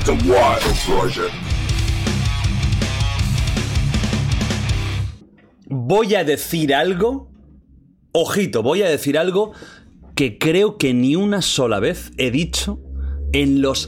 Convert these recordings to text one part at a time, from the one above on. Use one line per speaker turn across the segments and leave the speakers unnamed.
The Wild Project.
Voy a decir algo, ojito, voy a decir algo que creo que ni una sola vez he dicho en los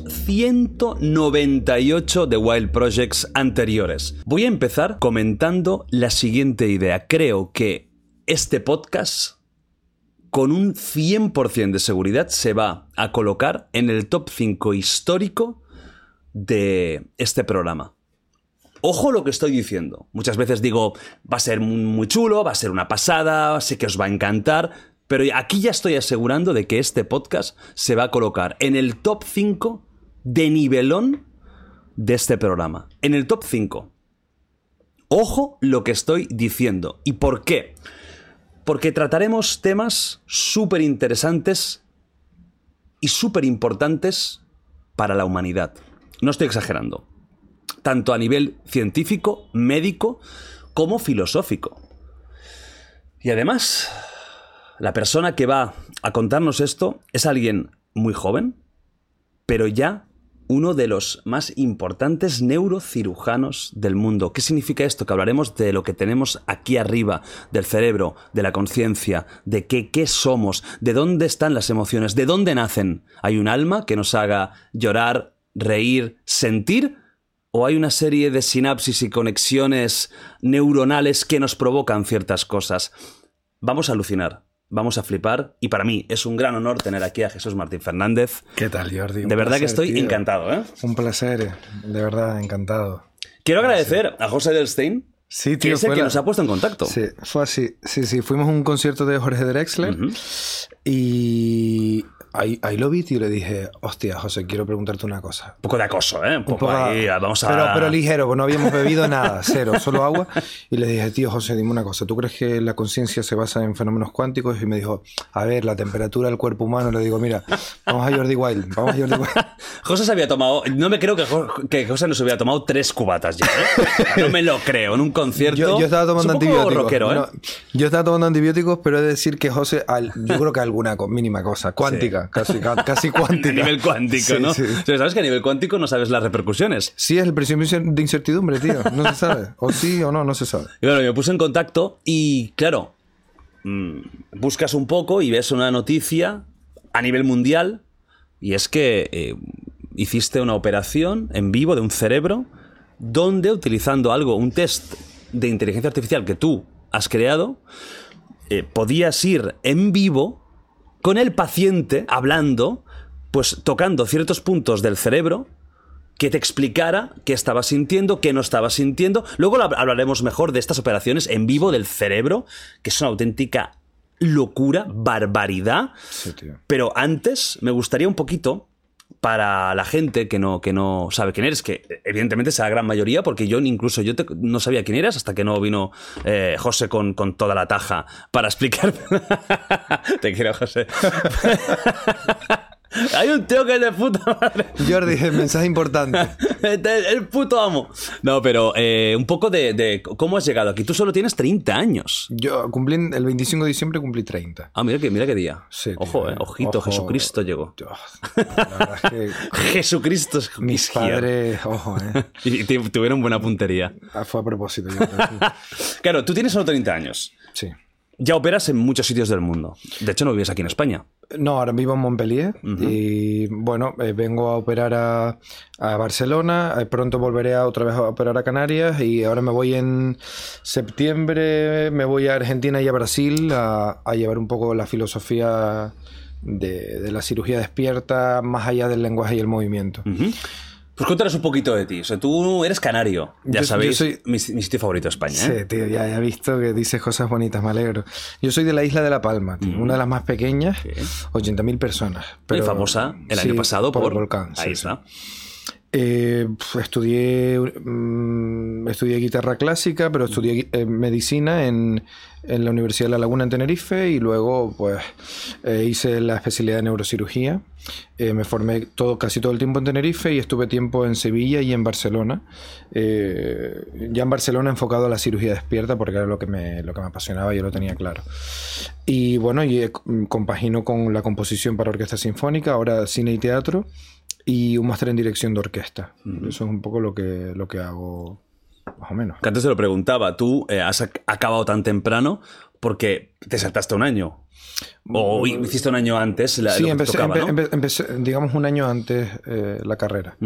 198 The Wild Projects anteriores. Voy a empezar comentando la siguiente idea. Creo que este podcast, con un 100% de seguridad, se va a colocar en el top 5 histórico de este programa. Ojo lo que estoy diciendo. Muchas veces digo, va a ser muy chulo, va a ser una pasada, sé que os va a encantar, pero aquí ya estoy asegurando de que este podcast se va a colocar en el top 5 de nivelón de este programa. En el top 5. Ojo lo que estoy diciendo. ¿Y por qué? Porque trataremos temas súper interesantes y súper importantes para la humanidad. No estoy exagerando. Tanto a nivel científico, médico, como filosófico. Y además, la persona que va a contarnos esto es alguien muy joven, pero ya uno de los más importantes neurocirujanos del mundo. ¿Qué significa esto? Que hablaremos de lo que tenemos aquí arriba, del cerebro, de la conciencia, de qué somos, de dónde están las emociones, de dónde nacen. ¿Hay un alma que nos haga llorar, reír, sentir? ¿O hay una serie de sinapsis y conexiones neuronales que nos provocan ciertas cosas? Vamos a alucinar, vamos a flipar, y para mí es un gran honor tener aquí a Jesús Martín Fernández.
¿Qué tal, Jordi?
De verdad que estoy encantado, ¿eh?
Un placer, de verdad, encantado.
Quiero agradecer a José Delstein,
sí, tío,
que es el que nos ha puesto en contacto.
Sí, fue así. Sí, fuimos a un concierto de Jorge Drexler y ahí lo vi, tío, y le dije, hostia, José, quiero preguntarte una cosa.
Un poco de acoso, ¿eh? Un poco ahí, vamos a...
Pero ligero, pues no habíamos bebido nada, cero, solo agua. Y le dije, tío, José, dime una cosa, ¿tú crees que la conciencia se basa en fenómenos cuánticos? Y me dijo, a ver, la temperatura del cuerpo humano. Le digo, mira, vamos a Jordi Wild.
José se había tomado... No me creo que José nos hubiera tomado 3 cubatas ya, ¿eh? No me lo creo, en un concierto...
Yo estaba tomando antibióticos.
Rockero, ¿eh?
No, yo estaba tomando antibióticos, pero he de decir que José, yo creo que alguna mínima cosa, cuántica. Sí. Casi cuántica.
A nivel cuántico, sí, ¿no?
Sí.
O sea, ¿sabes que a nivel cuántico no sabes las repercusiones?
Sí, es el principio de incertidumbre, tío. No se sabe. O sí o no, no se sabe.
Y bueno, me puse en contacto y, claro, buscas un poco y ves una noticia a nivel mundial, y es que hiciste una operación en vivo de un cerebro donde, utilizando un test de inteligencia artificial que tú has creado, podías ir en vivo con el paciente hablando, pues tocando ciertos puntos del cerebro, que te explicara qué estaba sintiendo, qué no estaba sintiendo. Luego hablaremos mejor de estas operaciones en vivo del cerebro, que es una auténtica locura, barbaridad.
Sí, tío.
Pero antes me gustaría un poquito, para la gente que no sabe quién eres, que evidentemente es la gran mayoría, porque incluso yo no sabía quién eras hasta que no vino José con toda la taja para explicarme. Te quiero, José. Hay un tío que es de puta madre.
Jordi, el mensaje importante.
El puto amo. No, pero un poco de cómo has llegado aquí. Tú solo tienes 30 años.
Yo cumplí el 25 de diciembre, cumplí 30.
Ah, mira qué día.
Sí,
ojo, ojito, ojo. Jesucristo llegó.
La verdad es que
Jesucristo es
mis padres, ojo,
Y tuvieron buena puntería.
Fue a propósito. Yo creo, sí.
Claro, tú tienes solo 30 años.
Sí.
Ya operas en muchos sitios del mundo. De hecho, no vives aquí en España.
No, ahora vivo en Montpellier y bueno, vengo a operar a Barcelona, pronto volveré otra vez a operar a Canarias y ahora me voy en septiembre, me voy a Argentina y a Brasil a llevar un poco la filosofía de la cirugía despierta más allá del lenguaje y el movimiento.
Pues cuéntanos un poquito de ti. O sea, tú eres canario. Ya sabéis,
soy...
mi sitio favorito de España.
Sí, tío, ya he visto que dices cosas bonitas, me alegro. Yo soy de la isla de La Palma, tío, una de las más pequeñas, 80.000 personas.
Pero famosa el año pasado por
el volcán.
Ahí está.
Estudié guitarra clásica, pero estudié medicina en la Universidad de La Laguna en Tenerife y luego pues hice la especialidad de neurocirugía. Me formé casi todo el tiempo en Tenerife y estuve tiempo en Sevilla y en Barcelona. Ya en Barcelona enfocado a la cirugía despierta porque era lo que me apasionaba, yo lo tenía claro. Y bueno, compagino con la composición para orquesta sinfónica, ahora cine y teatro. y un máster en dirección de orquesta. Eso es un poco lo que hago, más o menos.
Que antes te lo preguntaba, ¿tú has acabado tan temprano porque te saltaste un año? ¿O hiciste un año antes
Sí,
lo que te tocaba, ¿no?
empecé, digamos, un año antes la carrera.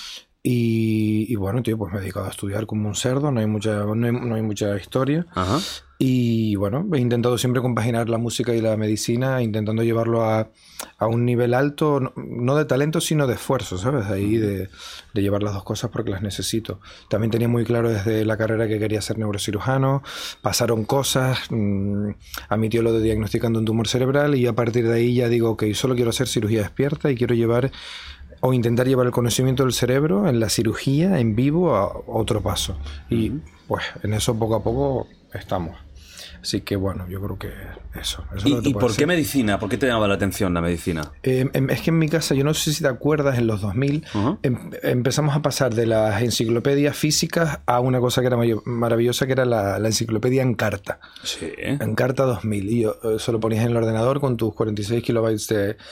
Y bueno, tío, pues me he dedicado a estudiar como un cerdo, no hay mucha historia.
Ajá.
Y bueno, he intentado siempre compaginar la música y la medicina, intentando llevarlo a un nivel alto, no de talento, sino de esfuerzo, ¿sabes? Ahí de llevar las dos cosas porque las necesito. También tenía muy claro desde la carrera que quería ser neurocirujano, pasaron cosas, a mi tío lo de diagnosticando un tumor cerebral y a partir de ahí ya digo, ok, solo quiero hacer cirugía despierta y quiero llevar o intentar llevar el conocimiento del cerebro en la cirugía en vivo a otro paso. Y pues en eso poco a poco estamos. Así que bueno, yo creo que eso es lo que te
¿Y
puedo
por qué
decir.
medicina? ¿Por qué te llamaba la atención la medicina?
Es que en mi casa, yo no sé si te acuerdas, en los 2000 empezamos a pasar de las enciclopedias físicas a una cosa que era maravillosa, que era la enciclopedia Encarta.
Sí.
Encarta 2000. Y eso lo ponías en el ordenador con tus 46 kilobytes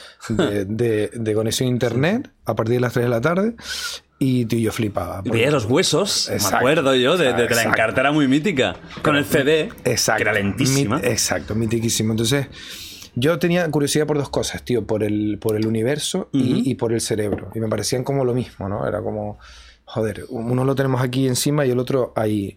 de conexión a internet a partir de las 3 de la tarde. Y tío, yo flipaba.
Veías los huesos,
Exacto.
me acuerdo yo, de que la Encarta era muy mítica. Con el CD,
exacto,
que era lentísima.
Exacto, mitiquísimo. Entonces, yo tenía curiosidad por dos cosas, tío. Por el universo y por el cerebro. Y me parecían como lo mismo, ¿no? Era como, joder, uno lo tenemos aquí encima y el otro ahí.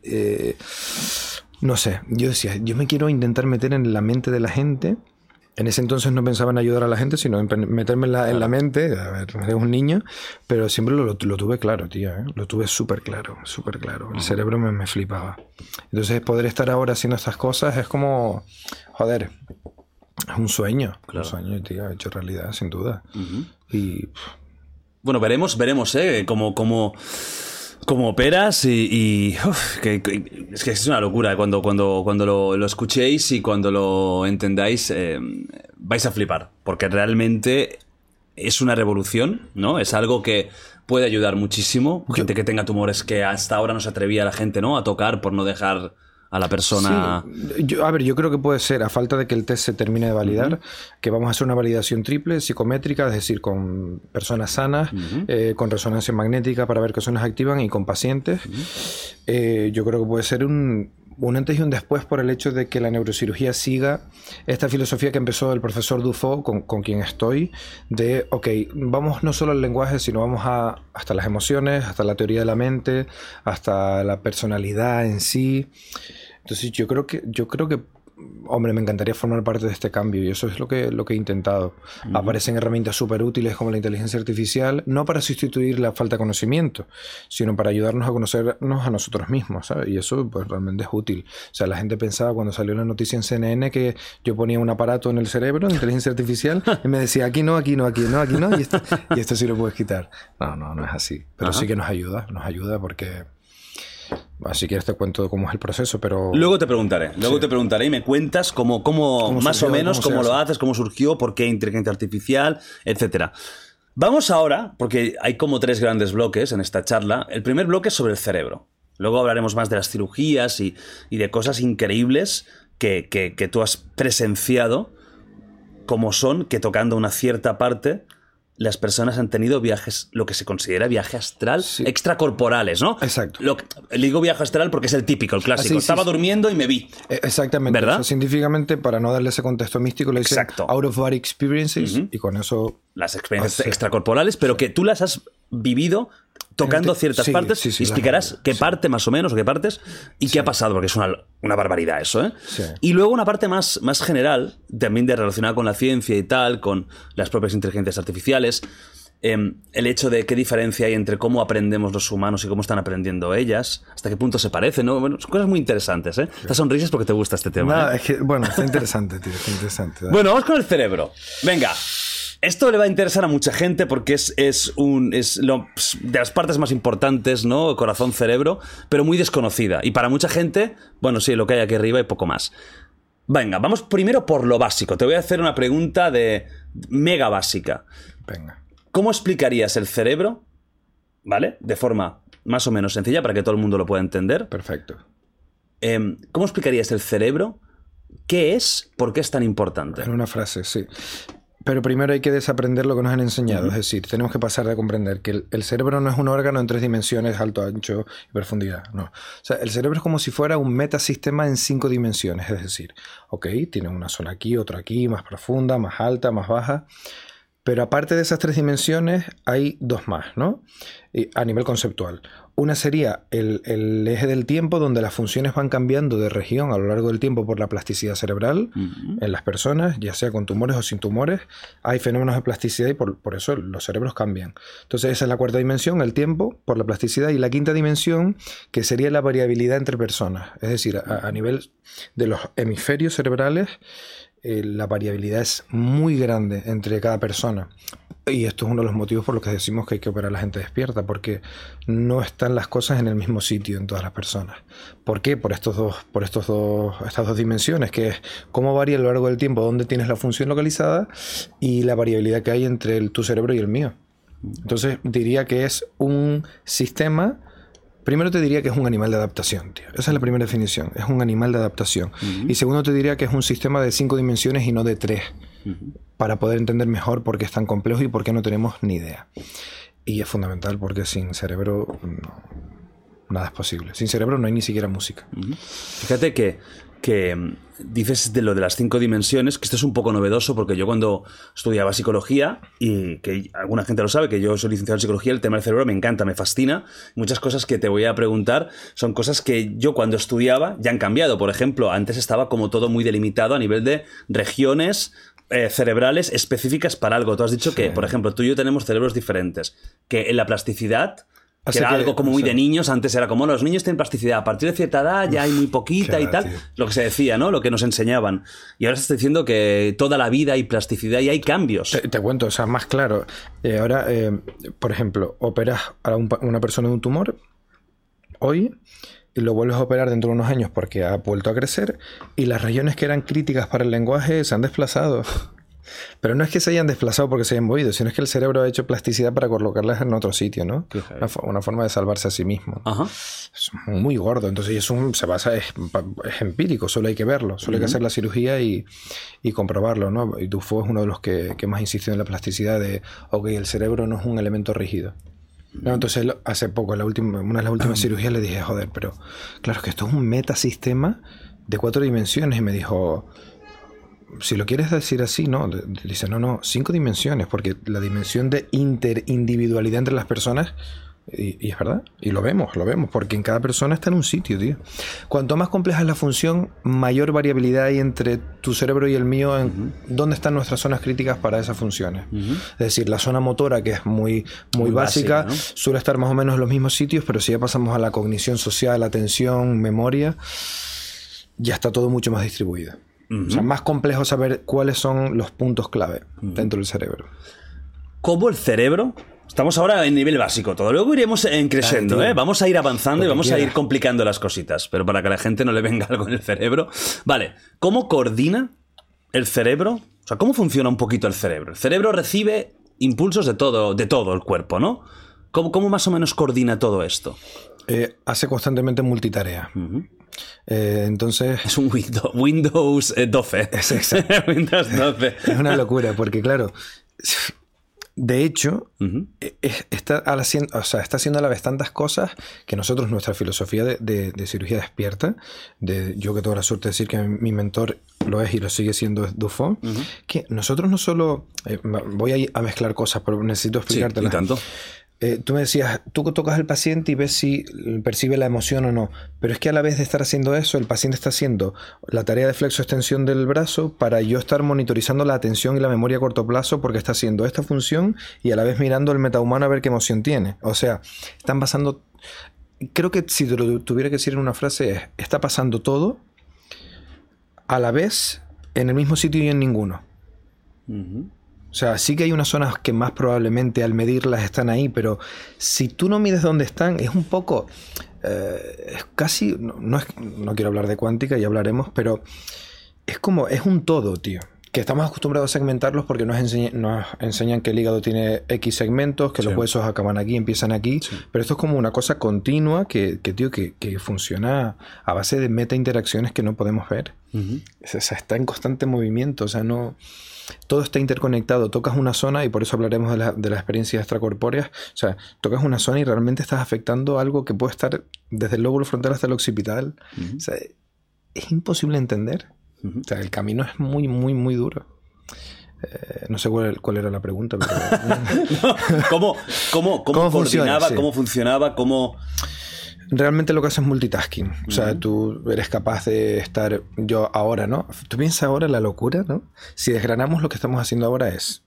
No sé, yo decía, yo me quiero intentar meter en la mente de la gente. En ese entonces no pensaba en ayudar a la gente, sino en meterme en la mente. A ver, eres un niño, pero siempre lo tuve claro, tío, ¿eh? Lo tuve súper claro, súper claro. El cerebro me flipaba. Entonces, poder estar ahora haciendo estas cosas es como, joder, es un sueño.
Claro.
Un sueño, tío, hecho realidad, sin duda. Y
Bueno, veremos, cómo operas y es que es una locura. Cuando lo escuchéis y cuando lo entendáis, vais a flipar. Porque realmente es una revolución, ¿no? Es algo que puede ayudar muchísimo. Gente que tenga tumores que hasta ahora no se atrevía la gente, ¿no?, a tocar por no dejar a la persona...
Sí, yo creo que puede ser, a falta de que el test se termine de validar, que vamos a hacer una validación triple, psicométrica, es decir, con personas sanas, con resonancia magnética para ver qué zonas activan y con pacientes. Yo creo que puede ser un antes y un después por el hecho de que la neurocirugía siga esta filosofía que empezó el profesor Dufault, con quien estoy, de, ok, vamos no solo al lenguaje, sino vamos hasta las emociones, hasta la teoría de la mente, hasta la personalidad en sí. Entonces yo creo que, hombre, me encantaría formar parte de este cambio y eso es lo que he intentado. Aparecen herramientas súper útiles como la inteligencia artificial, no para sustituir la falta de conocimiento, sino para ayudarnos a conocernos a nosotros mismos, ¿sabes? Y eso pues realmente es útil. O sea, la gente pensaba cuando salió la noticia en CNN que yo ponía un aparato en el cerebro de inteligencia artificial y me decía aquí no, y esto sí lo puedes quitar. No es así. Pero sí que nos ayuda porque... Así que te cuento cómo es el proceso, pero...
Luego te preguntaré y me cuentas cómo más
surgió,
o menos, cómo lo haces, cómo surgió, por qué inteligencia artificial, etcétera. Vamos ahora, porque hay como 3 grandes bloques en esta charla. El primer bloque es sobre el cerebro. Luego hablaremos más de las cirugías y de cosas increíbles que tú has presenciado, como son que tocando una cierta parte... las personas han tenido viajes, lo que se considera viaje astral, extracorporales, ¿no?
Exacto.
Le digo viaje astral porque es el típico, el clásico. Estaba durmiendo y me vi.
Exactamente.
¿Verdad?
O sea, científicamente, para no darle ese contexto místico, le dicen out of body experiences y con eso...
Las experiencias extracorporales, pero que tú las has vivido tocando ciertas partes y explicarás qué parte más o menos o qué partes y qué ha pasado, porque es una barbaridad eso, ¿eh?
Sí.
Y luego una parte más general, también relacionada con la ciencia y tal, con las propias inteligencias artificiales, el hecho de qué diferencia hay entre cómo aprendemos los humanos y cómo están aprendiendo ellas, hasta qué punto se parecen, ¿no? Bueno, son cosas muy interesantes, ¿eh? Te sonríes porque te gusta este tema.
No, es que, bueno, está interesante, tío, está interesante.
Bueno, vamos con el cerebro. Venga. Esto le va a interesar a mucha gente porque es de las partes más importantes, ¿no? Corazón-cerebro, pero muy desconocida. Y para mucha gente, bueno, sí, lo que hay aquí arriba y poco más. Venga, vamos primero por lo básico. Te voy a hacer una pregunta de mega básica.
Venga.
¿Cómo explicarías el cerebro, ¿vale? De forma más o menos sencilla para que todo el mundo lo pueda entender.
Perfecto.
¿Cómo explicarías el cerebro? ¿Qué es? ¿Por qué es tan importante?
En una frase, sí. Pero primero hay que desaprender lo que nos han enseñado. Es decir, tenemos que pasar de comprender que el cerebro no es un órgano en 3 dimensiones, alto, ancho y profundidad. No. O sea, el cerebro es como si fuera un metasistema en 5 dimensiones. Es decir, ok, tiene una zona aquí, otra aquí, más profunda, más alta, más baja. Pero aparte de esas 3 dimensiones, hay 2 más, ¿no? A nivel conceptual. Una sería el eje del tiempo, donde las funciones van cambiando de región a lo largo del tiempo por la plasticidad cerebral en las personas, ya sea con tumores o sin tumores. Hay fenómenos de plasticidad y por eso los cerebros cambian. Entonces esa es la 4ª dimensión, el tiempo, por la plasticidad. Y la 5ª dimensión, que sería la variabilidad entre personas. Es decir, a nivel de los hemisferios cerebrales, la variabilidad es muy grande entre cada persona. Y esto es uno de los motivos por los que decimos que hay que operar a la gente despierta, porque no están las cosas en el mismo sitio en todas las personas. ¿Por qué? Por estas dos dimensiones, que es cómo varía a lo largo del tiempo, dónde tienes la función localizada y la variabilidad que hay entre tu cerebro y el mío. Entonces diría que es un sistema. Primero te diría que es un animal de adaptación, tío. Esa es la primera definición. Es un animal de adaptación. Y segundo te diría que es un sistema de 5 dimensiones y no de 3. Para poder entender mejor por qué es tan complejo y por qué no tenemos ni idea. Y es fundamental porque sin cerebro nada es posible. Sin cerebro no hay ni siquiera música.
Fíjate que dices de lo de las 5 dimensiones, que esto es un poco novedoso porque yo cuando estudiaba psicología, y que alguna gente lo sabe, que yo soy licenciado en psicología, el tema del cerebro me encanta, me fascina. Muchas cosas que te voy a preguntar son cosas que yo cuando estudiaba ya han cambiado. Por ejemplo, antes estaba como todo muy delimitado a nivel de regiones cerebrales específicas para algo. Tú has dicho que, por ejemplo, tú y yo tenemos cerebros diferentes, que en la plasticidad... Que era algo como muy de niños. Antes era como, los niños tienen plasticidad. A partir de cierta edad ya hay muy poquita y tal. Tío. Lo que se decía, ¿no? Lo que nos enseñaban. Y ahora se está diciendo que toda la vida hay plasticidad y hay cambios.
Te cuento, o sea, más claro. Ahora, por ejemplo, operas a una persona de un tumor hoy y lo vuelves a operar dentro de unos años porque ha vuelto a crecer y las regiones que eran críticas para el lenguaje se han desplazado. Pero no es que se hayan desplazado porque se hayan movido, sino es que el cerebro ha hecho plasticidad para colocarlas en otro sitio, ¿no? Una forma de salvarse a sí mismo. Ajá. Es muy gordo, entonces es empírico, solo hay que verlo, solo hay que hacer la cirugía y comprobarlo, ¿no? Y Dufault es uno de los que más insistió en la plasticidad de, ok, el cerebro no es un elemento rígido. No, entonces hace poco, una de las últimas cirugías le dije, joder, pero claro, es que esto es un metasistema de 4 dimensiones, y me dijo... Si lo quieres decir así, no. Dice, no, 5 dimensiones, porque la dimensión de interindividualidad entre las personas, y es verdad, y lo vemos, porque en cada persona está en un sitio, tío. Cuanto más compleja es la función, mayor variabilidad hay entre tu cerebro y el mío en dónde están nuestras zonas críticas para esas funciones. Es decir, la zona motora, que es muy básica, ¿no? Suele estar más o menos en los mismos sitios, pero si ya pasamos a la cognición social, atención, memoria, ya está todo mucho más distribuido. O sea, más complejo saber cuáles son los puntos clave dentro del cerebro.
¿Cómo el cerebro? Estamos ahora en nivel básico todo. Luego iremos creciendo, ¿eh? Vamos a ir avanzando y vamos a ir complicando las cositas. Pero para que a la gente no le venga algo en el cerebro. Vale, ¿cómo coordina el cerebro? O sea, ¿cómo funciona un poquito el cerebro? El cerebro recibe impulsos de todo el cuerpo, ¿no? ¿Cómo más o menos coordina todo esto?
Hace constantemente multitarea. Entonces
es un Windows 12.
Es exacto.
Windows 12.
Es una locura porque claro, de hecho está haciendo a la vez tantas cosas que nosotros, nuestra filosofía de cirugía despierta, yo que tengo la suerte de decir que mi mentor lo es y lo sigue siendo Dufault, que nosotros no solo voy a mezclar cosas, pero necesito explicártelas.
Sí, y tanto.
Tú me decías, tú tocas al paciente y ves si percibe la emoción o no, pero es que a la vez de estar haciendo eso, el paciente está haciendo la tarea de flexo-extensión del brazo para yo estar monitorizando la atención y la memoria a corto plazo, porque está haciendo esta función y a la vez mirando el metahumano a ver qué emoción tiene. O sea, están pasando... Creo que si te lo tuviera que decir en una frase está pasando todo a la vez en el mismo sitio y en ninguno. O sea, sí que hay unas zonas que más probablemente al medirlas están ahí, pero si tú no mides dónde están, es un poco... es casi... No quiero hablar de cuántica, ya hablaremos, pero es un todo, tío. Que estamos acostumbrados a segmentarlos porque nos enseñan que el hígado tiene X segmentos, que los huesos acaban aquí, empiezan aquí, pero esto es como una cosa continua que funciona a base de meta interacciones que no podemos ver. O sea, está en constante movimiento, o sea, no... todo está interconectado. Tocas una zona, y por eso hablaremos de las experiencias extracorpóreas. O sea, tocas una zona y realmente estás afectando algo que puede estar desde el lóbulo frontal hasta el occipital. O sea, es imposible entender. O sea, el camino es muy, muy, muy duro. No sé cuál era la pregunta, pero...
¿Cómo coordinaba?
Sí.
¿Cómo funcionaba? ¿Cómo...?
Realmente lo que haces es multitasking. O sea, tú eres capaz de estar... Yo ahora, ¿no? Tú piensas ahora la locura, ¿no? Si desgranamos, lo que estamos haciendo ahora es...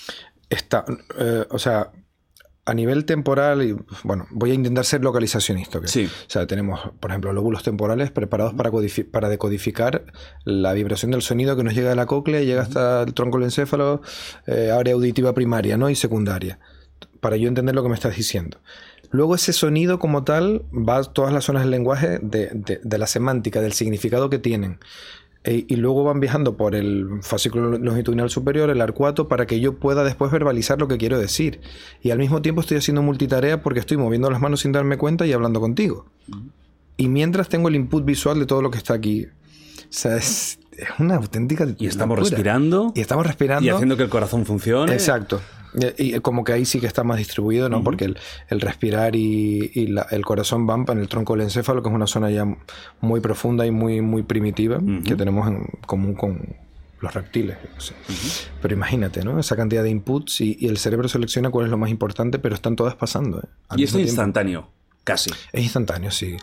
o sea, a nivel temporal... Y, bueno, voy a intentar ser localizacionista. ¿Okay?
Sí.
O sea, tenemos, por ejemplo, lóbulos temporales preparados para decodificar la vibración del sonido que nos llega de la cóclea y llega hasta el tronco del encéfalo, área auditiva primaria, ¿no? Y secundaria. Para yo entender lo que me estás diciendo. Luego ese sonido como tal va a todas las zonas del lenguaje de la semántica, del significado que tienen. Y luego van viajando por el fascículo longitudinal superior, el arcuato, para que yo pueda después verbalizar lo que quiero decir. Y al mismo tiempo estoy haciendo multitarea porque estoy moviendo las manos sin darme cuenta y hablando contigo. Y mientras tengo el input visual de todo lo que está aquí. O sea, es una auténtica...
Y estamos
locura.
respirando.
Y estamos respirando.
Y haciendo que el corazón funcione.
Exacto. Y como que ahí sí que está más distribuido, ¿no? Porque el respirar y el corazón van en el tronco del encéfalo, que es una zona ya muy profunda y muy, muy primitiva, que tenemos en común con los reptiles. No sé. Pero imagínate, ¿no? Esa cantidad de inputs y el cerebro selecciona cuál es lo más importante, pero están todas pasando.
Y esto es instantáneo, casi.
Es instantáneo, sí.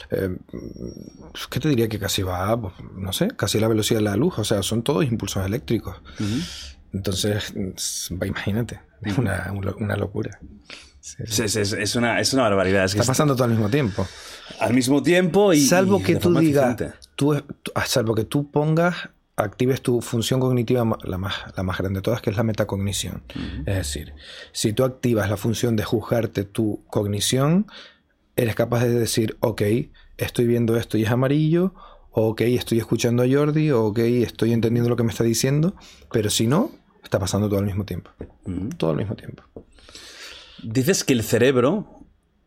¿Qué te diría que casi va? Pues, no sé, casi a la velocidad de la luz. O sea, son todos impulsos eléctricos. Entonces, imagínate, es una locura. Sí.
Es una barbaridad.
Está pasando todo al mismo tiempo.
Al mismo tiempo y...
Salvo que tú digas,
eficiente.
salvo que tú actives tu función cognitiva, la más grande de todas, que es la metacognición. Es decir, si tú activas la función de juzgarte tu cognición, eres capaz de decir, ok, estoy viendo esto y es amarillo, o ok, estoy escuchando a Jordi, o ok, estoy entendiendo lo que me está diciendo, pero si no, está pasando todo al mismo tiempo. Todo al mismo tiempo.
Dices que el cerebro,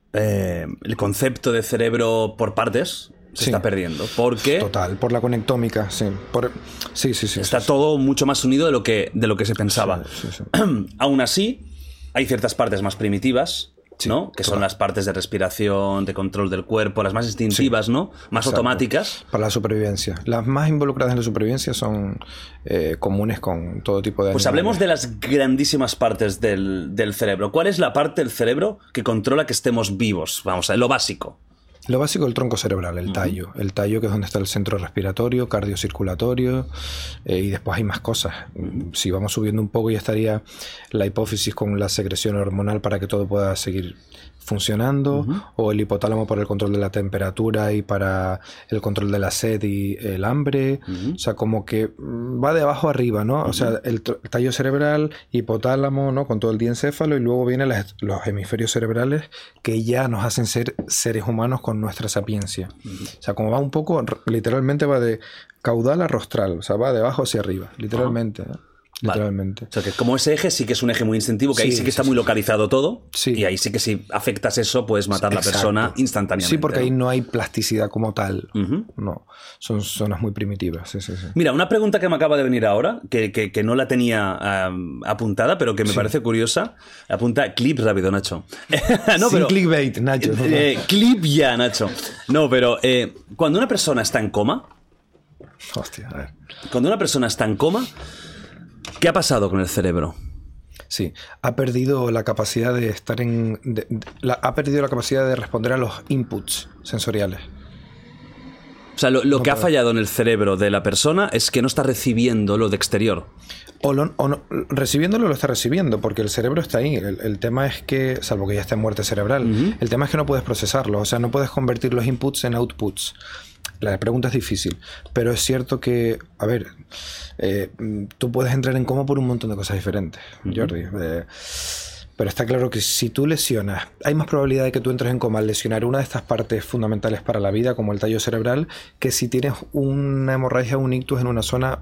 el concepto de cerebro por partes, se está perdiendo. Porque...
Total, por la conectómica, sí. Sí.
Está todo mucho más unido de lo que se pensaba.
Sí.
Aún así, hay ciertas partes más primitivas, ¿no? Que son las partes de respiración, de control del cuerpo, las más instintivas, ¿no? Más automáticas.
Para la supervivencia. Las más involucradas en la supervivencia son comunes con todo tipo de animales.
Pues hablemos de las grandísimas partes del cerebro. ¿Cuál es la parte del cerebro que controla que estemos vivos? Vamos a ver, lo básico.
Lo básico es el tronco cerebral, el tallo. El tallo, que es donde está el centro respiratorio, cardiocirculatorio, y después hay más cosas. Si vamos subiendo un poco, ya estaría la hipófisis con la secreción hormonal para que todo pueda seguir funcionando, o el hipotálamo para el control de la temperatura y para el control de la sed y el hambre. O sea, como que va de abajo arriba, ¿no? O sea, el tallo cerebral, hipotálamo, ¿no? Con todo el diencéfalo, y luego vienen los hemisferios cerebrales que ya nos hacen ser seres humanos con nuestra sapiencia. O sea, como va un poco, literalmente va de caudal a rostral, o sea, va de abajo hacia arriba, literalmente, ¿no? Literalmente.
Vale. O sea, que como ese eje sí que es un eje muy instintivo, que ahí sí que está muy localizado todo, y ahí sí que si afectas eso puedes matar a la persona instantáneamente.
Sí, porque ahí no hay plasticidad como tal. No, son zonas muy primitivas. Sí.
Mira, una pregunta que me acaba de venir ahora, que no la tenía apuntada, pero que me parece curiosa. Apunta clip rápido, Nacho.
No, sin clickbait, Nacho.
Clip ya, Nacho. No, pero cuando una persona está en coma...
Hostia, a ver.
Cuando una persona está en coma... ¿Qué ha pasado con el cerebro?
Sí, ha perdido la capacidad de estar ha perdido la capacidad de responder a los inputs sensoriales.
O sea, lo que ha fallado en el cerebro de la persona es que no está recibiendo lo de exterior.
Recibiéndolo lo está recibiendo, porque el cerebro está ahí. El tema es que, salvo que ya está en muerte cerebral, el tema es que no puedes procesarlo. O sea, no puedes convertir los inputs en outputs. La pregunta es difícil, pero es cierto que, a ver, tú puedes entrar en coma por un montón de cosas diferentes, Jordi. Pero está claro que si tú lesionas, hay más probabilidad de que tú entres en coma al lesionar una de estas partes fundamentales para la vida, como el tallo cerebral, que si tienes una hemorragia o un ictus en una zona,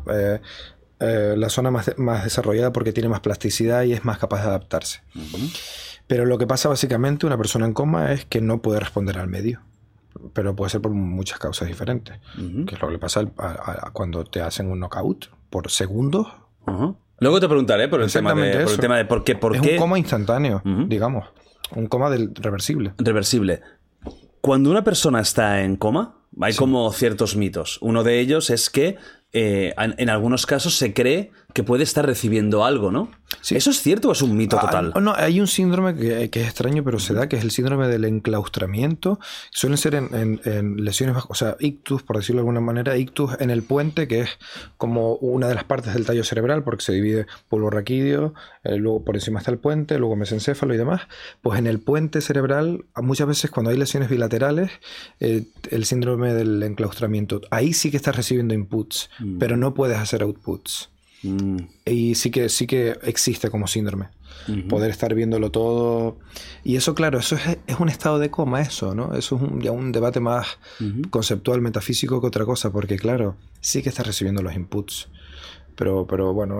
la zona más desarrollada, porque tiene más plasticidad y es más capaz de adaptarse. Pero lo que pasa básicamente, una persona en coma, es que no puede responder al medio. Pero puede ser por muchas causas diferentes. Que es lo que le pasa cuando te hacen un knockout por segundos.
Luego te preguntaré por el tema de por qué.
Es un coma instantáneo, digamos. Un coma reversible.
Reversible. Cuando una persona está en coma, hay como ciertos mitos. Uno de ellos es que en algunos casos se cree que puede estar recibiendo algo, ¿no? Sí. ¿Eso es cierto o es un mito total?
No, hay un síndrome que es extraño, pero se da, que es el síndrome del enclaustramiento. Suelen ser en lesiones, o sea, ictus, por decirlo de alguna manera, ictus en el puente, que es como una de las partes del tallo cerebral, porque se divide bulbo raquídeo, luego por encima está el puente, luego mesencéfalo y demás. Pues en el puente cerebral, muchas veces cuando hay lesiones bilaterales, el síndrome del enclaustramiento, ahí sí que estás recibiendo inputs, pero no puedes hacer outputs. Y sí que existe como síndrome. Poder estar viéndolo todo. Y eso, claro, eso es un estado de coma, eso, ¿no? Eso es ya un debate más conceptual, metafísico que otra cosa, porque, claro, sí que estás recibiendo los inputs. Pero bueno,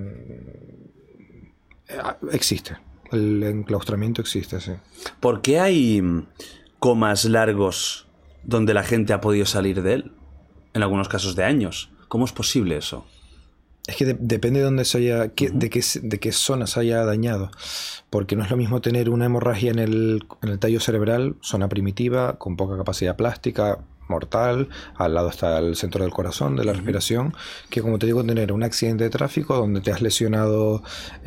existe. El enclaustramiento existe, sí.
¿Por qué hay comas largos donde la gente ha podido salir de él? En algunos casos de años. ¿Cómo es posible eso?
Es que depende de dónde se haya, de qué zona se haya dañado. Porque no es lo mismo tener una hemorragia en el tallo cerebral, zona primitiva, con poca capacidad plástica, mortal, al lado está el centro del corazón, de la respiración, que, como te digo, tener un accidente de tráfico donde te has lesionado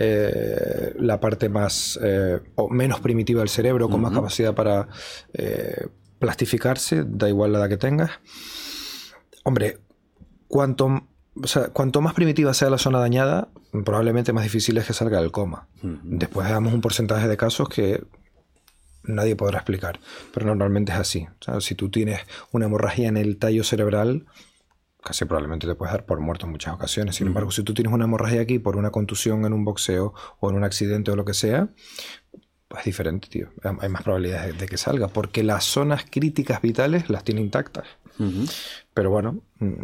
la parte más o menos primitiva del cerebro, con más capacidad para plastificarse, da igual la edad que tengas. Hombre, cuanto más primitiva sea la zona dañada, probablemente más difícil es que salga del coma. Después damos un porcentaje de casos que nadie podrá explicar, pero normalmente es así. O sea, si tú tienes una hemorragia en el tallo cerebral, casi probablemente te puedes dar por muerto en muchas ocasiones. Sin embargo, si tú tienes una hemorragia aquí por una contusión en un boxeo o en un accidente o lo que sea, pues es diferente, tío. Hay más probabilidades de que salga, porque las zonas críticas vitales las tiene intactas. Pero bueno,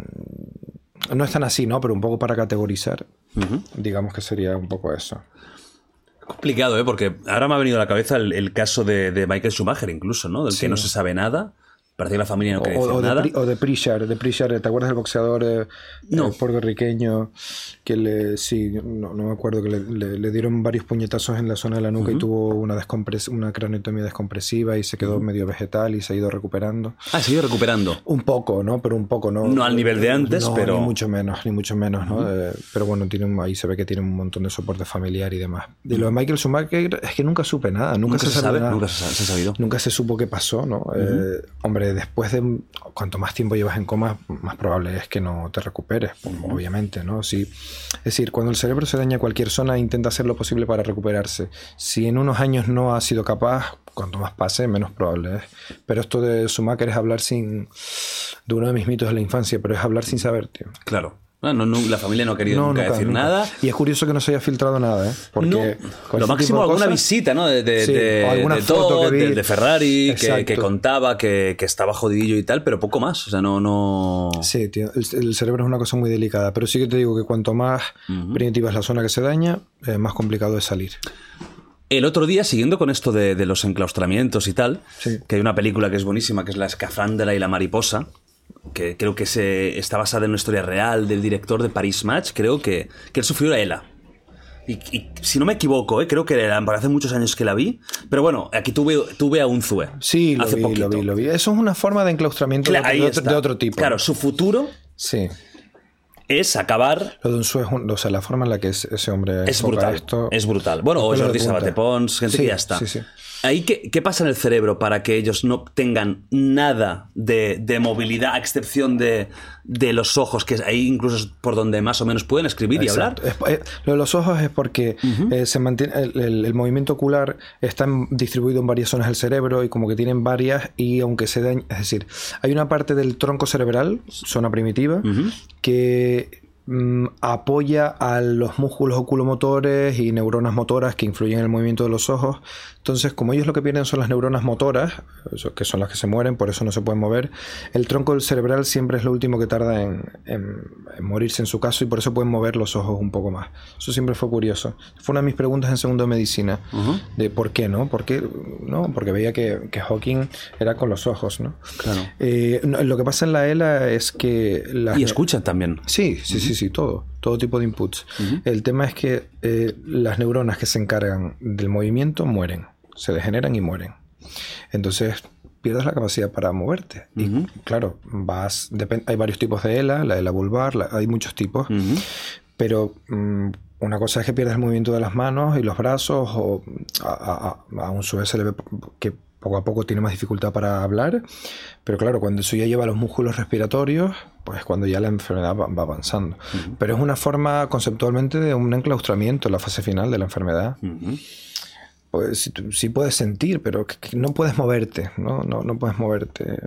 no es tan así, ¿no? Pero un poco para categorizar, digamos que sería un poco eso.
Complicado, ¿eh? Porque ahora me ha venido a la cabeza el caso de Michael Schumacher, incluso, ¿no? Del que no se sabe nada. Parece que la familia no quiere decir nada.
O de Pritchard, ¿te acuerdas del boxeador puertorriqueño que no me acuerdo, que le dieron varios puñetazos en la zona de la nuca y tuvo una craneotomía descompresiva y se quedó medio vegetal y se ha ido recuperando?
Se ha ido recuperando.
Un poco, ¿no? Pero un poco, ¿no?
No al nivel de antes, pero...
Ni mucho menos, ¿no? Pero bueno, ahí se ve que tiene un montón de soporte familiar y demás. De lo de Michael Schumacher es que nunca supe nada, nunca se sabe nada.
Nunca se ha sabido.
Nunca se supo qué pasó, ¿no? Hombre, después de cuanto más tiempo llevas en coma, más probable es que no te recuperes, obviamente, ¿no? Sí. Es decir, cuando el cerebro se daña cualquier zona, intenta hacer lo posible para recuperarse. Si en unos años no ha sido capaz, cuanto más pase, menos probable es. Pero esto de Schumacher es hablar de uno de mis mitos de la infancia, pero es hablar sin saber, tío.
Claro. No, la familia no ha querido nunca decir nada.
Y es curioso que no se haya filtrado nada, ¿eh? Porque
lo máximo alguna visita, ¿no?
Alguna foto
de Ferrari que contaba que estaba jodidillo y tal, pero poco más. O sea, no...
Sí, tío. El cerebro es una cosa muy delicada. Pero sí que te digo que cuanto más primitiva es la zona que se daña, más complicado es salir.
El otro día, siguiendo con esto de los enclaustramientos y tal, que hay una película que es buenísima, que es La escafandra y la mariposa, que creo que está basada en una historia real del director de Paris Match. Creo que él sufrió la ELA. Y si no me equivoco, creo que hace muchos años que la vi. Pero bueno, aquí tuve a Unzué.
Sí, lo vi. Eso es una forma de enclaustramiento de otro tipo.
Claro, su futuro es acabar...
Lo de Unzué, la forma en la que ese hombre
es brutal.
Esto,
es brutal. Bueno, o Jordi Sabate Pons, gente que ya está.
Sí.
Ahí, ¿qué pasa en el cerebro para que ellos no tengan nada de movilidad, a excepción de los ojos, que ahí incluso es por donde más o menos pueden escribir y hablar?
Lo de los ojos es porque se mantiene el movimiento ocular está distribuido en varias zonas del cerebro y como que tienen varias, y aunque se den, es decir, hay una parte del tronco cerebral, zona primitiva, que apoya a los músculos oculomotores y neuronas motoras que influyen en el movimiento de los ojos. Entonces, como ellos lo que pierden son las neuronas motoras, que son las que se mueren, por eso no se pueden mover, el tronco del cerebral siempre es lo último que tarda en morirse en su caso, y por eso pueden mover los ojos un poco más. Eso siempre fue curioso. Fue una de mis preguntas en segundo de medicina, de por qué, ¿no? ¿Por qué? No, porque veía que Hawking era con los ojos, ¿no?
Claro.
Lo que pasa en la ELA es que...
Y escuchan también.
Sí. sí, todo tipo de inputs. El tema es que las neuronas que se encargan del movimiento mueren, se degeneran y mueren. Entonces pierdes la capacidad para moverte. Y claro, hay varios tipos de ELA, la ELA vulvar, hay muchos tipos, pero una cosa es que pierdes el movimiento de las manos y los brazos, o a un sujeto se le ve que poco a poco tiene más dificultad para hablar, pero claro, cuando eso ya lleva a los músculos respiratorios, pues cuando ya la enfermedad va avanzando. Pero es una forma conceptualmente de un enclaustramiento en la fase final de la enfermedad. Pues sí puedes sentir, pero que no puedes moverte, no puedes moverte.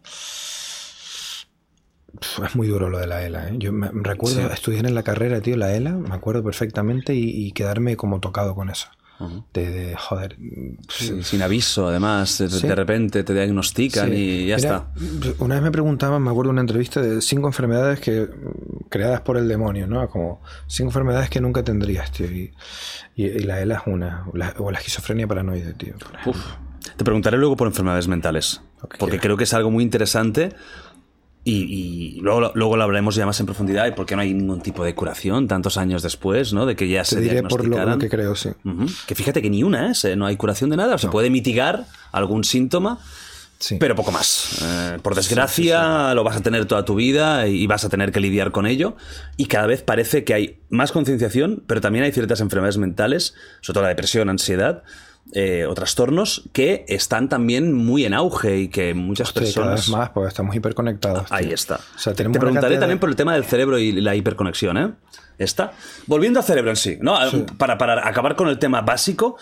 Es muy duro lo de la ELA, ¿eh? Yo me recuerdo estudiar en la carrera, tío, la ELA, me acuerdo perfectamente, y quedarme como tocado con eso. Joder.
Sin aviso, además, de repente te diagnostican y ya está.
Una vez me preguntaban, me acuerdo de una entrevista de 5 enfermedades creadas por el demonio, ¿no? Como 5 enfermedades que nunca tendrías, tío. Y la ELA es una. O la esquizofrenia paranoide, tío.
Te preguntaré luego por enfermedades mentales, porque creo que es algo muy interesante. Y luego lo hablaremos ya más en profundidad, y por qué no hay ningún tipo de curación tantos años después, ¿no? De que ya se diagnosticaran.
Por lo que creo, sí.
Que fíjate que ni una, no hay curación de nada. Se puede mitigar algún síntoma, pero poco más. Por desgracia, lo vas a tener toda tu vida y vas a tener que lidiar con ello. Y cada vez parece que hay más concienciación, pero también hay ciertas enfermedades mentales, sobre todo la depresión, ansiedad, o trastornos, que están también muy en auge y que muchas personas...
Cada vez más, pues estamos hiperconectados.
Ahí está.
O sea, te
preguntaré también por el tema del cerebro y la hiperconexión, ¿eh? Volviendo al cerebro en sí, ¿no? Para acabar con el tema básico,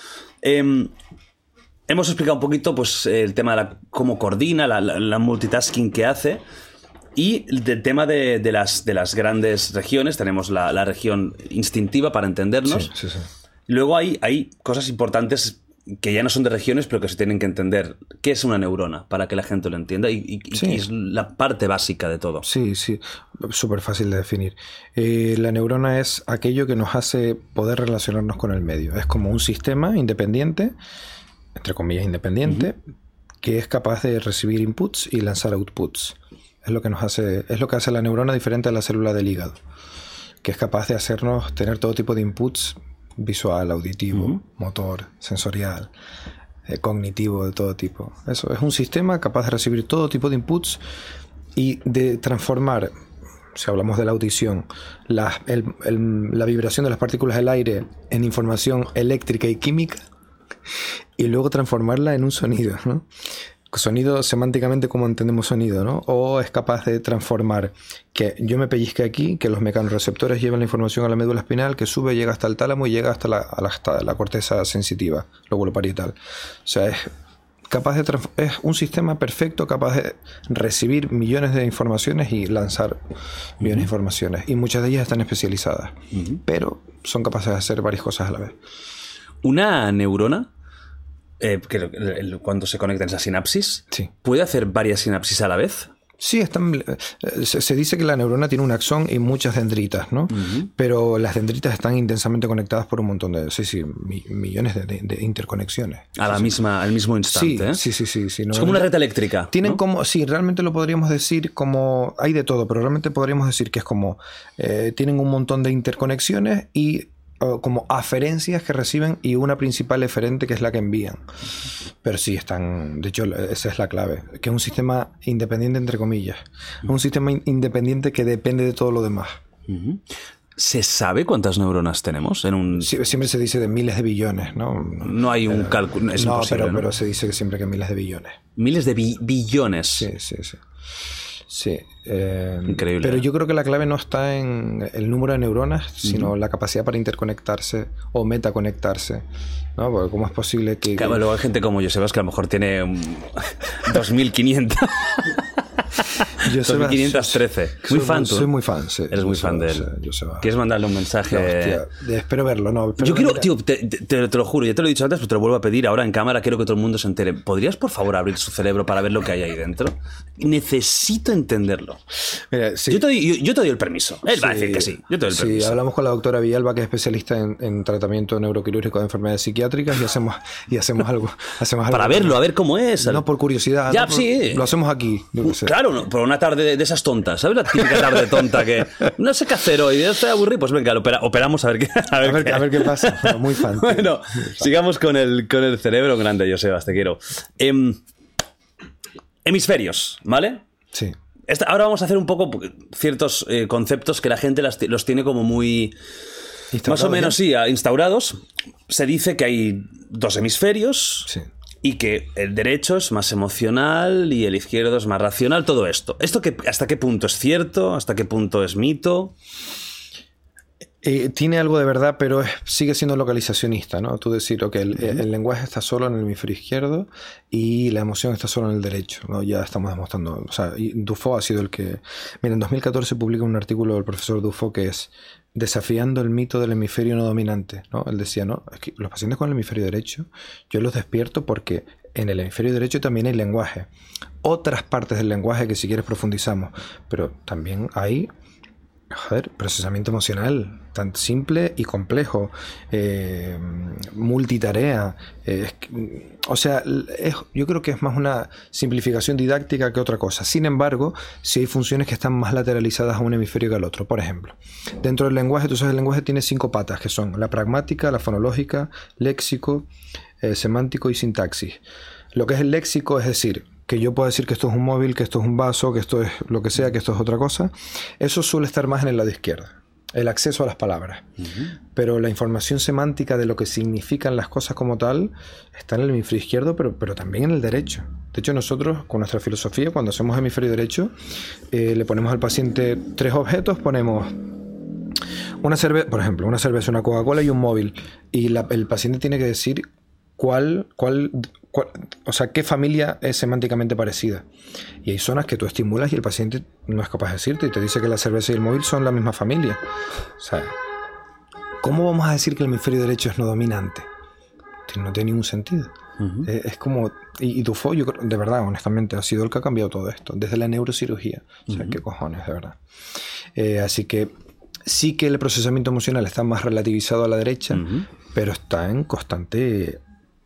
hemos explicado un poquito, pues, el tema de cómo coordina, la multitasking que hace. Y el tema de las grandes regiones. Tenemos la región instintiva, para entendernos.
Sí.
Luego hay cosas importantes que ya no son de regiones, pero que se tienen que entender. ¿Qué es una neurona? Para que la gente lo entienda. Y es la parte básica de todo.
Sí. Súper fácil de definir. La neurona es aquello que nos hace poder relacionarnos con el medio. Es como un sistema independiente, entre comillas independiente, que es capaz de recibir inputs y lanzar outputs. Es lo que hace la neurona diferente a la célula del hígado, que es capaz de hacernos tener todo tipo de inputs: visual, auditivo, motor, sensorial, cognitivo, de todo tipo. Eso es un sistema capaz de recibir todo tipo de inputs y de transformar, si hablamos de la audición, la vibración de las partículas del aire en información eléctrica y química, y luego transformarla en un sonido, ¿no? Sonido semánticamente, como entendemos sonido, ¿no? O es capaz de transformar que yo me pellizque aquí, que los mecanorreceptores lleven la información a la médula espinal, que sube, llega hasta el tálamo y llega hasta la corteza sensitiva, lóbulo parietal. O sea, es un sistema perfecto, capaz de recibir millones de informaciones y lanzar millones de informaciones. Y muchas de ellas están especializadas, pero son capaces de hacer varias cosas a la vez.
Una neurona, cuando se conecta en esa sinapsis, ¿puede hacer varias sinapsis a la vez?
Sí, se dice que la neurona tiene un axón y muchas dendritas, ¿no? Pero las dendritas están intensamente conectadas por un montón de millones de interconexiones.
Al mismo instante,
sí.
No, es como una red eléctrica.
Tienen, ¿no? Realmente lo podríamos decir como... Hay de todo, pero realmente podríamos decir que es como... tienen un montón de interconexiones y... como aferencias que reciben y una principal eferente que es la que envían. Pero sí están... De hecho, esa es la clave. Que es un sistema independiente, entre comillas. Es un sistema independiente que depende de todo lo demás.
¿Se sabe cuántas neuronas tenemos?
Siempre se dice de miles de billones, ¿no?
No hay un cálculo. Es imposible,
pero se dice que siempre que miles de billones.
¿Miles de billones?
Sí.
Increíble.
Pero yo creo que la clave no está en el número de neuronas, sino la capacidad para interconectarse o metaconectarse, ¿no? Porque ¿cómo es posible que...
Claro, luego hay gente como Josebas que a lo mejor tiene 2500. 2513. Muy fan, tú.
Soy muy fan, sí.
Eres muy fan de él. ¿Quieres mandarle un mensaje?
No, hostia, espero verlo, ¿no?
Yo quiero, tío, te lo juro, ya te lo he dicho antes, pero te lo vuelvo a pedir ahora en cámara, quiero que todo el mundo se entere. ¿Podrías, por favor, abrir su cerebro para ver lo que hay ahí dentro? Necesito entenderlo. Mira, sí. Yo te doy el permiso. Él va a decir que sí. Yo te doy el permiso.
Sí, hablamos con la doctora Villalba, que es especialista en tratamiento neuroquirúrgico de enfermedades psiquiátricas, y hacemos algo.
Para verlo, a ver cómo es.
No por curiosidad.
Ya,
no
sí.
Lo hacemos aquí.
Claro, por una tarde de esas tontas, ¿sabes? La típica tarde tonta que no sé qué hacer hoy, yo estoy aburrido, pues venga, operamos a ver qué,
a ver qué pasa. Bueno, muy fan.
Bueno, sigamos con el cerebro grande, Josebas, te quiero. Hemisferios, ¿vale?
Sí.
Ahora vamos a hacer un poco ciertos conceptos que la gente los tiene como muy... Más o menos, sí, instaurados. Se dice que hay 2 hemisferios, sí, y que el derecho es más emocional y el izquierdo es más racional, todo esto. ¿Esto hasta qué punto es cierto? ¿Hasta qué punto es mito?
Tiene algo de verdad, pero sigue siendo localizacionista, ¿no? Tú decir, ok, el lenguaje está solo en el hemisferio izquierdo y la emoción está solo en el derecho, ¿no? Ya estamos demostrando. O sea, Dufault ha sido el que... Mira, en 2014 publica un artículo del profesor Dufault que es desafiando el mito del hemisferio no dominante, ¿no? Él decía, ¿no? Es que los pacientes con el hemisferio derecho, yo los despierto porque en el hemisferio derecho también hay lenguaje. Otras partes del lenguaje que si quieres profundizamos, pero también hay... procesamiento emocional tan simple y complejo, multitarea, o sea, yo creo que es más una simplificación didáctica que otra cosa. Sin embargo, sí hay funciones que están más lateralizadas a un hemisferio que al otro. Por ejemplo, dentro del lenguaje, tú sabes, el lenguaje tiene 5 patas, que son la pragmática, la fonológica, léxico, semántico y sintaxis. Lo que es el léxico, es decir, que yo puedo decir que esto es un móvil, que esto es un vaso, que esto es lo que sea, que esto es otra cosa, eso suele estar más en el lado izquierdo, el acceso a las palabras. Pero la información semántica de lo que significan las cosas como tal está en el hemisferio izquierdo, pero también en el derecho. De hecho, nosotros, con nuestra filosofía, cuando hacemos hemisferio derecho, le ponemos al paciente 3 objetos, ponemos una cerveza, por ejemplo, una cerveza, una Coca-Cola y un móvil, y el paciente tiene que decir o sea, qué familia es semánticamente parecida. Y hay zonas que tú estimulas y el paciente no es capaz de decirte y te dice que la cerveza y el móvil son la misma familia. O sea, ¿cómo vamos a decir que el hemisferio derecho es no dominante? No tiene ningún sentido. Es como... Y Dufault, yo creo, de verdad, honestamente, ha sido el que ha cambiado todo esto, desde la neurocirugía. O sea, qué cojones, de verdad. Así que sí que el procesamiento emocional está más relativizado a la derecha, pero está en constante...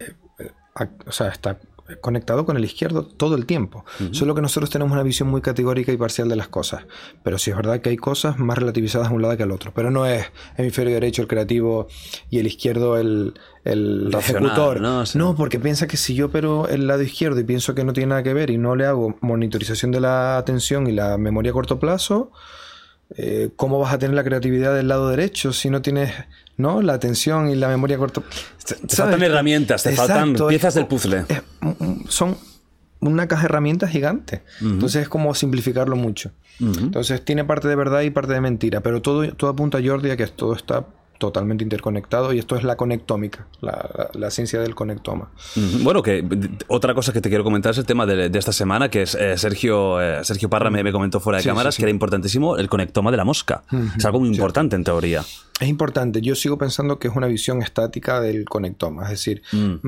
o sea, está conectado con el izquierdo todo el tiempo. Solo que nosotros tenemos una visión muy categórica y parcial de las cosas. Pero sí es verdad que hay cosas más relativizadas a un lado que al otro. Pero no es hemisferio derecho el creativo y el izquierdo el ejecutor. ¿No? Sí. No, porque piensa que si yo opero el lado izquierdo y pienso que no tiene nada que ver y no le hago monitorización de la atención y la memoria a corto plazo, ¿cómo vas a tener la creatividad del lado derecho si no tienes, ¿no?, la atención y la memoria a corto plazo?
Te faltan herramientas, te faltan piezas del puzzle.
Son una caja de herramientas gigante. Entonces es como simplificarlo mucho. Entonces tiene parte de verdad y parte de mentira, pero todo apunta, Jordi, a que todo está totalmente interconectado, y esto es la conectómica, la ciencia del conectoma.
Bueno, que otra cosa que te quiero comentar es el tema de esta semana, que es Sergio Parra me comentó fuera de cámaras que era importantísimo el conectoma de la mosca. Es algo muy importante en teoría.
Es importante. Yo sigo pensando que es una visión estática del conectoma. Es decir,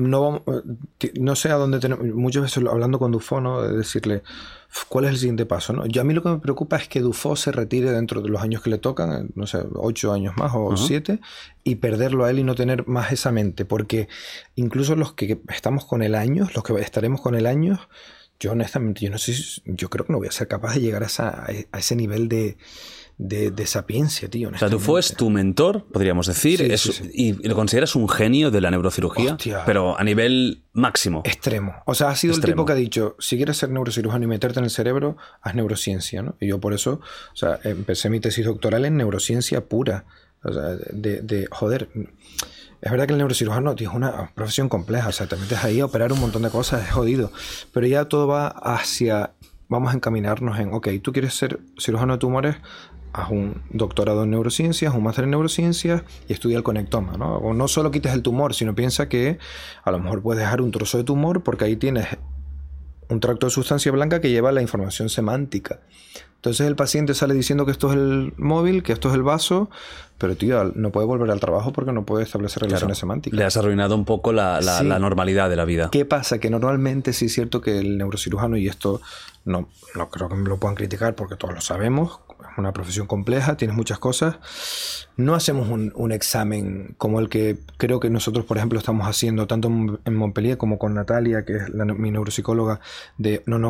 no sé a dónde tenemos... Muchas veces hablando con Dufault, ¿no?, de decirle, ¿cuál es el siguiente paso?, ¿no? Yo, a mí lo que me preocupa es que Dufault se retire dentro de los años que le tocan, no sé, 8 años más o 7, y perderlo a él y no tener más esa mente. Porque incluso los que estamos con el año, los que estaremos con el año, yo honestamente, yo creo que no voy a ser capaz de llegar a ese nivel de sapiencia, tío.
O sea, Dufault es tu mentor, podríamos decir,
sí.
Y lo consideras un genio de la neurocirugía. Hostia. Pero a nivel máximo.
Extremo. O sea, ha sido el tipo que ha dicho, si quieres ser neurocirujano y meterte en el cerebro, haz neurociencia, ¿no? Y yo por eso, o sea, empecé mi tesis doctoral en neurociencia pura. O sea, joder... Es verdad que el neurocirujano es una profesión compleja, o sea, te metes ahí a operar un montón de cosas, es jodido. Pero ya todo va hacia... Vamos a encaminarnos en, ok, tú quieres ser cirujano de tumores, haz un doctorado en neurociencias, un máster en neurociencias y estudia el conectoma, ¿no? O no solo quites el tumor, sino piensa que a lo mejor puedes dejar un trozo de tumor porque ahí tienes un tracto de sustancia blanca que lleva la información semántica. Entonces el paciente sale diciendo que esto es el móvil, que esto es el vaso, pero tío, no puede volver al trabajo porque no puede establecer relaciones semánticas.
Le has arruinado un poco la normalidad de la vida.
¿Qué pasa? Que normalmente sí es cierto que el neurocirujano, y esto no creo que me lo puedan criticar porque todos lo sabemos, es una profesión compleja, tienes muchas cosas. No hacemos un examen como el que creo que nosotros, por ejemplo, estamos haciendo tanto en Montpellier como con Natalia, que es mi neuropsicóloga, de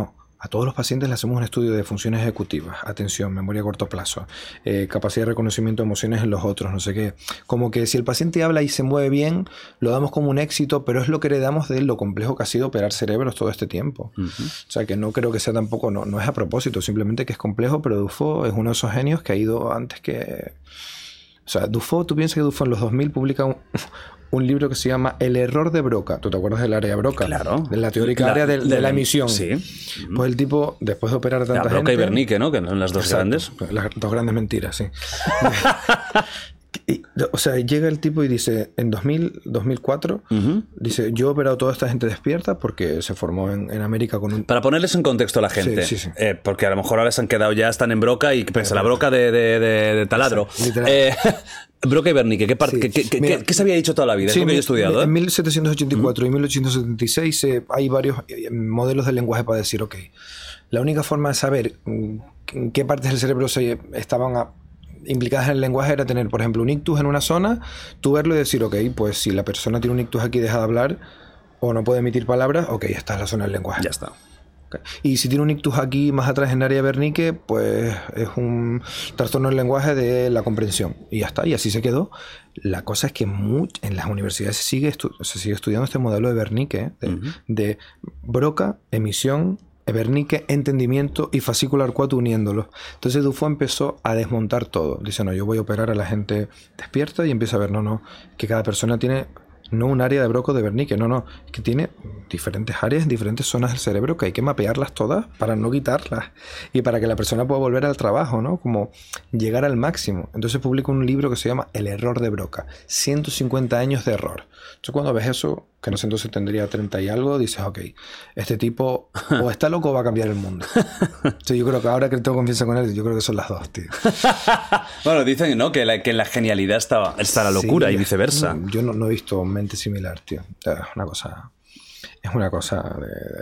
a todos los pacientes le hacemos un estudio de funciones ejecutivas, atención, memoria a corto plazo, capacidad de reconocimiento de emociones en los otros, no sé qué. Como que si el paciente habla y se mueve bien, lo damos como un éxito, pero es lo que heredamos de lo complejo que ha sido operar cerebros todo este tiempo. O sea, que no creo que sea tampoco, no es a propósito, simplemente que es complejo, pero Dufault es uno de esos genios que ha ido antes que... O sea, Dufault, tú piensas que Dufault en los 2000 publica un libro que se llama El error de Broca. ¿Tú te acuerdas del área de Broca?
Claro.
De la teórica área de la emisión.
Sí.
Pues el tipo, después de operar a tanta gente...
Broca y Wernicke, ¿no? Que son las dos
Exacto,
grandes.
Las dos grandes mentiras, sí. O sea, llega el tipo y dice, en 2004, dice, yo he operado a toda esta gente despierta porque se formó en América con un...
Para ponerles en contexto a la gente,
Sí.
porque a lo mejor ahora se han quedado, ya están en Broca y pesa la Broca de taladro. Broca y Wernicke, ¿qué se había dicho toda la vida?
Sí,
es lo que yo he estudiado.
En 1784 y 1876 hay varios modelos de lenguaje para decir, ok, la única forma de saber en qué partes del cerebro estaban implicadas en el lenguaje era tener, por ejemplo, un ictus en una zona, tú verlo y decir, ok, pues si la persona tiene un ictus aquí y deja de hablar o no puede emitir palabras, ok, esta es la zona del lenguaje.
Ya está.
Okay. Y si tiene un ictus aquí más atrás en el área de Wernicke, pues es un trastorno del lenguaje de la comprensión. Y ya está, y así se quedó. La cosa es que en las universidades se sigue estudiando este modelo de Wernicke, de Broca, emisión, Wernicke, entendimiento y fascículo arcuato uniéndolos. Entonces Dufault empezó a desmontar todo. Dice, no, yo voy a operar a la gente despierta y empieza a ver, que cada persona tiene no un área de Broca o de Wernicke, es que tiene diferentes áreas en diferentes zonas del cerebro que hay que mapearlas todas para no quitarlas y para que la persona pueda volver al trabajo, ¿no? Como llegar al máximo. Entonces publica un libro que se llama El error de Broca, 150 años de error. Entonces cuando ves eso, que no sé, entonces tendría 30 y algo, dices, ok, este tipo o está loco o va a cambiar el mundo. Entonces yo creo que ahora que tengo confianza con él, yo creo que son las dos, tío.
Bueno, dicen, ¿no? Que en la genialidad está la locura, y viceversa.
Yo no he visto mente similar, tío. Es una cosa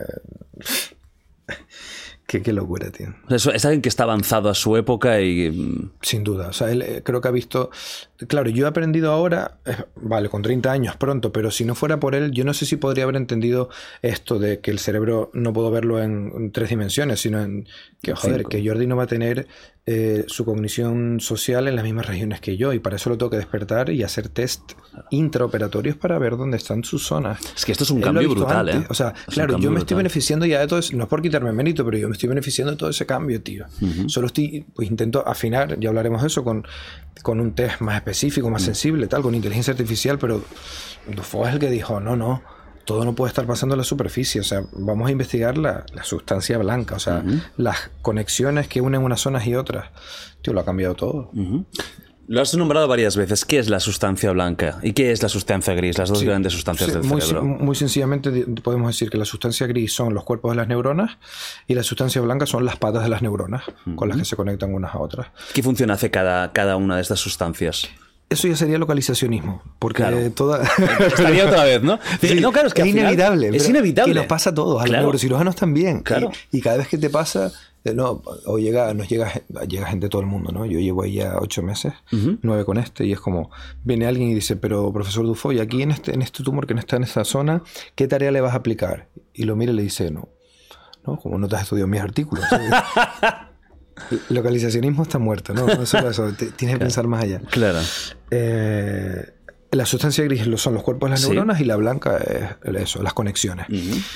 de... Qué locura, tío.
Es alguien que está avanzado a su época y...
Sin duda. O sea, él creo que ha visto... Claro, yo he aprendido ahora, vale, con 30 años pronto, pero si no fuera por él, yo no sé si podría haber entendido esto de que el cerebro no puedo verlo en 3 dimensiones, sino en que, joder,
5.
que Jordi no va a tener su cognición social en las mismas regiones que yo, y para eso lo tengo que despertar y hacer test intraoperatorios para ver dónde están sus zonas.
Es que esto es un cambio brutal,
antes. O sea, claro, yo me estoy beneficiando ya de todo eso, no es por quitarme mérito, pero yo me estoy beneficiando de todo ese cambio, tío. Solo intento afinar, ya hablaremos de eso, con un test más específico, más sensible, tal, con inteligencia artificial, pero Dufault es el que dijo, no, todo no puede estar pasando en la superficie, o sea, vamos a investigar la sustancia blanca, o sea, las conexiones que unen unas zonas y otras. Tío, lo ha cambiado todo.
Lo has nombrado varias veces. ¿Qué es la sustancia blanca? ¿Y qué es la sustancia gris? Las dos grandes sustancias del cerebro.
Muy sencillamente podemos decir que la sustancia gris son los cuerpos de las neuronas y la sustancia blanca son las patas de las neuronas con las que se conectan unas a otras.
¿Qué función hace cada una de estas sustancias?
Eso ya sería localizacionismo, porque
Estaría otra vez, ¿no?
Sí,
no, claro, es que
es inevitable.
Es inevitable.
Que nos pasa a todos, a los neurocirujanos también.
Claro.
Y cada vez que te pasa... nos llega gente de todo el mundo, ¿no? Yo llevo ahí ya 8 meses, 9 con y es como, viene alguien y dice, pero profesor Dufault, ¿y aquí en este tumor que no está en esta zona, qué tarea le vas a aplicar? Y lo mira y le dice, no, como no te has estudiado mis artículos. Localizacionismo está muerto, ¿no? No solo eso, tienes que pensar más allá.
Claro.
La sustancia gris son los cuerpos de las neuronas y la blanca es eso, las conexiones.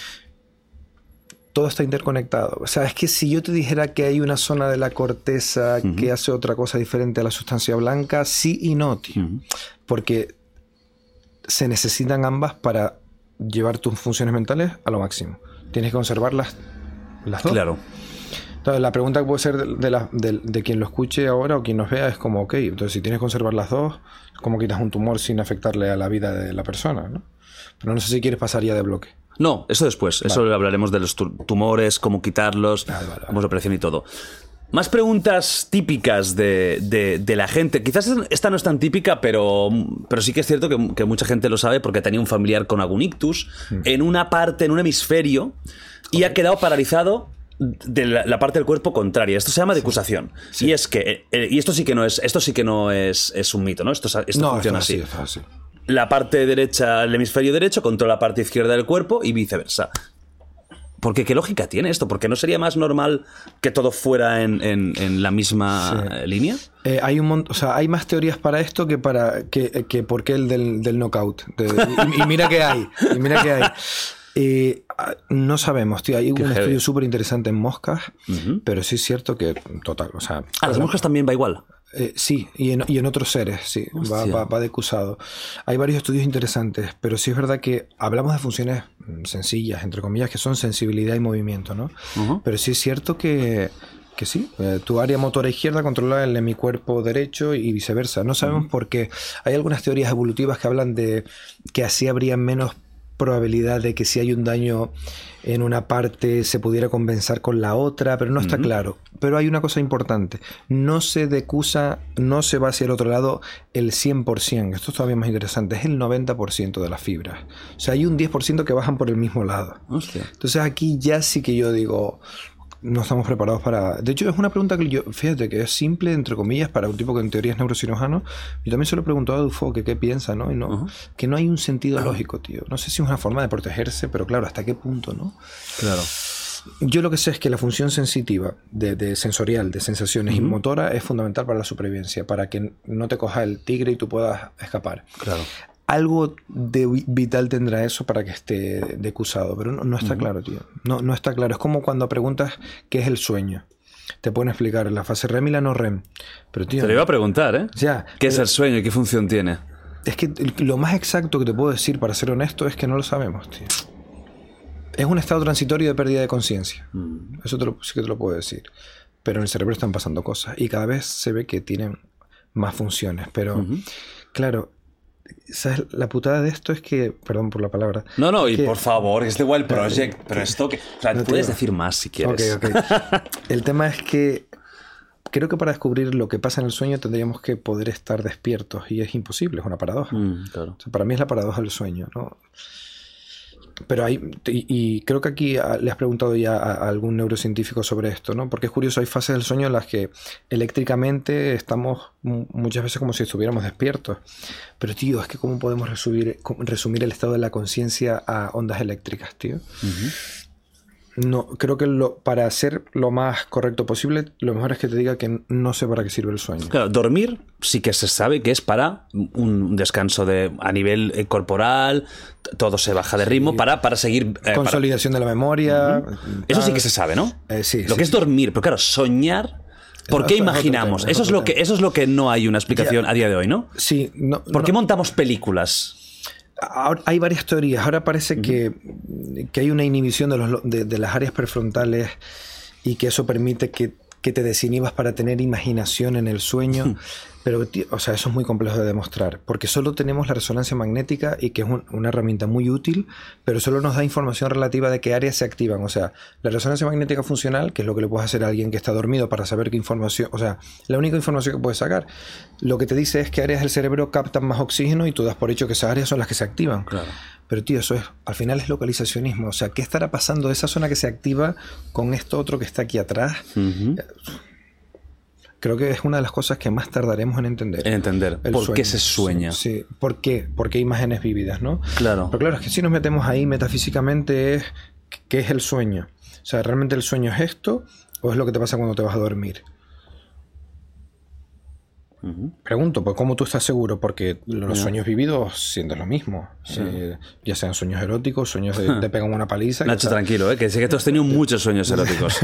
Todo está interconectado. O sea, es que si yo te dijera que hay una zona de la corteza que hace otra cosa diferente a la sustancia blanca, sí y no, tío. Porque se necesitan ambas para llevar tus funciones mentales a lo máximo. Tienes que conservar las dos.
Claro.
Entonces, la pregunta que puede ser de quien lo escuche ahora o quien nos vea es como, ok, entonces si tienes que conservar las dos, ¿cómo quitas un tumor sin afectarle a la vida de la persona, ¿no? Pero no sé si quieres pasar ya de bloque.
No, eso después. Vale. Eso hablaremos de los tumores, cómo quitarlos, cómo es la operación y todo. Más preguntas típicas de la gente. Quizás esta no es tan típica, pero sí que es cierto que mucha gente lo sabe porque tenía un familiar con algún ictus en una parte, en un hemisferio, y ha quedado paralizado de la parte del cuerpo contraria. Esto se llama decusación. Sí. Y es que y esto sí que no es un mito, ¿no? Esto funciona así. La parte derecha, el hemisferio derecho controla la parte izquierda del cuerpo y viceversa. Porque ¿qué lógica tiene esto? ¿Porque no sería más normal que todo fuera en la misma línea?
Hay más teorías para esto que por qué el del knockout. Y mira que hay. No sabemos, tío. Hay un estudio súper interesante en moscas, pero sí es cierto que, total, o sea...
¿A las moscas también va igual?
Sí, y en otros seres, sí, va decusado. Hay varios estudios interesantes, pero sí es verdad que hablamos de funciones sencillas, entre comillas, que son sensibilidad y movimiento, ¿no? Pero sí es cierto que sí, tu área motora izquierda controla el hemicuerpo derecho y viceversa. No sabemos por qué. Hay algunas teorías evolutivas que hablan de que así habría menos probabilidad de que si hay un daño en una parte se pudiera compensar con la otra, pero no está claro. Pero hay una cosa importante, no se decusa, no se va hacia el otro lado el 100%, esto es todavía más interesante, es el 90% de las fibras. O sea, hay un 10% que bajan por el mismo lado.
Hostia.
Entonces aquí ya sí que yo digo... No estamos preparados para... De hecho, es una pregunta que yo... Fíjate que es simple, entre comillas, para un tipo que en teoría es neurocirujano. Yo también se lo he preguntado a Dufo que qué piensa, ¿no? Y que no hay un sentido lógico, tío. No sé si es una forma de protegerse, pero claro, ¿hasta qué punto, no?
Claro.
Yo lo que sé es que la función sensitiva, de sensorial, de sensaciones y motora, es fundamental para la supervivencia, para que no te coja el tigre y tú puedas escapar.
Claro.
Algo de vital tendrá eso para que esté decusado, pero no está claro, tío. No está claro. Es como cuando preguntas qué es el sueño. Te pueden explicar la fase REM y la no REM. Pero, tío,
te lo iba a preguntar, ¿eh?
Ya,
¿Qué es el sueño y qué función tiene?
Es que lo más exacto que te puedo decir, para ser honesto, es que no lo sabemos, tío. Es un estado transitorio de pérdida de conciencia. Eso sí que te lo puedo decir. Pero en el cerebro están pasando cosas y cada vez se ve que tienen más funciones. Pero, claro... ¿Sabes? La putada de esto es que... Perdón por la palabra.
No, y por favor, es The Wild Project. Pero esto que... O sea, no, puedes decir más si quieres.
Ok. El tema es que creo que para descubrir lo que pasa en el sueño tendríamos que poder estar despiertos. Y es imposible, es una paradoja.
Claro.
O sea, para mí es la paradoja del sueño, ¿no? Pero hay... Y creo que aquí le has preguntado ya a algún neurocientífico sobre esto, ¿no? Porque es curioso, hay fases del sueño en las que eléctricamente estamos muchas veces como si estuviéramos despiertos. Pero, tío, es que ¿cómo podemos resumir el estado de la conciencia a ondas eléctricas, tío? No, creo que para ser lo más correcto posible, lo mejor es que te diga que no sé para qué sirve el sueño.
Claro, dormir sí que se sabe que es para un descanso a nivel corporal, todo se baja de ritmo para seguir...
consolidación de la memoria...
Eso sí que se sabe, ¿no?
Sí.
Lo que es dormir, pero claro, soñar... ¿Por qué imaginamos? Eso es lo que no hay una explicación a día de hoy, ¿no?
Sí.
¿Por qué montamos películas?
Ahora, hay varias teorías. Ahora parece que hay una inhibición de las áreas prefrontales y que eso permite que te desinhibas para tener imaginación en el sueño. Pero, tío, o sea, eso es muy complejo de demostrar, porque solo tenemos la resonancia magnética y que es una herramienta muy útil, pero solo nos da información relativa de qué áreas se activan. O sea, la resonancia magnética funcional, que es lo que le puedes hacer a alguien que está dormido para saber qué información, o sea, la única información que puedes sacar, lo que te dice es qué áreas del cerebro captan más oxígeno y tú das por hecho que esas áreas son las que se activan.
Claro.
Pero, tío, eso al final es localizacionismo. O sea, ¿qué estará pasando de esa zona que se activa con esto otro que está aquí atrás? Creo que es una de las cosas que más tardaremos en entender.
En entender por qué se sueña.
Sí. ¿Por qué? Porque hay imágenes vívidas, ¿no?
Claro.
Pero claro, es que si nos metemos ahí metafísicamente ¿qué es el sueño? O sea, ¿realmente el sueño es esto o es lo que te pasa cuando te vas a dormir? Pregunto, pues ¿cómo tú estás seguro? Porque los sueños vividos sienten lo mismo. Ya sean sueños eróticos, sueños de te pegan una paliza.
Nacho, tranquilo, que sé que tú has tenido muchos sueños eróticos.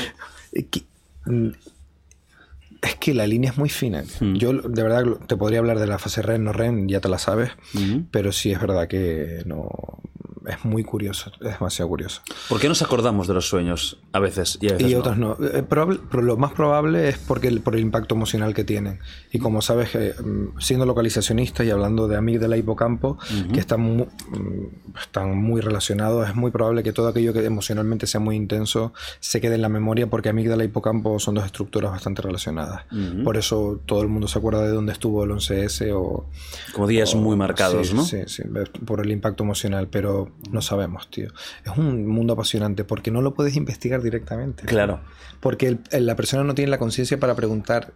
Es que la línea es muy fina. Yo, de verdad, te podría hablar de la fase REM, no REM, ya te la sabes, pero sí es verdad que no... Es muy curioso, es demasiado curioso.
¿Por qué nos acordamos de los sueños a veces y a veces
y otras no? Pero lo más probable es por el impacto emocional que tienen. Y como sabes, siendo localizacionista y hablando de amígdala y hipocampo, que están muy relacionados, es muy probable que todo aquello que emocionalmente sea muy intenso se quede en la memoria, porque amígdala y hipocampo son dos estructuras bastante relacionadas. Por eso todo el mundo se acuerda de dónde estuvo el 11S
como días muy marcados,
sí,
¿no?
Sí, por el impacto emocional, pero no sabemos, tío. Es un mundo apasionante porque no lo puedes investigar directamente.
Claro.
Porque la persona no tiene la conciencia para preguntar.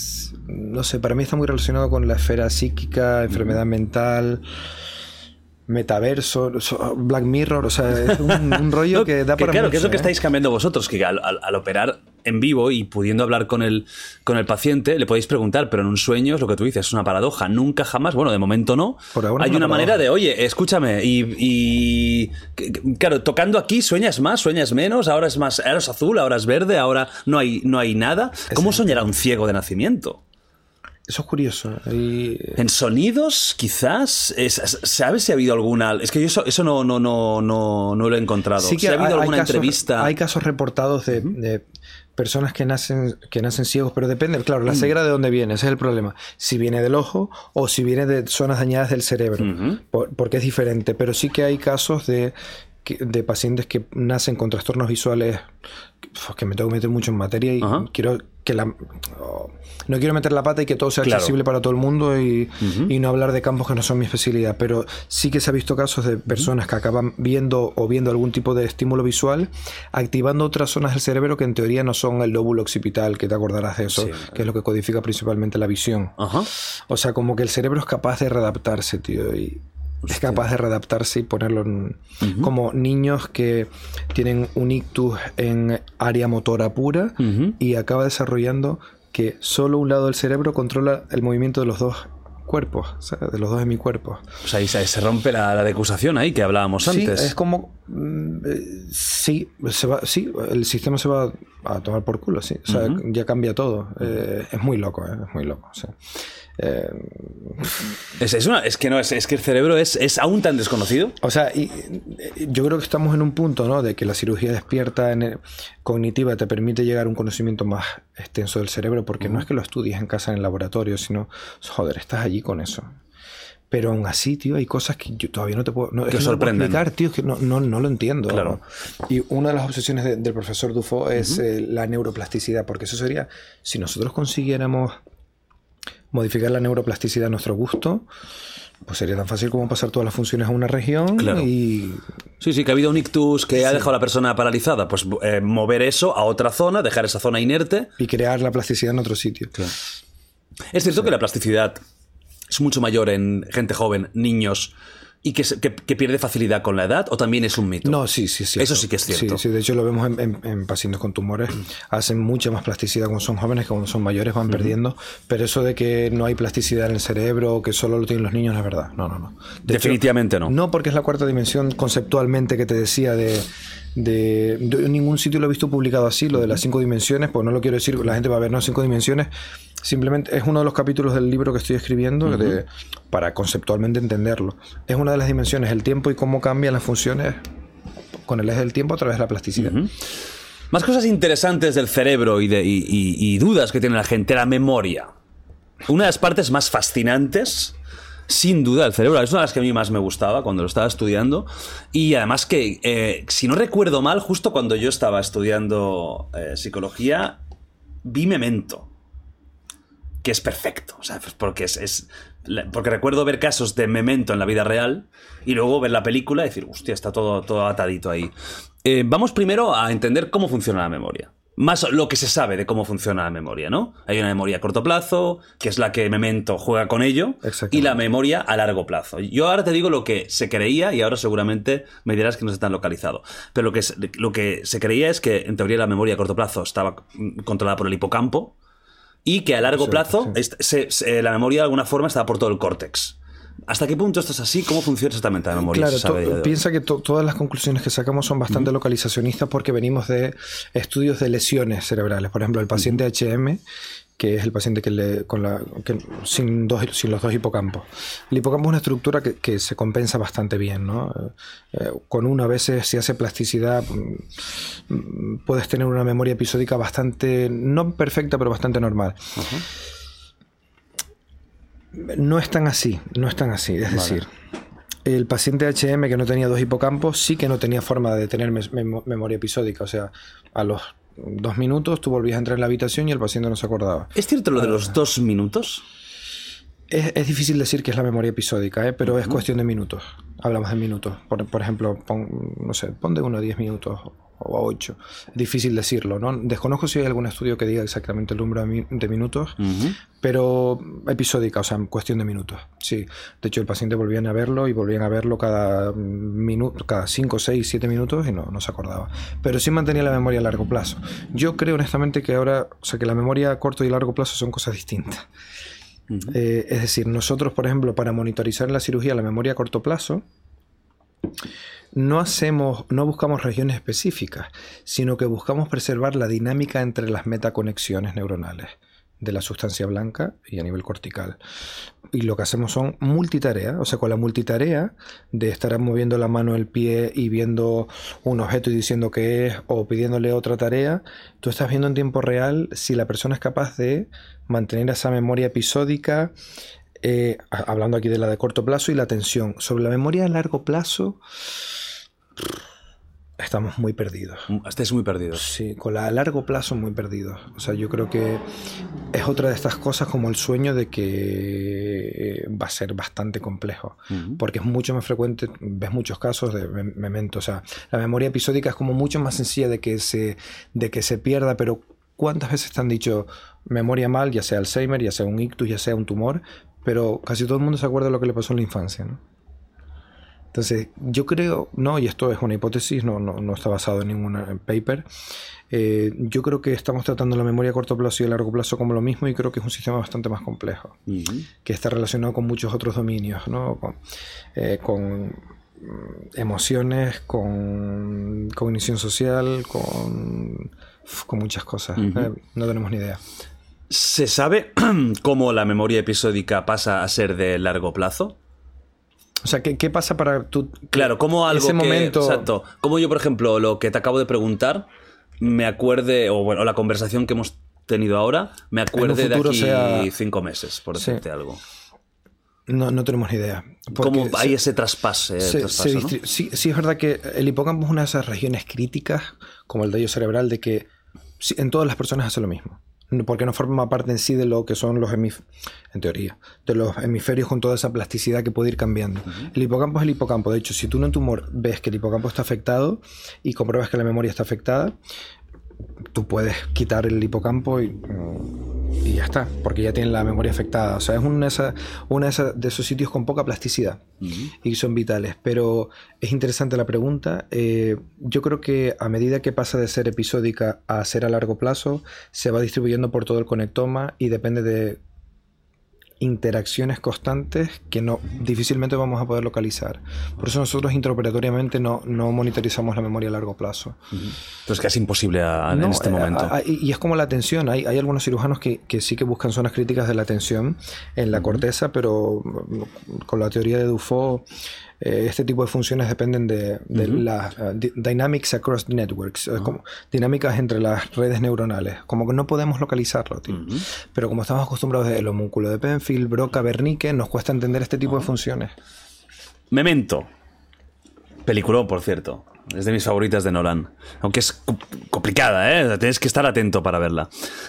No sé, para mí está muy relacionado con la esfera psíquica, enfermedad mental. metaverso, Black Mirror, o sea, es un rollo
No,
que da para
claro,
mucho,
que es lo que
¿eh?
estáis cambiando vosotros, que al operar en vivo y pudiendo hablar con el paciente, le podéis preguntar, pero en un sueño es lo que tú dices, es una paradoja. Nunca jamás, bueno, de momento no.
Por ahora
hay
es
una
una
manera
paradoja.
de, oye, escúchame, claro, tocando aquí sueñas más, sueñas menos, ahora es azul, ahora es verde, ahora no hay nada. ¿Cómo soñará un ciego de nacimiento?
Eso es curioso.
¿En sonidos, quizás? ¿Sabes si ha habido alguna...? Es que yo eso no lo he encontrado.
Sí que
¿Si ha habido alguna
casos,
entrevista?
hay casos reportados de personas que nacen ciegos, pero depende, claro, la ceguera de dónde viene, ese es el problema. Si viene del ojo o si viene de zonas dañadas del cerebro, porque es diferente. Pero sí que hay casos de pacientes que nacen con trastornos visuales, que me tengo que meter mucho en materia y quiero que no quiero meter la pata y que todo sea accesible para todo el mundo y no hablar de campos que no son mi especialidad, pero sí que se ha visto casos de personas que acaban viendo algún tipo de estímulo visual, activando otras zonas del cerebro que en teoría no son el lóbulo occipital, que te acordarás de eso, que es lo que codifica principalmente la visión. O sea, como que el cerebro es capaz de readaptarse, tío, y es capaz de readaptarse y ponerlo en, como niños que tienen un ictus en área motora pura y acaba desarrollando que solo un lado del cerebro controla el movimiento de los dos cuerpos, o sea, de los dos hemicuerpos.
O sea, ahí se rompe la decusación ahí que hablábamos antes.
Sí, es como... sí, el sistema se va a tomar por culo, sí. O sea, ya cambia todo. Es muy loco, es muy loco. O sea,
es que el cerebro es aún tan desconocido.
O sea, yo creo que estamos en un punto, ¿no?, de que la cirugía despierta cognitiva te permite llegar a un conocimiento más extenso del cerebro, porque no es que lo estudies en casa en el laboratorio, sino, joder, estás allí con eso. Pero aún así, tío, hay cosas que yo todavía no te puedo... No,
que sorprenden.
Explicar, tío, es que no lo entiendo.
Claro.
¿No? Y una de las obsesiones del profesor Dufault es la neuroplasticidad, porque eso sería, si nosotros consiguiéramos modificar la neuroplasticidad a nuestro gusto, pues sería tan fácil como pasar todas las funciones a una región y...
Sí, que ha habido un ictus que ha dejado a la persona paralizada, pues mover eso a otra zona, dejar esa zona inerte.
Y crear la plasticidad en otro sitio.
Claro. Es cierto que la plasticidad es mucho mayor en gente joven, niños, y que pierde facilidad con la edad, ¿o también es un mito?
No, sí, es cierto.
Eso sí que es cierto.
Sí, de hecho lo vemos en pacientes con tumores. Hacen mucha más plasticidad cuando son jóvenes que cuando son mayores, van perdiendo. Pero eso de que no hay plasticidad en el cerebro o que solo lo tienen los niños no es verdad. No.
Definitivamente no.
No, porque es la cuarta dimensión conceptualmente que te decía de en ningún sitio lo he visto publicado así, lo de las 5 dimensiones, pues no lo quiero decir, la gente va a ver, no, 5 dimensiones, simplemente es uno de los capítulos del libro que estoy escribiendo para conceptualmente entenderlo. Es una de las dimensiones, el tiempo y cómo cambian las funciones con el eje del tiempo a través de la plasticidad.
Más cosas interesantes del cerebro y dudas que tiene la gente, la memoria. Una de las partes más fascinantes, sin duda, del cerebro. Es una de las que a mí más me gustaba cuando lo estaba estudiando. Y además que, si no recuerdo mal, justo cuando yo estaba estudiando psicología, vi Memento, que es perfecto. O sea, pues porque porque recuerdo ver casos de Memento en la vida real y luego ver la película y decir, hostia, está todo atadito ahí. Vamos primero a entender cómo funciona la memoria. Más lo que se sabe de cómo funciona la memoria, ¿no? Hay una memoria a corto plazo, que es la que Memento juega con ello, y la memoria a largo plazo. Yo ahora te digo lo que se creía, y ahora seguramente me dirás que no está tan localizado. Pero lo que se creía es que, en teoría, la memoria a corto plazo estaba controlada por el hipocampo, y que a largo plazo la memoria de alguna forma estaba por todo el córtex. ¿Hasta qué punto esto es así? ¿Cómo funciona exactamente la memoria?
Claro, piensa que todas las conclusiones que sacamos son bastante localizacionistas porque venimos de estudios de lesiones cerebrales. Por ejemplo, el paciente HM, que es el paciente sin los dos hipocampos. El hipocampo es una estructura que se compensa bastante bien, ¿no? Con uno a veces, si hace plasticidad, puedes tener una memoria episódica bastante, no perfecta, pero bastante normal. No es tan así. Es decir, el paciente HM que no tenía dos hipocampos sí que no tenía forma de tener memoria episódica. O sea, a los 2 minutos tú volvías a entrar en la habitación y el paciente no se acordaba.
¿Es cierto lo de los 2 minutos?
Es difícil decir que es la memoria episódica, pero es cuestión de minutos. Hablamos de minutos. Por ejemplo, pon de 1 a 10 minutos o 8. Difícil decirlo, ¿no? Desconozco si hay algún estudio que diga exactamente el número de minutos, pero episódica, o sea, en cuestión de minutos. Sí. De hecho, el paciente volvían a verlo y volvían a verlo cada minuto, cada 5, 6, 7 minutos y no se acordaba. Pero sí mantenía la memoria a largo plazo. Yo creo honestamente que ahora, o sea, que la memoria a corto y largo plazo son cosas distintas. Es decir, nosotros, por ejemplo, para monitorizar en la cirugía la memoria a corto plazo, no buscamos regiones específicas, sino que buscamos preservar la dinámica entre las metaconexiones neuronales de la sustancia blanca y a nivel cortical. Y lo que hacemos son multitarea, o sea, con la multitarea de estar moviendo la mano, el pie y viendo un objeto y diciendo qué es o pidiéndole otra tarea, tú estás viendo en tiempo real si la persona es capaz de mantener esa memoria episódica, hablando aquí de la de corto plazo y la atención. Sobre la memoria a largo plazo, estamos muy perdidos.
Estáis muy perdidos.
Sí, con la a largo plazo muy perdidos. O sea, yo creo que es otra de estas cosas como el sueño de que va a ser bastante complejo. Porque es mucho más frecuente, ves muchos casos de memento. O sea, la memoria episódica es como mucho más sencilla de que se pierda, pero ¿cuántas veces te han dicho memoria mal, ya sea Alzheimer, ya sea un ictus, ya sea un tumor? Pero casi todo el mundo se acuerda de lo que le pasó en la infancia, ¿no? Entonces, yo creo, no, y esto es una hipótesis, no está basado en ningún paper, yo creo que estamos tratando la memoria a corto plazo y a largo plazo como lo mismo, y creo que es un sistema bastante más complejo, que está relacionado con muchos otros dominios, ¿no? Con emociones, con cognición social, con muchas cosas. No tenemos ni idea.
¿Se sabe cómo la memoria episódica pasa a ser de largo plazo?
O sea, ¿qué pasa para tú?
Claro, como algo
ese momento...
Exacto. Como yo, por ejemplo, lo que te acabo de preguntar, me acuerde, o la conversación que hemos tenido ahora, me acuerde de aquí 5 meses, por decirte algo.
No tenemos ni idea.
¿Cómo hay ese traspaso? ¿No?
Sí, es verdad que el hipocampo es una de esas regiones críticas, como el tallo cerebral, de que en todas las personas hace lo mismo. Porque no forma parte en sí de lo que son los en teoría, de los hemisferios con toda esa plasticidad que puede ir cambiando. El hipocampo es el hipocampo. De hecho, si tú en un tumor ves que el hipocampo está afectado y compruebas que la memoria está afectada, tú puedes quitar el hipocampo y ya está, porque ya tienen la memoria afectada. O sea, es una de esos sitios con poca plasticidad y son vitales. Pero es interesante la pregunta. Yo creo que a medida que pasa de ser episódica a ser a largo plazo, se va distribuyendo por todo el conectoma y depende de interacciones constantes que difícilmente vamos a poder localizar. Por eso nosotros intraoperatoriamente no monitorizamos la memoria a largo plazo.
Entonces casi imposible en este momento.
Y es como la atención. Hay algunos cirujanos que sí que buscan zonas críticas de la atención en la corteza, pero con la teoría de Dufault, este tipo de funciones dependen de las dynamics across networks, como dinámicas entre las redes neuronales. Como que no podemos localizarlo, tío. Pero como estamos acostumbrados del homúnculo de Penfield, Broca, Wernicke, nos cuesta entender este tipo de funciones.
Memento. Peliculón, por cierto. Es de mis favoritas de Nolan. Aunque es complicada, ¿eh? Tienes que estar atento para verla.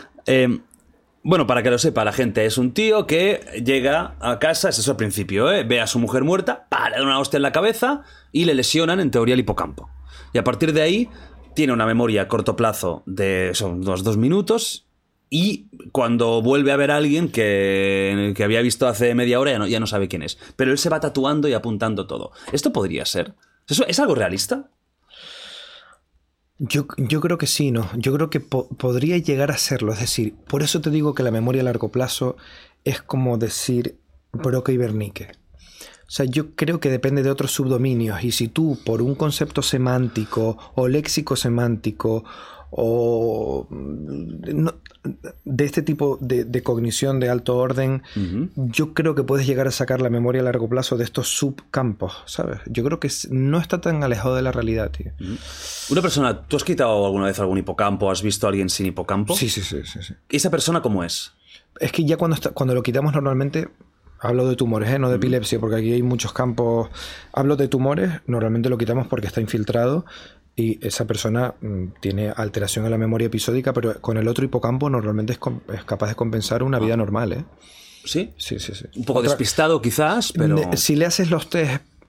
Bueno, para que lo sepa la gente, es un tío que llega a casa, es eso al principio, ve a su mujer muerta, le da una hostia en la cabeza y le lesionan, en teoría, el hipocampo. Y a partir de ahí tiene una memoria a corto plazo de unos 2 minutos, y cuando vuelve a ver a alguien que había visto hace media hora ya no sabe quién es. Pero él se va tatuando y apuntando todo. ¿Esto podría ser? ¿Es algo realista?
Yo creo que sí, ¿no? Yo creo que podría llegar a serlo. Es decir, por eso te digo que la memoria a largo plazo es como decir Broca y Wernicke. O sea, yo creo que depende de otros subdominios. Y si tú, por un concepto semántico o léxico semántico o de este tipo de cognición de alto orden, yo creo que puedes llegar a sacar la memoria a largo plazo de estos subcampos, ¿sabes? Yo creo que no está tan alejado de la realidad, tío.
Una persona, ¿tú has quitado alguna vez algún hipocampo? ¿Has visto a alguien sin hipocampo?
Sí.
¿Y esa persona cómo es?
Es que ya cuando lo quitamos normalmente... Hablo de tumores, no de epilepsia, porque aquí hay muchos campos. Hablo de tumores, normalmente lo quitamos porque está infiltrado y esa persona tiene alteración en la memoria episódica, pero con el otro hipocampo normalmente es capaz de compensar una vida normal, ¿eh?
¿Sí?
Sí.
Un poco despistado quizás, pero...
Si le haces los test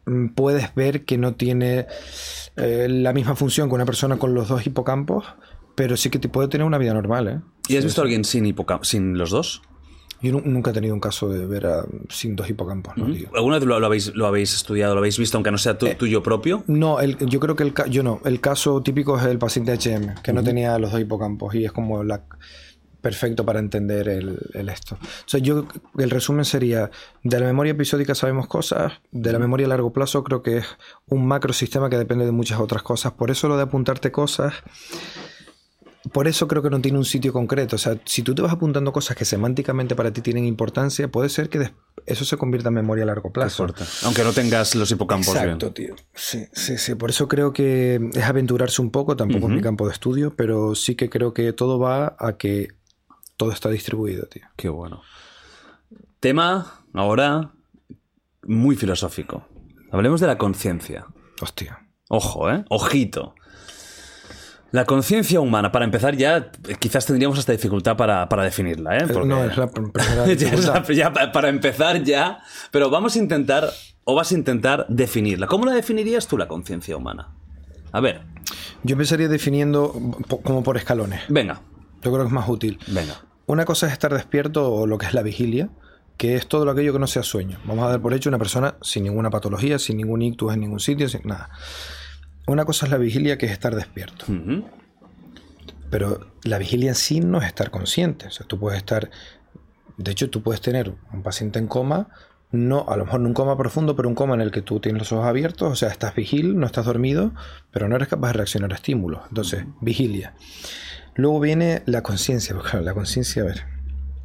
puedes ver que no tiene la misma función que una persona con los dos hipocampos, pero sí que te puede tener una vida normal, ¿eh?
¿Y has visto a alguien sin los dos?
Yo nunca he tenido un caso de ver sin dos hipocampos, ¿no?
¿Alguna vez lo habéis estudiado, lo habéis visto, aunque no sea tuyo propio?
No, yo creo que el caso típico es el paciente HM, que no tenía los dos hipocampos, y es como perfecto para entender el esto. O sea, el resumen sería, de la memoria episódica sabemos cosas, de la memoria a largo plazo creo que es un macrosistema que depende de muchas otras cosas. Por eso lo de apuntarte cosas, por eso creo que no tiene un sitio concreto. O sea, si tú te vas apuntando cosas que semánticamente para ti tienen importancia, puede ser que eso se convierta en memoria a largo plazo.
Aunque no tengas los hipocampos.
Exacto,
bien.
Tío. Sí. Por eso creo que es aventurarse un poco, tampoco es mi campo de estudio, pero sí que creo que todo va a que todo está distribuido, tío.
Qué bueno. Tema, ahora, muy filosófico. Hablemos de la conciencia.
Hostia.
Ojo, Ojito. La conciencia humana, para empezar ya, quizás tendríamos esta dificultad para definirla, ¿eh? Porque
no, es la primera dificultad.
ya para empezar ya, pero vas a intentar definirla. ¿Cómo la definirías tú, la conciencia humana? A ver.
Yo empezaría definiendo como por escalones.
Venga.
Yo creo que es más útil.
Venga.
Una cosa es estar despierto, o lo que es la vigilia, que es todo aquello que no sea sueño. Vamos a dar por hecho una persona sin ninguna patología, sin ningún ictus en ningún sitio, sin nada. Una cosa es la vigilia, que es estar despierto. Pero la vigilia en sí no es estar consciente. O sea, tú puedes estar... De hecho, tú puedes tener un paciente en coma, no, a lo mejor no un coma profundo, pero un coma en el que tú tienes los ojos abiertos, o sea, estás vigil, no estás dormido, pero no eres capaz de reaccionar a estímulos. Entonces, vigilia. Luego viene la conciencia. Porque claro, la conciencia, a ver...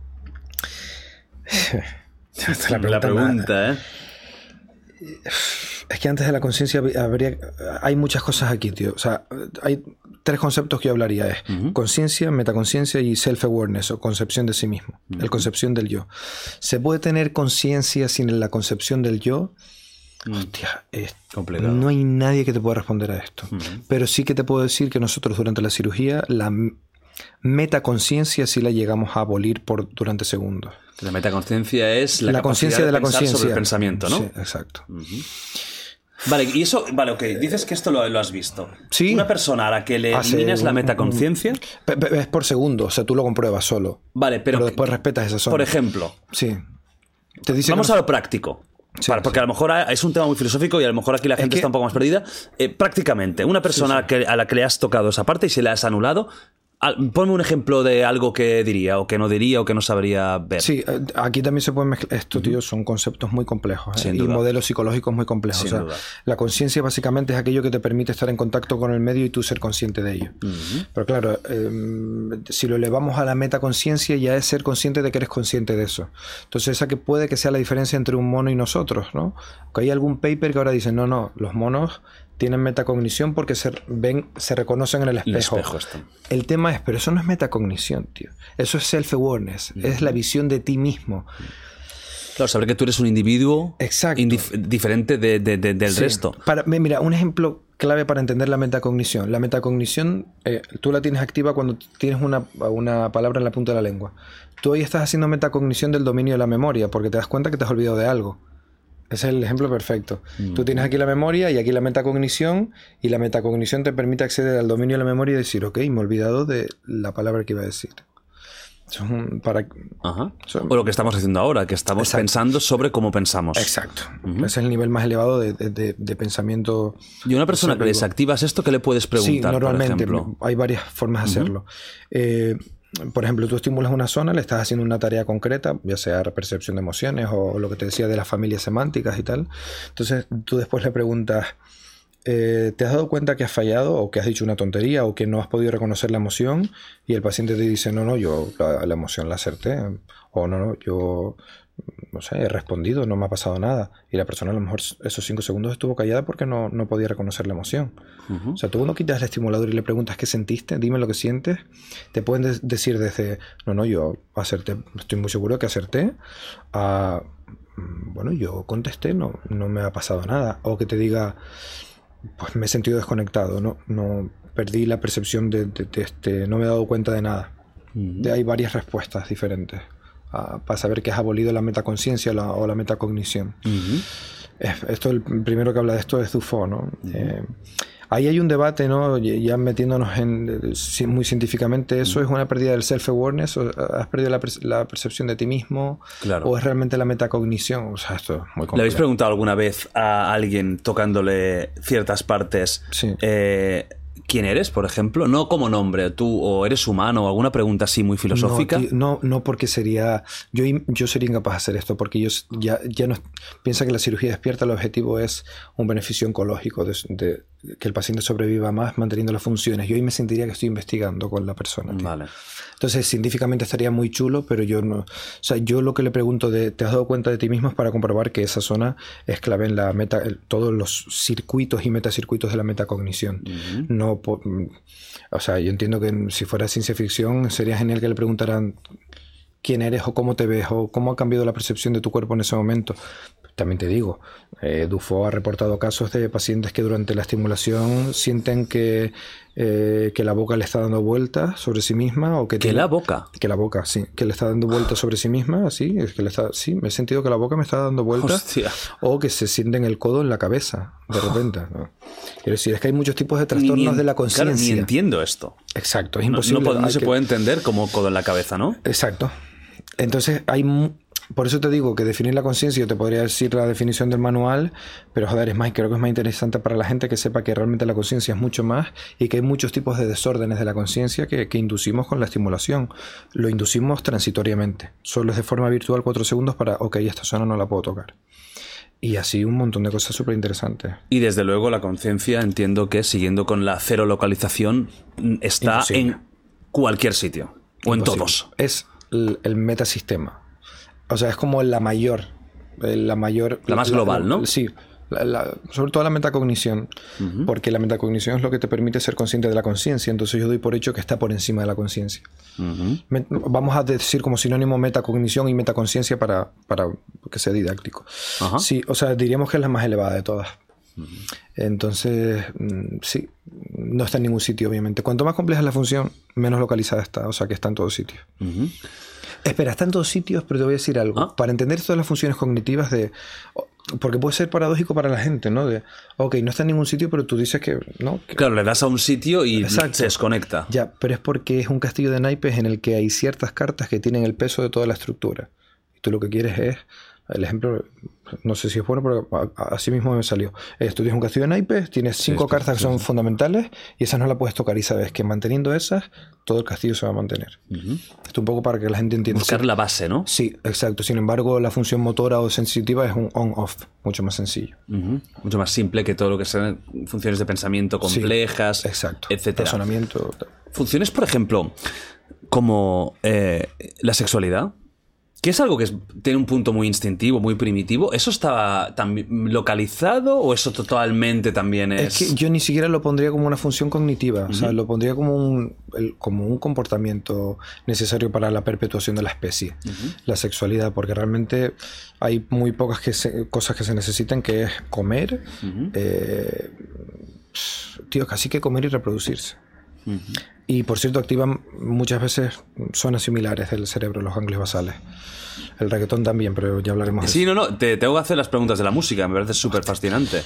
la pregunta, ¿eh?
Es que antes de la conciencia hay muchas cosas aquí, tío. O sea, hay tres conceptos que yo hablaría. Es conciencia, metaconciencia y self-awareness, o concepción de sí mismo. El concepción del yo. ¿Se puede tener conciencia sin la concepción del yo? Hostia,
complicado.
No hay nadie que te pueda responder a esto. Pero sí que te puedo decir que nosotros durante la cirugía la metaconciencia sí la llegamos a abolir durante segundos.
La metaconciencia es la
conciencia de la conciencia
sobre el pensamiento, ¿no?
Sí, exacto.
Vale, y eso, vale, ok, dices que esto lo has visto.
Sí.
Una persona a la que le eliminas la metaconciencia...
Es por segundo, o sea, tú lo compruebas solo.
Vale, pero
después respetas esa zona.
Por ejemplo...
Sí.
Vamos a lo práctico.
Sí,
porque a lo mejor es un tema muy filosófico y a lo mejor aquí la gente está un poco más perdida. Prácticamente, una persona a la que le has tocado esa parte y se la has anulado... Ponme un ejemplo de algo que diría, o que no diría, o que no sabría ver.
Sí, aquí también se puede mezclar. Esto, tío, son conceptos muy complejos, y modelos psicológicos muy complejos.
Sin duda.
La conciencia básicamente es aquello que te permite estar en contacto con el medio y tú ser consciente de ello. Pero claro, si lo elevamos a la metaconciencia, ya es ser consciente de que eres consciente de eso. Entonces, esa que puede que sea la diferencia entre un mono y nosotros, ¿no? Que hay algún paper que ahora dice, no, los monos tienen metacognición porque se reconocen en el espejo. El tema es, pero eso no es metacognición, tío. Eso es self-awareness. Es la visión de ti mismo.
Claro, saber que tú eres un individuo diferente del resto.
Mira, un ejemplo clave para entender la metacognición. La metacognición, tú la tienes activa cuando tienes una palabra en la punta de la lengua. Tú ahí estás haciendo metacognición del dominio de la memoria porque te das cuenta que te has olvidado de algo. Ese es el ejemplo perfecto. Tú tienes aquí la memoria y aquí la metacognición, y la metacognición te permite acceder al dominio de la memoria y decir, ok, me he olvidado de la palabra que iba a decir.
O lo que estamos haciendo ahora, que estamos pensando sobre cómo pensamos.
Exacto. Ese es el nivel más elevado de pensamiento.
Y una persona que desactivas esto, ¿qué le puedes preguntar?
Sí, normalmente.
Por ejemplo?
Hay varias formas de hacerlo. Por ejemplo, tú estimulas una zona, le estás haciendo una tarea concreta, ya sea percepción de emociones o lo que te decía de las familias semánticas y tal. Entonces tú después le preguntas, ¿te has dado cuenta que has fallado o que has dicho una tontería o que no has podido reconocer la emoción? Y el paciente te dice, no, yo la emoción la acerté, o no, yo no sé, he respondido, no me ha pasado nada. Y la persona a lo mejor esos 5 segundos estuvo callada porque no podía reconocer la emoción. O sea, tú cuando quitas el estimulador y le preguntas qué sentiste, dime lo que sientes, te pueden decir desde, no, yo acerté, estoy muy seguro de que acerté, a, bueno, yo contesté, no me ha pasado nada. O que te diga, pues me he sentido desconectado, no perdí la percepción de no me he dado cuenta de nada. Hay varias respuestas diferentes para saber que has abolido la metaconsciencia o la metacognición. Esto, el primero que habla de esto es Dufaux, ¿no? Ahí hay un debate, ¿no? Ya metiéndonos muy científicamente, ¿eso es una pérdida del self-awareness? ¿O has perdido la percepción de ti mismo?
Claro.
¿O es realmente la metacognición? O sea, esto es muy complejo.
¿Le habéis preguntado alguna vez a alguien tocándole ciertas partes
Sí.
quién eres, por ejemplo? No como nombre, tú, o eres humano, o alguna pregunta así muy filosófica.
No, tío, no, porque sería... Yo sería incapaz de hacer esto, porque yo ya no... Piensa que la cirugía despierta, el objetivo es un beneficio oncológico, de que el paciente sobreviva más manteniendo las funciones. Yo ahí me sentiría que estoy investigando con la persona. Tío.
Vale.
Entonces, científicamente estaría muy chulo, pero yo no... O sea, yo lo que le pregunto ¿te has dado cuenta de ti mismo? Es para comprobar que esa zona es clave en la todos los circuitos y metacircuitos de la metacognición. No... O sea, yo entiendo que si fuera ciencia ficción sería genial que le preguntaran quién eres o cómo te ves o cómo ha cambiado la percepción de tu cuerpo en ese momento. También te digo, Dufaux ha reportado casos de pacientes que durante la estimulación sienten que la boca le está dando vueltas sobre sí misma o que
la boca.
Que la boca, sí, que le está dando vueltas sobre sí misma, así, sí, me he sentido que la boca me está dando vueltas.
Hostia.
O que se sienten el codo en la cabeza de repente, ¿no? Quiero decir, es que hay muchos tipos de trastornos de la conciencia.
Claro, ni entiendo esto.
Exacto, es imposible.
No se puede entender como codo en la cabeza, ¿no?
Exacto. Entonces por eso te digo que definir la conciencia, yo te podría decir la definición del manual, pero joder, creo que es más interesante para la gente que sepa que realmente la conciencia es mucho más y que hay muchos tipos de desórdenes de la conciencia que inducimos con la estimulación. Lo inducimos transitoriamente. Solo es de forma virtual 4 segundos para, ok, esta zona no la puedo tocar. Y así un montón de cosas súper interesantes.
Y desde luego la conciencia, entiendo que siguiendo con la cero localización, está
Imposible.
en cualquier sitio. O en
Imposible.
todos.
Es el metasistema. O sea, es como la mayor... La
más global, ¿no?
Sí. Sobre todo la metacognición. Porque la metacognición es lo que te permite ser consciente de la conciencia. Entonces yo doy por hecho que está por encima de la conciencia. Vamos a decir como sinónimo metacognición y metaconciencia para que sea didáctico.
Ajá.
Sí, o sea, diríamos que es la más elevada de todas. Entonces, sí, no está en ningún sitio, obviamente. Cuanto más compleja es la función, menos localizada está. O sea, que está en todos sitios. Espera, está en todos sitios, pero te voy a decir algo. Para entender todas las funciones cognitivas porque puede ser paradójico para la gente, ¿no? Ok, no está en ningún sitio, pero tú dices que... ¿no?
Claro, le das a un sitio y
Exacto.
se desconecta.
Ya, pero es porque es un castillo de naipes en el que hay ciertas cartas que tienen el peso de toda la estructura. Y tú lo que quieres es... El ejemplo, no sé si es bueno, pero así mismo me salió. Tú tienes un castillo de naipes, tienes 5 cartas que son fundamentales y esas no las puedes tocar y sabes que manteniendo esas, todo el castillo se va a mantener. Esto es un poco para que la gente entienda.
Buscar la base, ¿no?
Sí, exacto. Sin embargo, la función motora o sensitiva es un on-off, mucho más sencillo.
Mucho más simple que todo lo que sean funciones de pensamiento complejas,
exacto.
etcétera.
Razonamiento.
Funciones, por ejemplo, como la sexualidad, que es algo que tiene un punto muy instintivo, muy primitivo. ¿Eso está también localizado o eso totalmente también es...?
Es que yo ni siquiera lo pondría como una función cognitiva. O sea, lo pondría como un comportamiento necesario para la perpetuación de la especie. La sexualidad, porque realmente hay muy pocas cosas que se necesitan, que es comer, casi que comer y reproducirse. Y por cierto, activan muchas veces zonas similares del cerebro, los ganglios basales. El reggaetón también, pero ya hablaremos de eso.
Sí, no, te tengo que hacer las preguntas de la música, me parece súper fascinante.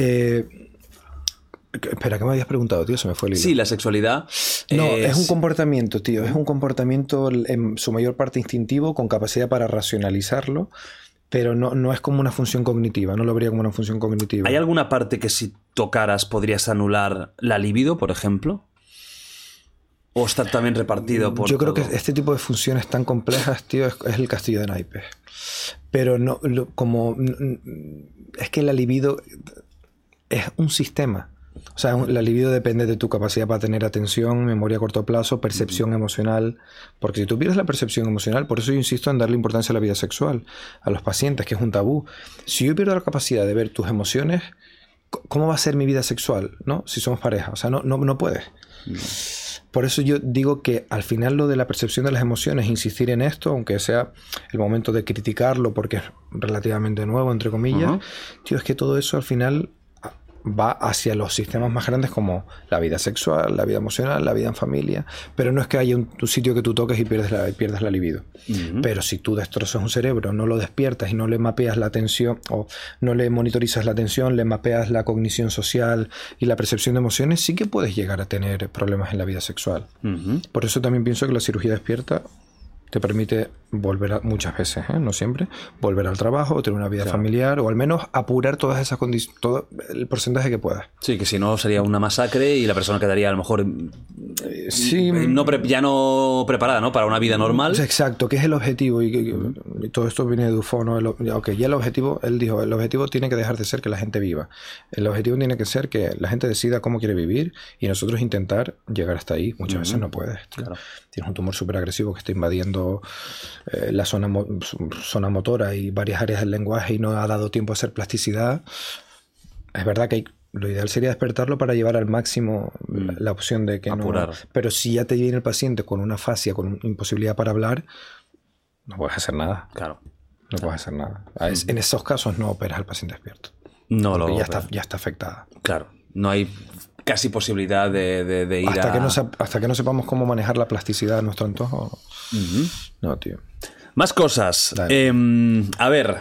Espera, ¿qué me habías preguntado, tío? Se me fue el hilo.
Sí, la sexualidad...
No, es un comportamiento, tío. Es un comportamiento en su mayor parte instintivo, con capacidad para racionalizarlo, pero no es como una función cognitiva, no lo vería como una función cognitiva.
¿Hay alguna parte que si tocaras podrías anular la libido, por ejemplo? ¿O está también repartido por
Yo creo
todo?
que este tipo de funciones tan complejas, tío, es el castillo de naipes. Pero no, es que la libido es un sistema. O sea, la libido depende de tu capacidad para tener atención, memoria a corto plazo, percepción emocional. Porque si tú pierdes la percepción emocional, por eso yo insisto en darle importancia a la vida sexual, a los pacientes, que es un tabú. Si yo pierdo la capacidad de ver tus emociones, ¿cómo va a ser mi vida sexual, ¿no? Si somos pareja. O sea, no puedes. Por eso yo digo que al final lo de la percepción de las emociones, insistir en esto, aunque sea el momento de criticarlo porque es relativamente nuevo, entre comillas, tío, es que todo eso al final va hacia los sistemas más grandes como la vida sexual, la vida emocional, la vida en familia, pero no es que haya un sitio que tú toques y pierdas la libido. Pero si tú destrozas un cerebro, no lo despiertas y no le mapeas la atención o no le monitorizas la atención, le mapeas la cognición social y la percepción de emociones, sí que puedes llegar a tener problemas en la vida sexual. Por eso también pienso que la cirugía despierta te permite volver muchas veces, no siempre, volver al trabajo, tener una vida familiar o al menos apurar todas esas condiciones, todo el porcentaje que puedas.
Sí, que si no sería una masacre y la persona quedaría a lo mejor ya no preparada, ¿no? Para una vida normal.
Exacto, que es el objetivo y todo esto viene de Dufo, ¿no? Ya el objetivo, él dijo, el objetivo tiene que dejar de ser que la gente viva. El objetivo tiene que ser que la gente decida cómo quiere vivir y nosotros intentar llegar hasta ahí. Muchas veces no puedes. Claro. Tienes un tumor súper agresivo que está invadiendo la zona motora y varias áreas del lenguaje y no ha dado tiempo a hacer plasticidad. Es verdad que lo ideal sería despertarlo para llevar al máximo la opción de que apurar. No. Pero si ya te viene el paciente con una fascia, con imposibilidad para hablar, no puedes hacer nada.
Claro.
No puedes hacer nada. En esos casos no operas al paciente despierto.
No lo
ya está afectada.
Claro. No hay casi posibilidad de ir
hasta que no sepamos cómo manejar la plasticidad de nuestro antojo. No, tío.
Más cosas. A ver.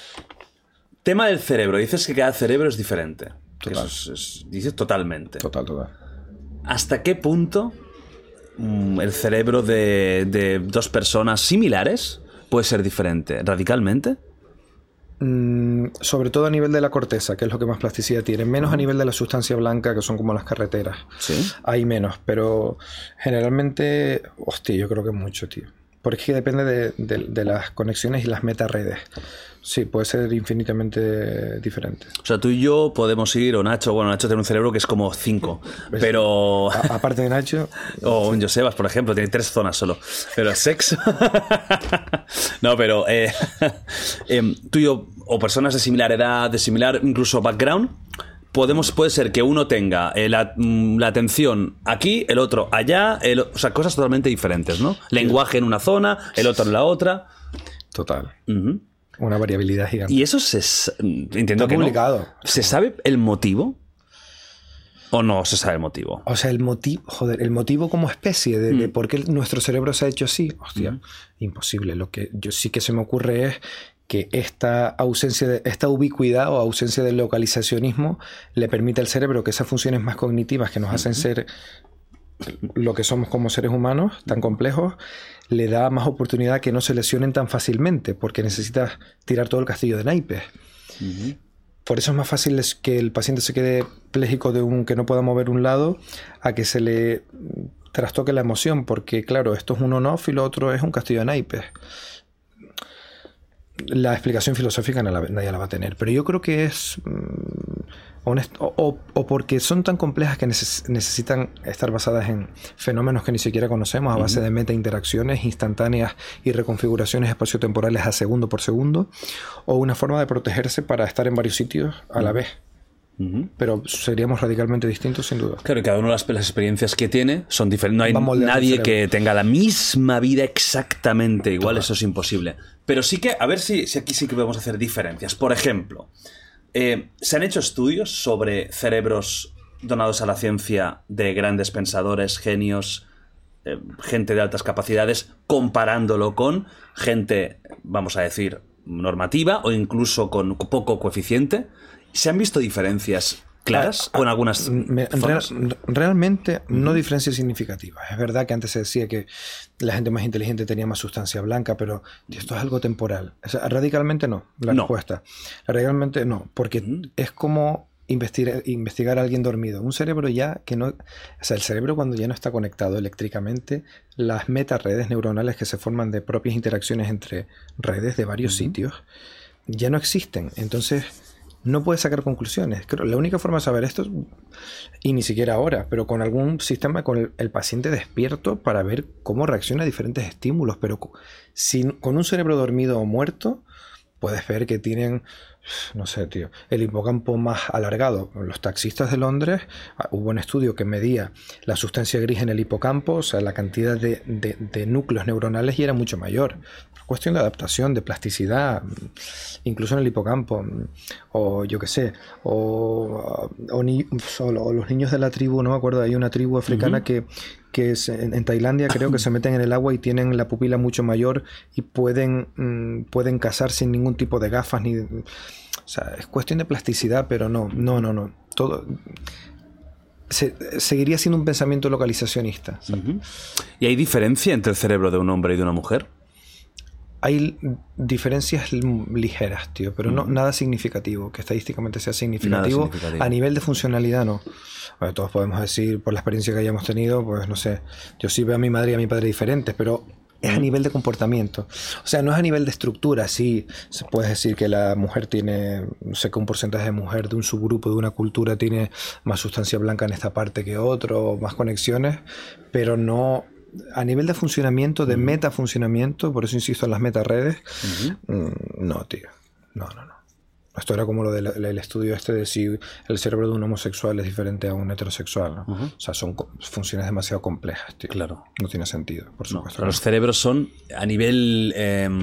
Tema del cerebro. Dices que cada cerebro es diferente.
Total.
Dices totalmente.
Total.
¿Hasta qué punto el cerebro de dos personas similares puede ser diferente? ¿Radicalmente?
Sobre todo a nivel de la corteza, que es lo que más plasticidad tiene. Menos a nivel de la sustancia blanca, que son como las carreteras.
¿Sí?
Hay menos, pero generalmente... Hostia, yo creo que mucho, tío. Porque es que depende de las conexiones y las metaredes. Sí, puede ser infinitamente diferente.
O sea, tú y yo podemos ir, o Nacho, Nacho tiene un cerebro que es como 5, pero...
Aparte de Nacho...
O un Josebas, por ejemplo, tiene 3 zonas solo. Pero sexo... No, pero... tú y yo, o personas de similar edad, de similar incluso background, puede ser que uno tenga la atención aquí, el otro allá, o sea, cosas totalmente diferentes, ¿no? Lenguaje en una zona, el otro en la otra.
Total. Una variabilidad gigante.
Y eso entiendo que
complicado.
No. ¿Se sabe el motivo? ¿O no se sabe el motivo?
O sea, el motivo como especie de por qué nuestro cerebro se ha hecho así. Hostia, imposible. Lo que yo sí que se me ocurre es que esta ubicuidad o ausencia de localizacionismo le permite al cerebro que esas funciones más cognitivas que nos hacen ser lo que somos como seres humanos, tan complejos, le da más oportunidad que no se lesionen tan fácilmente, porque necesitas tirar todo el castillo de naipes. Por eso es más fácil que el paciente se quede pléjico que no pueda mover un lado, a que se le trastoque la emoción, porque claro, esto es un on-off y lo otro es un castillo de naipes. La explicación filosófica nadie la va a tener, pero yo creo que es o porque son tan complejas que necesitan estar basadas en fenómenos que ni siquiera conocemos, a base de meta-interacciones instantáneas y reconfiguraciones espaciotemporales a segundo por segundo, o una forma de protegerse para estar en varios sitios a la vez. Pero seríamos radicalmente distintos, sin duda.
Claro, y cada uno de las experiencias que tiene son diferentes. No hay nadie que tenga la misma vida exactamente igual. Eso es imposible. Pero sí que, a ver si aquí sí que podemos hacer diferencias. Por ejemplo, se han hecho estudios sobre cerebros donados a la ciencia de grandes pensadores, genios, gente de altas capacidades, comparándolo con gente, vamos a decir, normativa o incluso con poco coeficiente. ¿Se han visto diferencias claras o en algunas zonas?
Realmente no diferencias significativas. Es verdad que antes se decía que la gente más inteligente tenía más sustancia blanca, pero esto es algo temporal. O sea, radicalmente no, respuesta. Radicalmente no, porque es como investigar a alguien dormido. Un cerebro ya que no... O sea, el cerebro cuando ya no está conectado eléctricamente, las metaredes neuronales que se forman de propias interacciones entre redes de varios sitios, ya no existen. Entonces... no puedes sacar conclusiones. Creo la única forma de saber esto, y ni siquiera ahora, pero con algún sistema con el paciente despierto para ver cómo reacciona a diferentes estímulos. Pero con un cerebro dormido o muerto, puedes ver que tienen No sé, tío. El hipocampo más alargado. Los taxistas de Londres, hubo un estudio que medía la sustancia gris en el hipocampo, o sea, la cantidad de núcleos neuronales, y era mucho mayor. Cuestión de adaptación, de plasticidad, incluso en el hipocampo. O yo qué sé. O los niños de la tribu, no me acuerdo, hay una tribu africana que es en Tailandia, creo, que se meten en el agua y tienen la pupila mucho mayor y pueden cazar sin ningún tipo de gafas ni... O sea, es cuestión de plasticidad, pero no. Todo seguiría siendo un pensamiento localizacionista.
¿Y hay diferencia entre el cerebro de un hombre y de una mujer?
Hay diferencias ligeras, tío, pero no nada significativo, que estadísticamente sea significativo. A nivel de funcionalidad, no. Bueno, todos podemos decir, por la experiencia que hayamos tenido, pues no sé, yo sí veo a mi madre y a mi padre diferentes, pero es a nivel de comportamiento. O sea, no es a nivel de estructura. Sí, se puede decir que la mujer tiene, no sé, que un porcentaje de mujer de un subgrupo, de una cultura, tiene más sustancia blanca en esta parte que otro, más conexiones, pero no... A nivel de funcionamiento, de metafuncionamiento, por eso insisto en las metaredes, no, tío. No. Esto era como lo del estudio este de si el cerebro de un homosexual es diferente a un heterosexual, ¿no? O sea, son funciones demasiado complejas, tío.
Claro.
No tiene sentido, por supuesto.
No, los cerebros son, a nivel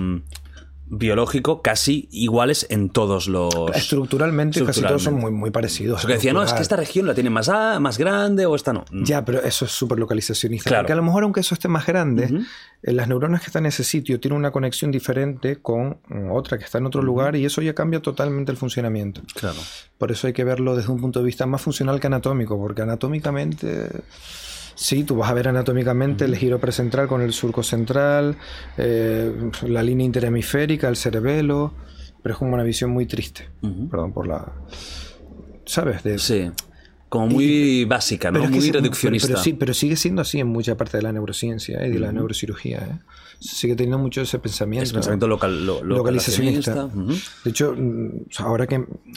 biológico, casi iguales en todos los...
Estructuralmente casi todos son muy parecidos.
Porque decía, no, es que esta región la tiene más grande o esta no.
Ya, pero eso es súper localizacionista.
Claro.
Porque a lo mejor, aunque eso esté más grande, las neuronas que están en ese sitio tienen una conexión diferente con otra que está en otro lugar, y eso ya cambia totalmente el funcionamiento.
Claro.
Por eso hay que verlo desde un punto de vista más funcional que anatómico, porque anatómicamente... Sí, tú vas a ver anatómicamente el giro precentral con el surco central, la línea interhemisférica, el cerebelo, pero es como una visión muy triste. Perdón por la... ¿Sabes?
Sí. Como muy básica, ¿no? Muy reduccionista.
Pero sigue siendo así en mucha parte de la neurociencia y de la neurocirugía. Sigue teniendo mucho ese pensamiento.
Ese pensamiento localizacionista.
De hecho, ahora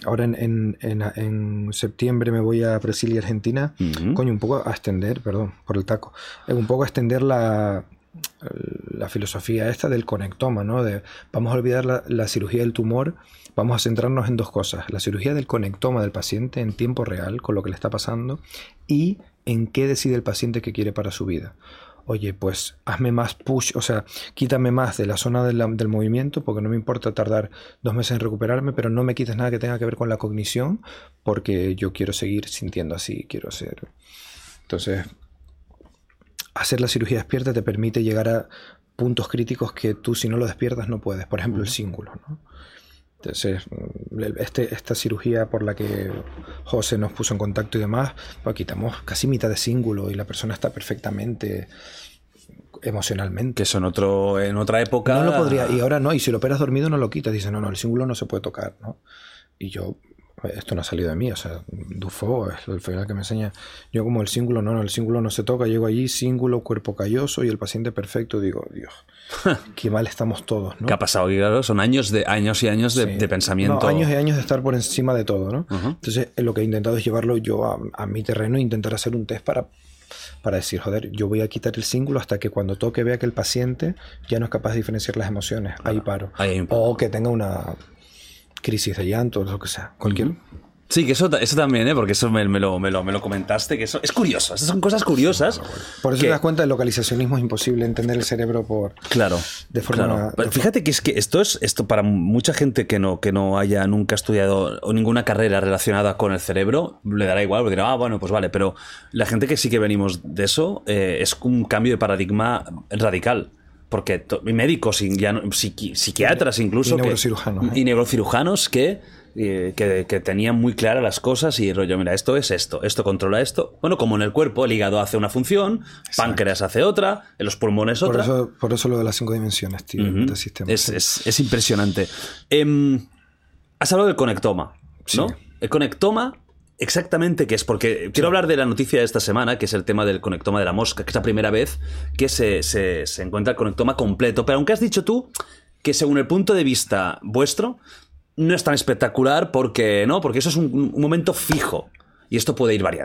en septiembre me voy a Brasil y Argentina, coño, un poco a extender, perdón por el taco, un poco a extender la filosofía esta del conectoma, ¿no? Vamos a olvidar la cirugía del tumor, vamos a centrarnos en dos cosas: la cirugía del conectoma del paciente en tiempo real, con lo que le está pasando, y en qué decide el paciente que quiere para su vida. Oye, pues hazme más push, o sea, quítame más de la zona del movimiento, porque no me importa tardar 2 meses en recuperarme, pero no me quites nada que tenga que ver con la cognición, porque yo quiero seguir sintiendo así, quiero ser... Entonces, hacer la cirugía despierta te permite llegar a puntos críticos que tú, si no lo despiertas, no puedes. Por ejemplo, el cíngulo, ¿no? Entonces, esta cirugía por la que José nos puso en contacto y demás, pues quitamos casi mitad de cíngulo y la persona está perfectamente emocionalmente.
Que eso en otra época...
No lo podría, y ahora no, y si lo operas dormido no lo quitas. Dice, no, el cíngulo no se puede tocar, ¿no? Y yo... Esto no ha salido de mí, o sea, Dufault es el final que me enseña. Yo como el cíngulo no se toca, llego allí, cíngulo, cuerpo calloso y el paciente perfecto, digo, Dios, qué mal estamos todos, ¿no?
¿Qué ha pasado? Claro, son años y años de pensamiento.
No, años y años de estar por encima de todo, ¿no? Entonces, lo que he intentado es llevarlo yo a mi terreno e intentar hacer un test para decir, joder, yo voy a quitar el cíngulo hasta que cuando toque vea que el paciente ya no es capaz de diferenciar las emociones. Ahí paro. O que tenga una... crisis de llanto, lo que sea, cualquier...
Sí, que eso también, porque eso me lo comentaste, que eso es curioso, esas son cosas curiosas.
Por eso te das cuenta, el localizacionismo es imposible entender el cerebro de forma...
Pero fíjate que es que esto para mucha gente que no haya nunca estudiado o ninguna carrera relacionada con el cerebro, le dará igual, porque dirá, bueno, pues vale, pero la gente que sí que venimos de eso, es un cambio de paradigma radical. Porque médicos, psiquiatras incluso, y neurocirujanos que tenían muy claras las cosas y rollo, mira, esto es esto controla esto. Bueno, como en el cuerpo, el hígado hace una función, páncreas hace otra, en los pulmones otra.
Por eso lo de las 5 dimensiones, tío, del sistema.
Es impresionante. Has hablado del conectoma, ¿no? Sí. El conectoma... Exactamente qué es, porque quiero hablar de la noticia de esta semana, que es el tema del conectoma de la mosca, que es la primera vez que se encuentra el conectoma completo. Pero aunque has dicho tú que según el punto de vista vuestro, no es tan espectacular porque eso es un momento fijo y esto puede ir variando.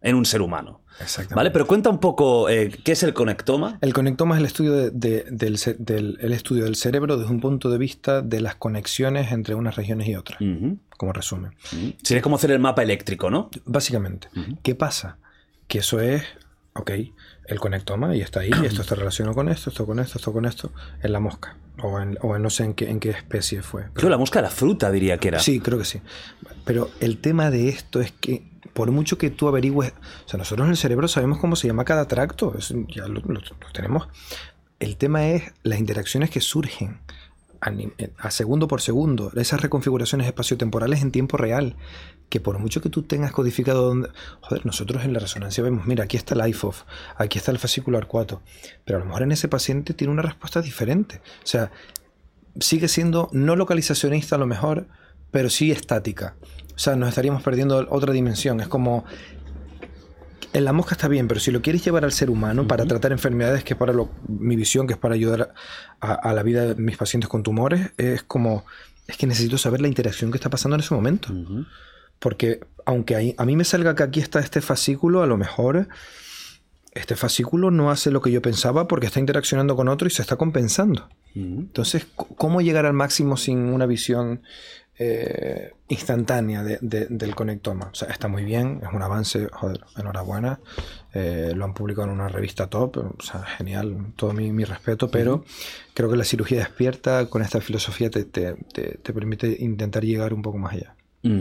en un ser humano.
Exactamente.
¿Vale? Pero cuenta un poco qué es el conectoma.
El conectoma es el estudio el estudio del cerebro desde un punto de vista de las conexiones entre unas regiones y otras, como resumen.
Sería como hacer el mapa eléctrico, ¿no?
Básicamente. ¿Qué pasa? Que eso es, el conectoma y está ahí, y esto está relacionado con esto, esto con esto, esto con esto, en la mosca, o en no sé en qué especie fue.
Creo que la mosca de la fruta, diría que era.
Sí, creo que sí. Pero el tema de esto es que por mucho que tú averigües, o sea, nosotros en el cerebro sabemos cómo se llama cada tracto, ya lo tenemos. El tema es las interacciones que surgen a segundo por segundo, esas reconfiguraciones espaciotemporales en tiempo real, que por mucho que tú tengas codificado donde... Joder, nosotros en la resonancia vemos, mira, aquí está el IFOF, aquí está el fascículo arcuato, pero a lo mejor en ese paciente tiene una respuesta diferente. O sea, sigue siendo no localizacionista a lo mejor, pero sí estática. O sea, nos estaríamos perdiendo otra dimensión. Es como... En la mosca está bien, pero si lo quieres llevar al ser humano para tratar enfermedades, que es para mi visión, que es para ayudar a la vida de mis pacientes con tumores, es como... Es que necesito saber la interacción que está pasando en ese momento. Porque aunque a mí me salga que aquí está este fascículo, a lo mejor este fascículo no hace lo que yo pensaba porque está interaccionando con otro y se está compensando. Entonces, ¿cómo llegar al máximo sin una visión instantánea del conectoma? O sea, está muy bien, es un avance, joder, enhorabuena. Lo han publicado en una revista top, o sea, genial, todo mi respeto, pero creo que la cirugía despierta con esta filosofía te permite intentar llegar un poco más allá.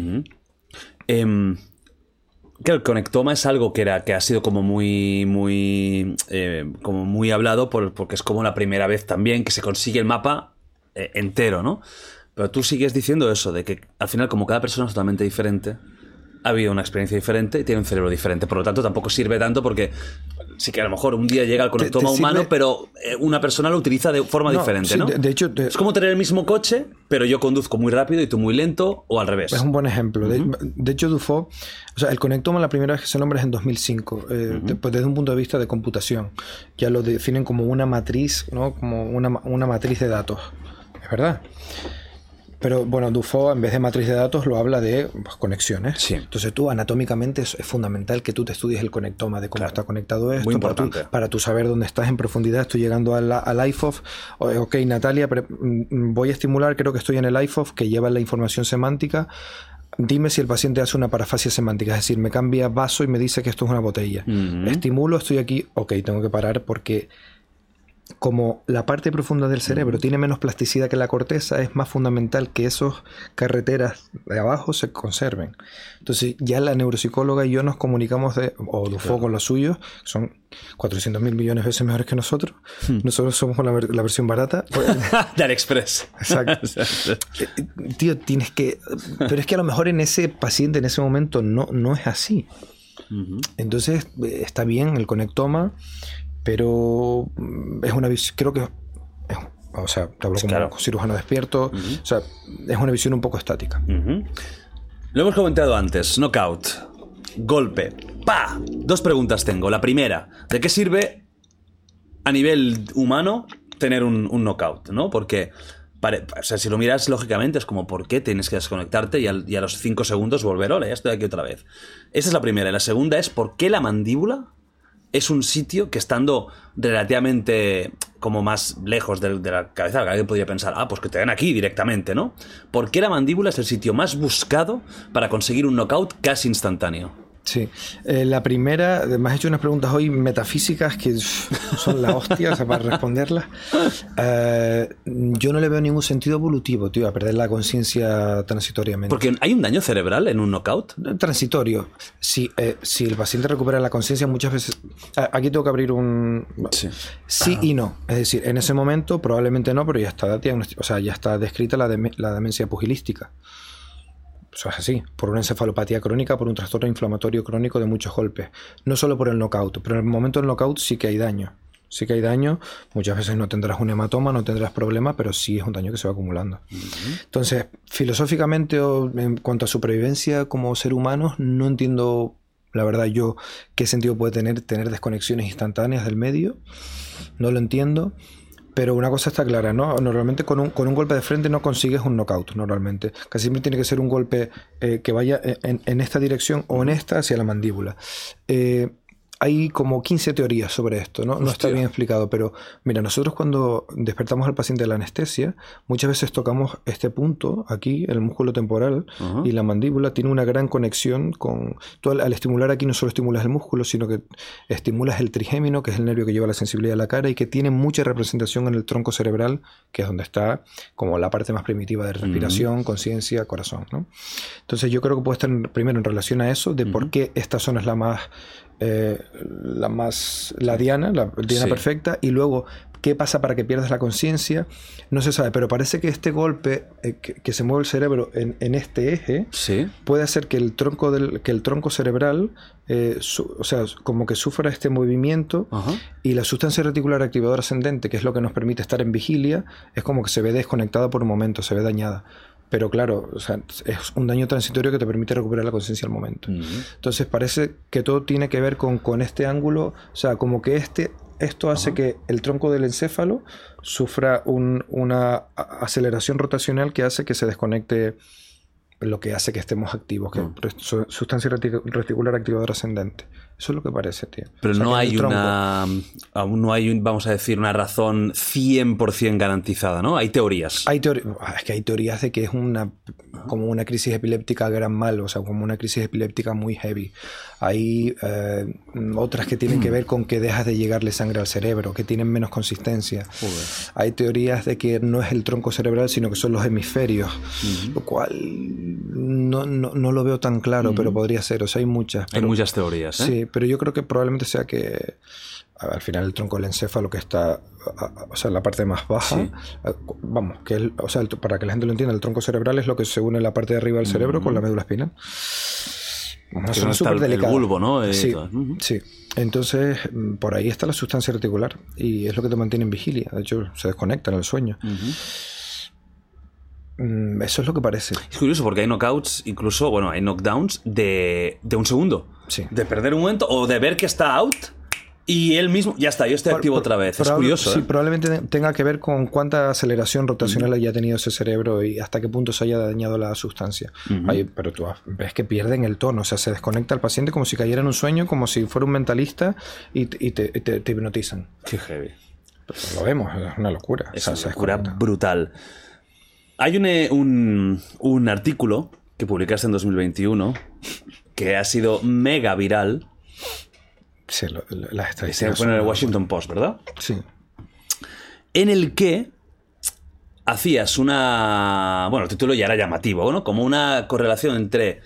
Claro, el conectoma es algo que ha sido como muy hablado porque es como la primera vez también que se consigue el mapa entero, ¿no? Pero tú sigues diciendo eso, de que al final como cada persona es totalmente diferente, ha habido una experiencia diferente y tiene un cerebro diferente. Por lo tanto, tampoco sirve tanto porque sí que a lo mejor un día llega el conectoma humano, pero una persona lo utiliza de forma diferente, ¿no?
De hecho...
Es como tener el mismo coche, pero yo conduzco muy rápido y tú muy lento, o al revés.
Es un buen ejemplo. De hecho, Dufault... O sea, el conectoma la primera vez que se nombra es en 2005, pues desde un punto de vista de computación. Ya lo definen como una matriz, ¿no? Como una matriz de datos. Es verdad. Pero bueno, Dufault en vez de matriz de datos lo habla de conexiones.
Sí.
Entonces tú anatómicamente es fundamental que tú te estudies el conectoma, de cómo está conectado esto.
Muy importante.
Para tú saber dónde estás en profundidad. Estoy llegando al IFOF. Ok, Natalia, voy a estimular, creo que estoy en el IFOF que lleva la información semántica. Dime si el paciente hace una parafasia semántica, es decir, me cambia vaso y me dice que esto es una botella. Estimulo, estoy aquí, ok, tengo que parar porque... Como la parte profunda del cerebro tiene menos plasticidad que la corteza, es más fundamental que esas carreteras de abajo se conserven. Entonces ya la neuropsicóloga y yo nos comunicamos o Dufault con los suyos, son 400.000 millones de veces mejores que nosotros. Nosotros somos la versión barata.
De AliExpress.
Exacto. Tío, tienes que... Pero es que a lo mejor en ese paciente, en ese momento, no es así. Entonces está bien el conectoma, pero es una visión, creo que o sea, te hablo como cirujano despierto, o sea, es una visión un poco estática.
Lo hemos comentado antes, knockout, golpe, ¡pa! Dos preguntas tengo. La primera, ¿de qué sirve a nivel humano tener un knockout, ¿no? Porque, o sea, si lo miras lógicamente es como, ¿por qué tienes que desconectarte y a los 5 segundos volver? Hola, ya estoy aquí otra vez. Esa es la primera. Y la segunda es, ¿por qué la mandíbula es un sitio que estando relativamente como más lejos de la cabeza, alguien podría pensar, pues que te den aquí directamente, ¿no? ¿Por qué la mandíbula es el sitio más buscado para conseguir un knockout casi instantáneo?
Sí, la primera, me has hecho unas preguntas hoy metafísicas que son la hostia, o sea, para responderlas. Yo no le veo ningún sentido evolutivo, tío, a perder la conciencia transitoriamente.
Porque hay un daño cerebral en un knockout.
Transitorio. Si el paciente recupera la conciencia, muchas veces... Aquí tengo que abrir un... Sí y no. Es decir, en ese momento probablemente no, pero ya está, o sea, ya está descrita la demencia pugilística. Eso es así, por una encefalopatía crónica, por un trastorno inflamatorio crónico de muchos golpes. No solo por el knockout, pero en el momento del knockout sí que hay daño. Sí que hay daño, muchas veces no tendrás un hematoma, no tendrás problema, pero sí es un daño que se va acumulando. Entonces, filosóficamente o en cuanto a supervivencia como ser humano, no entiendo, la verdad, yo qué sentido puede tener desconexiones instantáneas del medio. No lo entiendo. Pero una cosa está clara, ¿no? Normalmente con un golpe de frente no consigues un knockout, normalmente. Casi siempre tiene que ser un golpe que vaya en esta dirección o en esta hacia la mandíbula. Hay como 15 teorías sobre esto, ¿no? No está bien explicado, pero mira, nosotros cuando despertamos al paciente de la anestesia, muchas veces tocamos este punto aquí, el músculo temporal, y la mandíbula tiene una gran conexión con... Tú al estimular aquí no solo estimulas el músculo, sino que estimulas el trigémino, que es el nervio que lleva la sensibilidad a la cara y que tiene mucha representación en el tronco cerebral, que es donde está como la parte más primitiva de respiración, conciencia, corazón, ¿no? Entonces yo creo que puede estar primero en relación a eso, de por qué esta zona es la diana perfecta, y luego qué pasa para que pierdas la conciencia, no se sabe, pero parece que este golpe que se mueve el cerebro en este eje puede hacer que el tronco cerebral o sea, como que sufra este movimiento, y la sustancia reticular activadora ascendente, que es lo que nos permite estar en vigilia, es como que se ve desconectada por un momento, se ve dañada. Pero claro, o sea, es un daño transitorio que te permite recuperar la conciencia al momento. Entonces parece que todo tiene que ver con este ángulo, o sea, como que esto hace que el tronco del encéfalo sufra una aceleración rotacional que hace que se desconecte lo que hace que estemos activos, que es sustancia reticular activadora ascendente. Eso es lo que parece, tío.
Pero o sea, no hay aún no hay, vamos a decir, una razón 100% garantizada, ¿no? Hay teorías.
Es que hay teorías de que es como una crisis epiléptica gran mal, o sea, como una crisis epiléptica muy heavy. Hay otras que tienen que ver con que dejas de llegarle sangre al cerebro, que tienen menos consistencia. Hay teorías de que no es el tronco cerebral, sino que son los hemisferios, lo cual no lo veo tan claro, pero podría ser. O sea, hay muchas.
Hay muchas teorías, ¿eh?
Sí, pero yo creo que probablemente sea que al final el tronco del encéfalo, que está, o sea, en la parte más baja, vamos, que o sea, para que la gente lo entienda, el tronco cerebral es lo que se une en la parte de arriba del cerebro con la médula espinal.
Una zona súper delicada. El bulbo, ¿no?
Sí, sí. Entonces, por ahí está la sustancia reticular y es lo que te mantiene en vigilia. De hecho, se desconecta en el sueño. Eso es lo que parece.
Es curioso porque hay knockouts, incluso, bueno, hay knockdowns de un segundo.
Sí.
De perder un momento o de ver que está out y él mismo, ya está, yo estoy activo otra vez. Es curioso.
Sí, probablemente tenga que ver con cuánta aceleración rotacional haya tenido ese cerebro y hasta qué punto se haya dañado la sustancia. Pero tú ves que pierden el tono, o sea, se desconecta el paciente como si cayera en un sueño, como si fuera un mentalista y te hipnotizan.
Qué heavy.
Pero lo vemos, es una locura.
Es una locura brutal. Hay un artículo que publicaste en 2021 que ha sido mega viral.
Sí, las estadísticas.
Se pone en el Washington Post, ¿verdad?
Sí.
En el que hacías bueno, el título ya era llamativo, ¿no? Como una correlación entre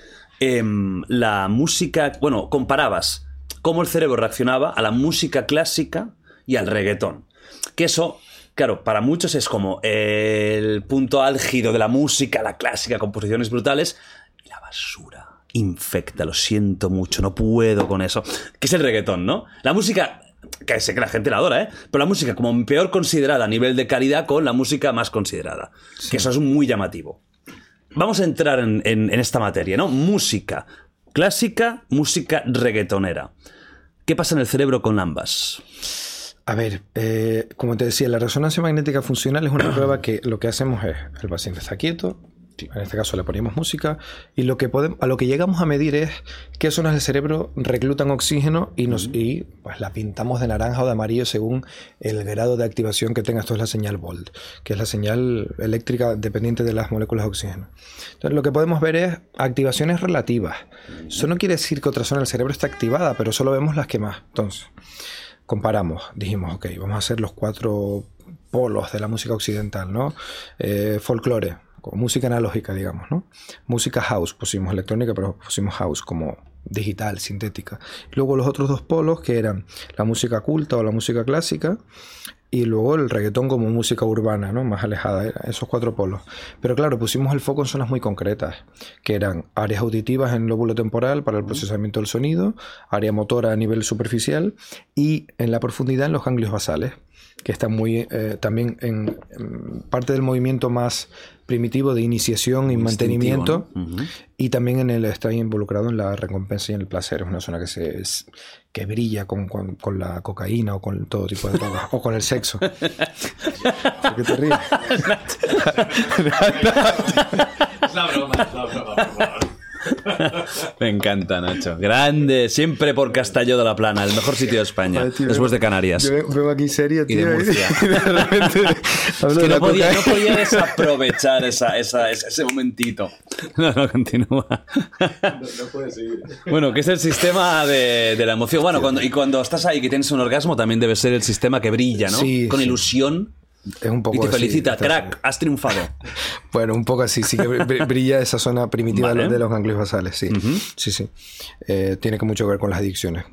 la música... Bueno, comparabas cómo el cerebro reaccionaba a la música clásica y al reggaetón. Que eso... Claro, para muchos es como el punto álgido de la música, la clásica, composiciones brutales, y la basura infecta, lo siento mucho, no puedo con eso. Que es el reggaetón, ¿no? La música, que sé que la gente la adora, ¿eh? Pero la música como peor considerada a nivel de calidad con la música más considerada. Sí. Que eso es muy llamativo. Vamos a entrar en esta materia, ¿no? Música clásica, música reggaetonera. ¿Qué pasa en el cerebro con ambas?
A ver, como te decía, la resonancia magnética funcional es una prueba que lo que hacemos es, el paciente está quieto, en este caso le ponemos música, y a lo que llegamos a medir es qué zonas del cerebro reclutan oxígeno y pues la pintamos de naranja o de amarillo según el grado de activación que tenga. Esto es la señal Volt, que es la señal eléctrica dependiente de las moléculas de oxígeno. Entonces lo que podemos ver es activaciones relativas. Eso no quiere decir que otra zona del cerebro está activada, pero solo vemos las que más. Entonces... comparamos, dijimos, ok, vamos a hacer los 4 polos de la música occidental, ¿no? Folclore, como música analógica, digamos, ¿no? Música house, pusimos electrónica, pero pusimos house como digital, sintética. Luego los otros 2 polos, que eran la música culta o la música clásica, y luego el reggaetón como música urbana, ¿no? Más alejada, esos 4 polos. Pero claro, pusimos el foco en zonas muy concretas, que eran áreas auditivas en el lóbulo temporal para el procesamiento del sonido, área motora a nivel superficial y en la profundidad en los ganglios basales. que está muy también en parte del movimiento más primitivo de iniciación y mantenimiento, ¿no? Y también está involucrado en la recompensa y en el placer. Es una zona que brilla con la cocaína o con todo tipo de drogas, o con el sexo. ¿Por qué te ríes?
Es la broma, por favor. Me encanta, Nacho. Grande, siempre por Castelló de la Plana, el mejor sitio de España, ay, tío, después de Canarias.
Yo vengo aquí serio, tío.
Y de Murcia. Y de repente es que no podía desaprovechar ese momentito. No, continúa.
No puede seguir.
Bueno, que es el sistema de la emoción. Bueno, cuando estás ahí que tienes un orgasmo, también debe ser el sistema que brilla, ¿no?
Sí,
con ilusión.
Es un poco
y te felicita,
así,
crack, has triunfado.
Bueno, un poco así, sí que brilla esa zona primitiva, vale, de los ganglios basales, sí. Sí. Tiene que mucho ver con las adicciones.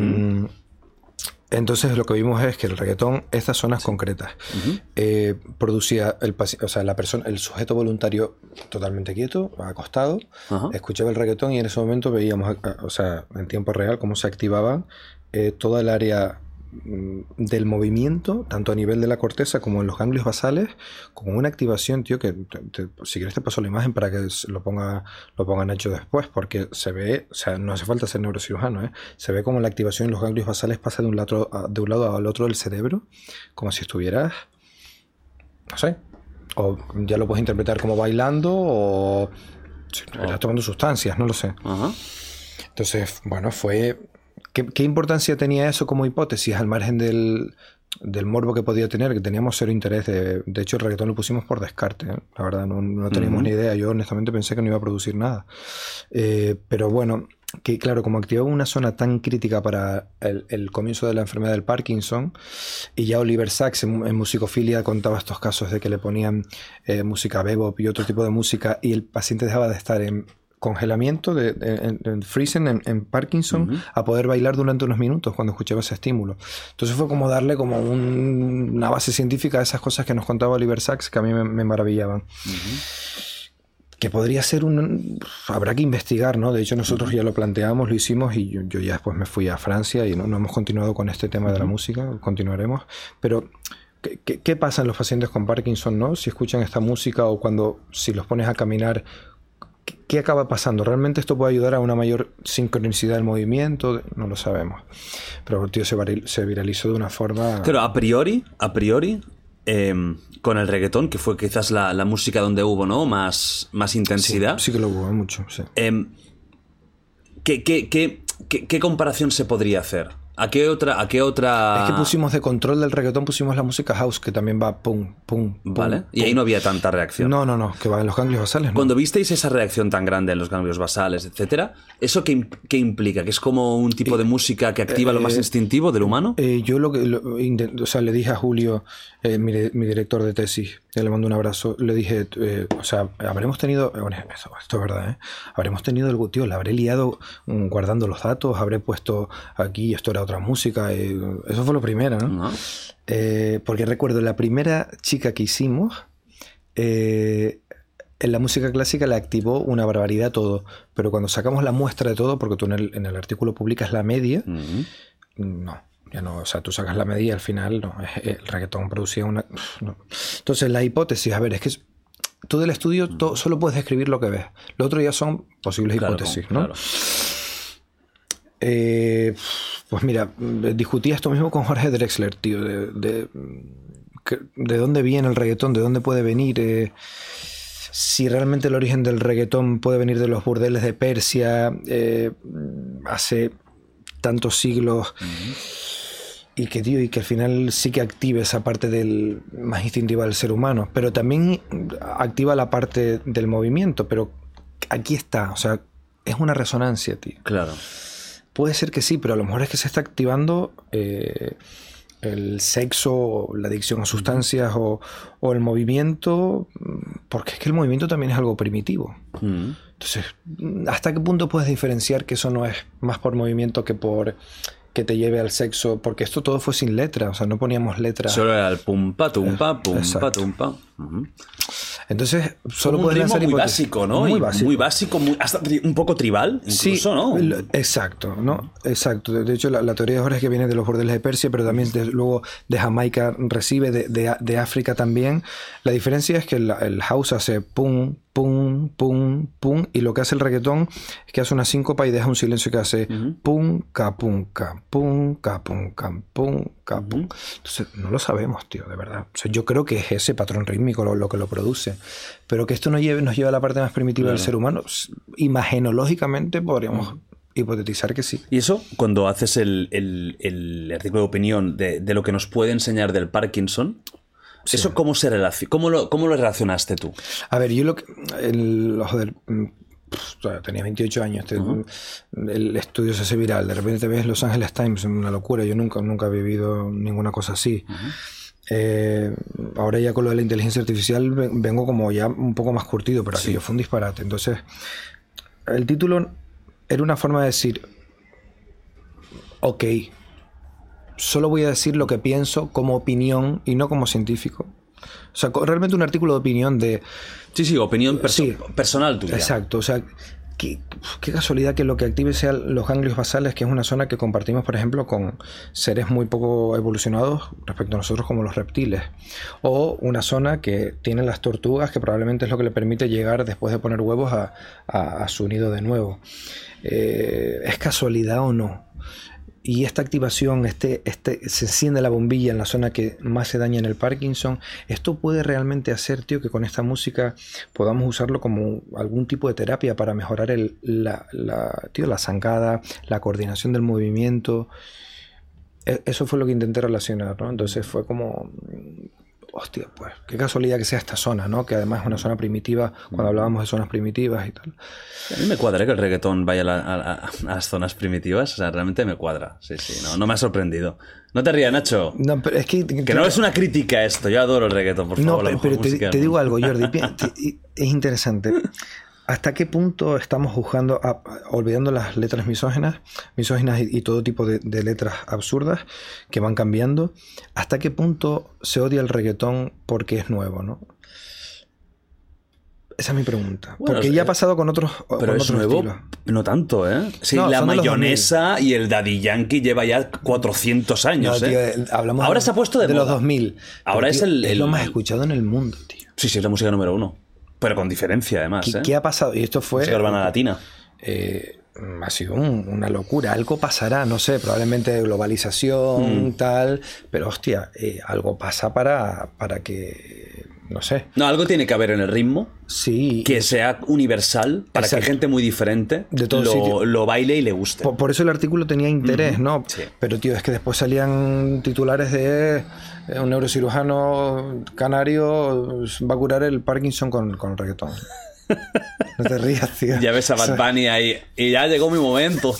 Entonces lo que vimos es que el reggaetón, estas zonas concretas, producía el sujeto voluntario totalmente quieto, acostado, escuchaba el reggaetón y en ese momento veíamos, en tiempo real, cómo se activaba toda el área del movimiento, tanto a nivel de la corteza como en los ganglios basales, con una activación, tío, que si quieres te paso la imagen para que lo pongan hecho después, porque se ve, o sea, no hace falta ser neurocirujano, se ve como la activación en los ganglios basales pasa de un lado al otro del cerebro, como si estuvieras, no sé, o ya lo puedes interpretar como bailando o si estuvieras tomando sustancias, no lo sé. Entonces, bueno, fue... ¿Qué importancia tenía eso como hipótesis al margen del morbo que podía tener? Que teníamos cero interés. De hecho, el reggaetón lo pusimos por descarte, ¿eh? La verdad, no teníamos ni idea. Yo honestamente pensé que no iba a producir nada. Pero bueno, que claro, como activaba una zona tan crítica para el comienzo de la enfermedad del Parkinson, y ya Oliver Sacks en Musicofilia contaba estos casos de que le ponían música bebop y otro tipo de música y el paciente dejaba de estar en congelamiento, en freezing, en Parkinson, a poder bailar durante unos minutos cuando escuchaba ese estímulo. Entonces fue como darle como una base científica a esas cosas que nos contaba Oliver Sacks, que a mí me maravillaban. Que podría ser habrá que investigar, ¿no? De hecho nosotros ya lo planteamos, lo hicimos y yo ya después me fui a Francia y no hemos continuado con este tema de la música, continuaremos, pero ¿qué pasa en los pacientes con Parkinson, no? Si escuchan esta música o si los pones a caminar, ¿qué acaba pasando? ¿Realmente esto puede ayudar a una mayor sincronicidad del movimiento? No lo sabemos. Pero tío, se viralizó de una forma...
Pero a priori, con el reggaetón, que fue quizás la música donde hubo, ¿no? Más intensidad.
Sí que lo hubo, mucho, sí.
¿Qué comparación se podría hacer? ¿A qué otra...?
Es que pusimos de control del reggaetón, pusimos la música house, que también va pum, pum, pum.
Vale, y ahí no había tanta reacción.
No, que va en los ganglios basales. ¿No?
Cuando visteis esa reacción tan grande en los ganglios basales, etcétera, ¿eso qué implica? ¿Que es como un tipo de música que activa lo más instintivo del humano?
Yo le dije a Julio, mi director de tesis, le mando un abrazo, le dije, habremos tenido, esto es verdad, habremos tenido algo, tío, la habré liado guardando los datos, habré puesto aquí, esto era otra música, eso fue lo primero, ¿no? Porque recuerdo la primera chica que hicimos, en la música clásica le activó una barbaridad todo, pero cuando sacamos la muestra de todo, porque tú en el artículo publicas la media, no, ya no, o sea, tú sacas la media y al final no, el reggaetón producía una... No. Entonces la hipótesis, a ver, es que todo el estudio solo puedes describir lo que ves, lo otro ya son posibles hipótesis, ¿no? Claro. Pues mira, discutía esto mismo con Jorge Drexler, tío, de dónde viene el reggaetón, de dónde puede venir, si realmente el origen del reggaetón puede venir de los burdeles de Persia hace tantos siglos, y que al final sí que active esa parte más instintiva del ser humano, pero también activa la parte del movimiento, pero aquí está, o sea, es una resonancia, tío.
Claro.
Puede ser que sí, pero a lo mejor es que se está activando el sexo, la adicción a sustancias o el movimiento, porque es que el movimiento también es algo primitivo. Entonces, ¿hasta qué punto puedes diferenciar que eso no es más por movimiento que por que te lleve al sexo? Porque esto todo fue sin letra, o sea, no poníamos letras.
Solo era el pum pa tumpa, pum pa tumpa.
Entonces, solo
un
puedes
ritmo
lanzar
muy
hipótesis.
básico, ¿no?
Muy
Y
básico.
muy básico, hasta un poco tribal, incluso,
Sí,
¿no?
exacto, ¿no? Exacto. De hecho, la teoría de Jorge que viene de los bordes de Persia, pero también luego de Jamaica recibe, de África también. La diferencia es que el house hace pum, pum, pum, pum, y lo que hace el reggaetón es que hace una síncopa y deja un silencio que hace pum, ca, pum, ca, pum, ca, pum, ca, pum, ca, pum. Entonces, no lo sabemos, tío, de verdad. O sea, yo creo que es ese patrón rítmico lo que lo produce. Pero que esto nos lleva a la parte más primitiva del ser humano, imagenológicamente podríamos hipotetizar que sí.
Y eso, cuando haces el artículo de opinión de lo que nos puede enseñar del Parkinson, ¿eso cómo se relaciona? ¿Cómo lo relacionaste tú?
A ver, yo joder, tenía 28 años, el estudio se hace viral, de repente te ves Los Angeles Times, una locura, yo nunca he vivido ninguna cosa así. Ahora ya con lo de la inteligencia artificial vengo como ya un poco más curtido, pero aquello fue un disparate. Entonces, el título era una forma de decir, ok, solo voy a decir lo que pienso como opinión y no como científico. O sea, realmente un artículo de opinión de...
Sí, opinión personal tuya.
Exacto, o sea, qué casualidad que lo que active sean los ganglios basales, que es una zona que compartimos, por ejemplo, con seres muy poco evolucionados respecto a nosotros como los reptiles. O una zona que tienen las tortugas, que probablemente es lo que le permite llegar después de poner huevos a su nido de nuevo. ¿Es casualidad o no? Y esta activación, se enciende la bombilla en la zona que más se daña en el Parkinson. Esto puede realmente hacer, tío, que con esta música podamos usarlo como algún tipo de terapia para mejorar la zancada, la coordinación del movimiento. Eso fue lo que intenté relacionar, ¿no? Entonces fue como... Hostia, pues qué casualidad que sea esta zona, ¿no? Que además es una zona primitiva, cuando hablábamos de zonas primitivas y tal.
A mí me cuadra que el reggaetón vaya a las zonas primitivas, o sea, realmente me cuadra. Sí, no me ha sorprendido. No te rías, Nacho.
No, pero es que
no es una crítica esto, yo adoro el reggaetón, por favor.
No, pero te digo algo, Jordi, es interesante. ¿Hasta qué punto estamos juzgando, olvidando las letras misóginas y todo tipo de letras absurdas que van cambiando? ¿Hasta qué punto se odia el reggaetón porque es nuevo, no? Esa es mi pregunta. Bueno, porque ya ha pasado con otros
pero es nuevo, estilos. No tanto, ¿eh? Sí, no, la mayonesa y el Daddy Yankee lleva ya 400 años,
no, tío,
hablamos ahora se ha puesto de moda.
Los 2000.
Ahora
es lo más escuchado en el mundo, tío.
Sí, es la música número 1. Pero con diferencia, además.
¿Qué ha pasado? Y esto fue...
Música urbana latina.
Ha sido una locura. Algo pasará, no sé, probablemente globalización, tal... Pero, hostia, algo pasa para que... No sé.
No, algo tiene que haber en el ritmo.
Sí.
Que sea universal para que gente muy diferente lo baile y le guste.
Por eso el artículo tenía interés, ¿no? Sí. Pero, tío, es que después salían titulares de... Un neurocirujano canario va a curar el Parkinson con el reggaetón. No te rías, tío.
Ya ves a Bad Bunny ahí. Y ya llegó mi momento.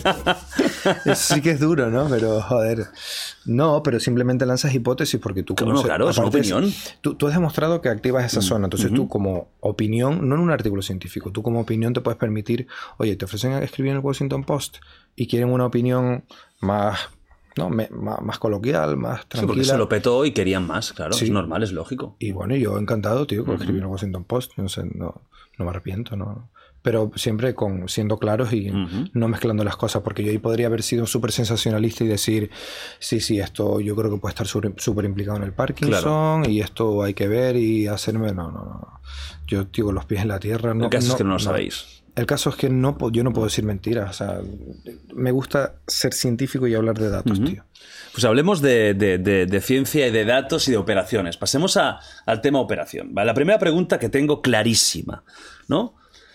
Sí que es duro, ¿no? Pero, joder. No, pero simplemente lanzas hipótesis porque tú...
Claro, es una opinión.
Tú has demostrado que activas esa zona. Entonces tú como opinión, no en un artículo científico, tú como opinión te puedes permitir... Oye, te ofrecen escribir en el Washington Post y quieren una opinión más... ¿no? Más coloquial, más tranquila. Sí,
porque se lo petó y querían más, claro. Sí. Es normal, es lógico.
Y bueno, yo encantado, tío, con escribir en el Washington Post. No sé, no me arrepiento, ¿no? Pero siempre siendo claros y no mezclando las cosas, porque yo ahí podría haber sido súper sensacionalista y decir, sí, esto yo creo que puede estar súper implicado en el Parkinson, y esto hay que ver y hacerme... No. Yo digo los pies en la tierra.
El caso es que no lo sabéis.
El caso es que yo no puedo decir mentiras. O sea, me gusta ser científico y hablar de datos, tío.
Pues hablemos de ciencia y de datos y de operaciones. Pasemos al tema operación. ¿Vale? La primera pregunta que tengo clarísima, ¿no?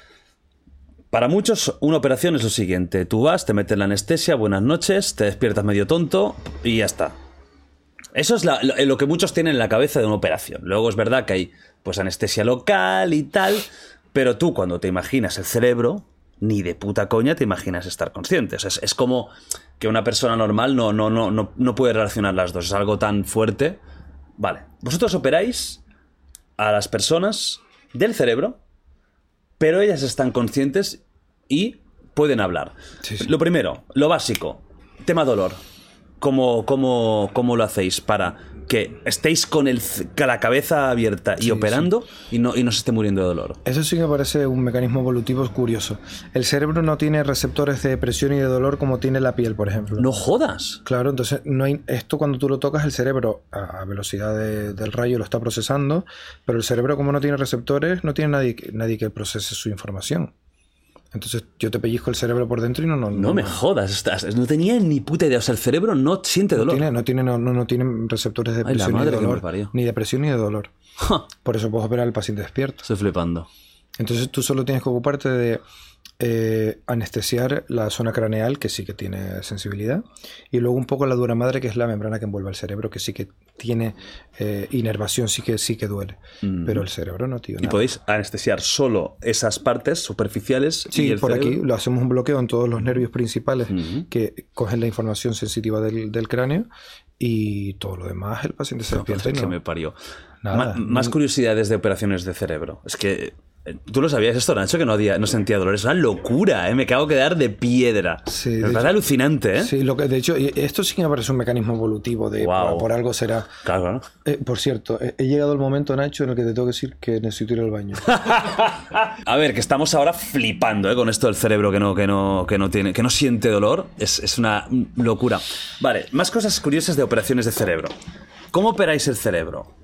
Para muchos, una operación es lo siguiente. Tú vas, te metes la anestesia, buenas noches, te despiertas medio tonto y ya está. Eso es lo que muchos tienen en la cabeza de una operación. Luego es verdad que hay pues anestesia local y tal... Pero tú, cuando te imaginas el cerebro, ni de puta coña te imaginas estar consciente. O sea, es como que una persona normal no puede relacionar las dos. Es algo tan fuerte. Vale. Vosotros operáis a las personas del cerebro, pero ellas están conscientes y pueden hablar. Sí. Lo primero, lo básico, tema dolor. cómo lo hacéis para que estéis con la cabeza abierta y operando y no se esté muriendo de dolor?
Eso sí que me parece un mecanismo evolutivo curioso. El cerebro no tiene receptores de presión y de dolor como tiene la piel, por ejemplo.
¡No jodas!
Claro, entonces esto cuando tú lo tocas, el cerebro a velocidad del rayo lo está procesando, pero el cerebro, como no tiene receptores, no tiene nadie que procese su información. Entonces yo te pellizco el cerebro por dentro y
No me jodas, no tenía ni puta idea. O sea, el cerebro no siente dolor.
No tiene receptores de presión ni de dolor. Ni de presión ni de dolor. Por eso puedes operar al paciente despierto.
Estoy flipando.
Entonces tú solo tienes que ocuparte de anestesiar la zona craneal, que sí que tiene sensibilidad, y luego un poco la dura madre, que es la membrana que envuelve el cerebro, que sí que tiene inervación, sí que duele. Pero el cerebro no, tío.
¿Y podéis anestesiar solo esas partes superficiales?
Sí,
y el
por
cerebro?
aquí lo hacemos un bloqueo en todos los nervios principales que cogen la información sensitiva del cráneo, y todo lo demás el paciente se despierta y no.
Que me parió.
Nada.
Más curiosidades de operaciones de cerebro. Es que... ¿Tú lo sabías esto, Nacho? Que no sentía dolor. Es una locura, ¿eh? Me cago que quedar de piedra.
Sí,
me parece alucinante, ¿eh?
Sí, de hecho, esto sí que me parece un mecanismo evolutivo de por algo será.
Claro, ¿no?
Por cierto, he llegado el momento, Nacho, en el que te tengo que decir que necesito ir al baño.
A ver, que estamos ahora flipando, ¿eh? Con esto del cerebro que no siente dolor. Es una locura. Vale, más cosas curiosas de operaciones de cerebro. ¿Cómo operáis el cerebro?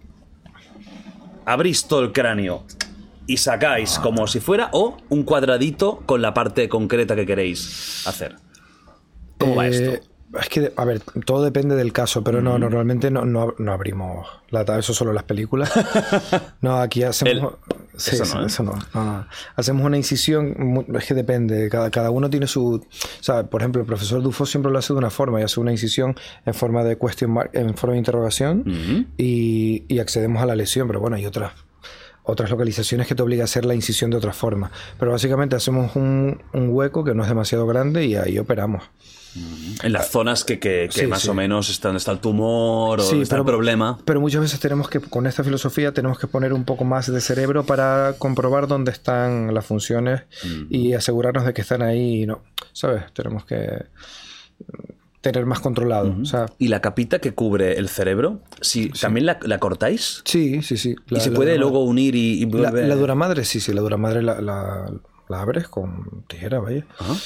Abrís todo el cráneo y sacáis como si fuera, o un cuadradito con la parte concreta que queréis hacer. ¿Cómo va esto?
Es que, a ver, todo depende del caso, pero normalmente no abrimos eso solo en las películas. No, aquí hacemos... Eso no. Hacemos una incisión, es que depende, cada uno tiene su... O sea, por ejemplo, el profesor Dufault siempre lo hace de una forma, y hace una incisión en forma de question mark, en forma de interrogación, y accedemos a la lesión, pero bueno, hay otras localizaciones que te obliga a hacer la incisión de otra forma. Pero básicamente hacemos un hueco que no es demasiado grande y ahí operamos.
En las zonas que más o menos está donde está el tumor o donde está el problema.
Pero muchas veces con esta filosofía tenemos que poner un poco más de cerebro para comprobar dónde están las funciones y asegurarnos de que están ahí. No, ¿sabes? Tenemos que tener más controlado. O sea,
¿y la capita que cubre el cerebro? ¿También la cortáis?
Sí.
¿Y se puede luego unir y volver?
La dura madre, sí. La dura madre la abres con tijera, vaya.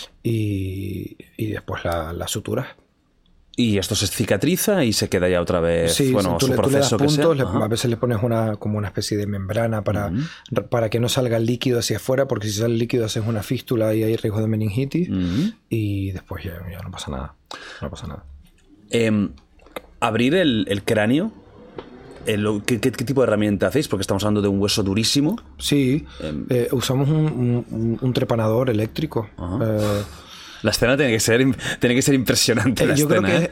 Y después la suturas.
Y esto se cicatriza y se queda ya otra vez.
Sí,
bueno,
tú
su proceso
le das puntos,
que sea.
a veces le pones como una especie de membrana para que no salga el líquido hacia afuera, porque si sale el líquido haces una fístula y hay riesgo de meningitis. Y después ya no pasa nada. No pasa nada.
Abrir el cráneo. ¿Qué tipo de herramienta hacéis? Porque estamos hablando de un hueso durísimo.
Sí, usamos un trepanador eléctrico.
La escena tiene que ser impresionante.
Yo creo que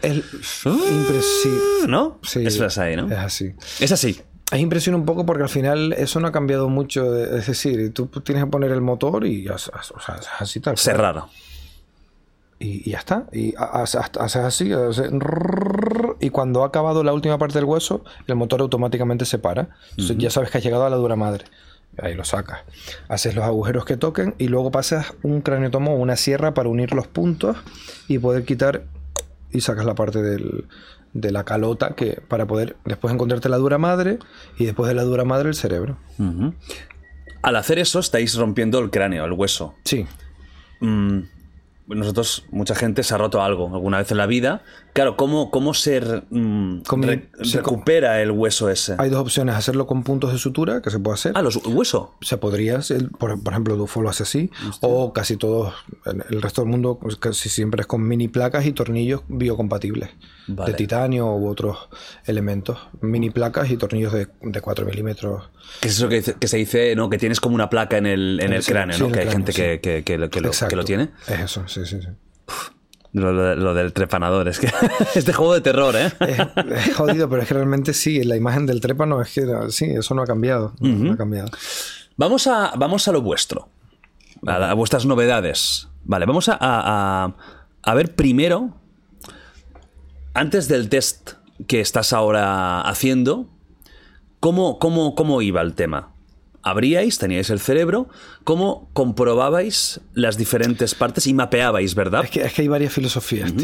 ¿no?
Sí,
es así, ¿no?
Es así.
Es así.
Es impresiona un poco porque al final eso no ha cambiado mucho. Es decir, tú tienes que poner el motor y así tal.
Cerrado.
Y ya está. Y haces así. Y cuando ha acabado la última parte del hueso, el motor automáticamente se para. Entonces ya sabes que has llegado a la dura madre. Ahí lo sacas. Haces los agujeros que toquen y luego pasas un craneotomo o una sierra para unir los puntos y poder quitar, y sacas la parte de la calota para poder después encontrarte la dura madre y después de la dura madre el cerebro.
Al hacer eso estáis rompiendo el cráneo, el hueso.
Sí.
Nosotros, mucha gente se ha roto algo alguna vez en la vida. Claro, ¿cómo se recupera el hueso ese?
Hay dos opciones: hacerlo con puntos de sutura, que se puede hacer.
¿Los huesos?
Se podría hacer, por ejemplo, Dufault lo hace así. Hostia. O casi todos, el resto del mundo, casi siempre es con mini placas y tornillos biocompatibles. Vale. De titanio u otros elementos. Mini placas y tornillos de 4 milímetros.
¿Qué es eso que se dice, no? Que tienes como una placa en el cráneo, ¿no? Que hay gente que lo tiene.
Es eso, sí.
Lo del trepanador, es que este juego de terror, ¿eh?
Es jodido, pero es que realmente sí, la imagen del trépano es que sí, eso no ha cambiado. No ha cambiado.
Vamos a lo vuestro, a vuestras novedades. Vale, vamos a ver primero, antes del test que estás ahora haciendo, ¿cómo iba el tema? Abríais, teníais el cerebro, ¿cómo comprobabais las diferentes partes y mapeabais, verdad?
Es que hay varias filosofías, tío.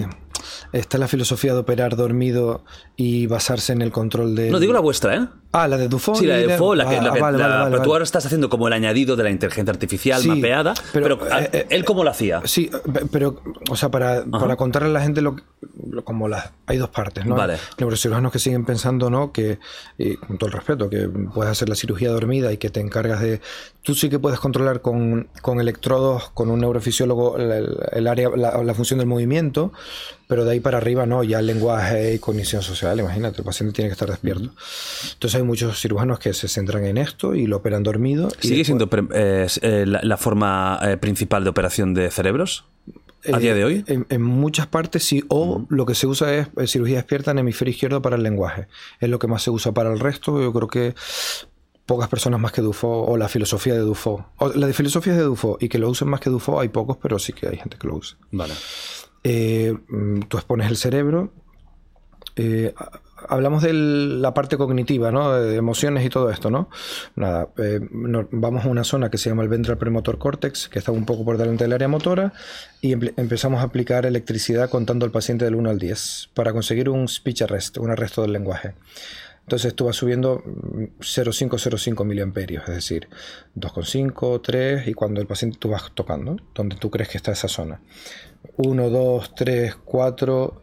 está la filosofía de operar dormido y basarse en el control de...
No, digo la vuestra, ¿eh?
Ah, la de Dufault.
Sí, la de Dufault, pero tú
vale.
ahora estás haciendo como el añadido de la inteligencia artificial
Sí,
mapeada, pero ¿él cómo lo hacía?
Sí, pero, o sea, para contarle a la gente hay dos partes, ¿no?
Vale.
Neurocirujanos que siguen pensando, ¿no? Que, con todo el respeto, que puedes hacer la cirugía dormida y que te encargas de... Tú sí que puedes controlar con electrodos, con un neurofisiólogo, el área, la función del movimiento, pero de ahí para arriba no, ya el lenguaje y cognición social, imagínate, el paciente tiene que estar despierto. Entonces hay muchos cirujanos que se centran en esto y lo operan dormido.
¿Sigue siendo la forma principal de operación de cerebros a día de hoy?
En muchas partes sí, o lo que se usa es cirugía despierta en hemisferio izquierdo para el lenguaje. Es lo que más se usa para el resto. Yo creo que pocas personas más que Dufault, o la filosofía de Dufault. O la de filosofía de Dufault, y que lo usen más que Dufault hay pocos, pero sí que hay gente que lo usa.
Vale.
Tú expones el cerebro. Hablamos de la parte cognitiva, ¿no? De emociones y todo esto, ¿no? Nada, vamos a una zona que se llama el ventral premotor cortex, que está un poco por delante del área motora, y empezamos a aplicar electricidad contando al paciente del 1 al 10 para conseguir un speech arrest, un arresto del lenguaje. Entonces tú vas subiendo 0,505 miliamperios, es decir, 2,5, 3, y cuando el paciente tú vas tocando, donde tú crees que está esa zona. 1, 2, 3, 4...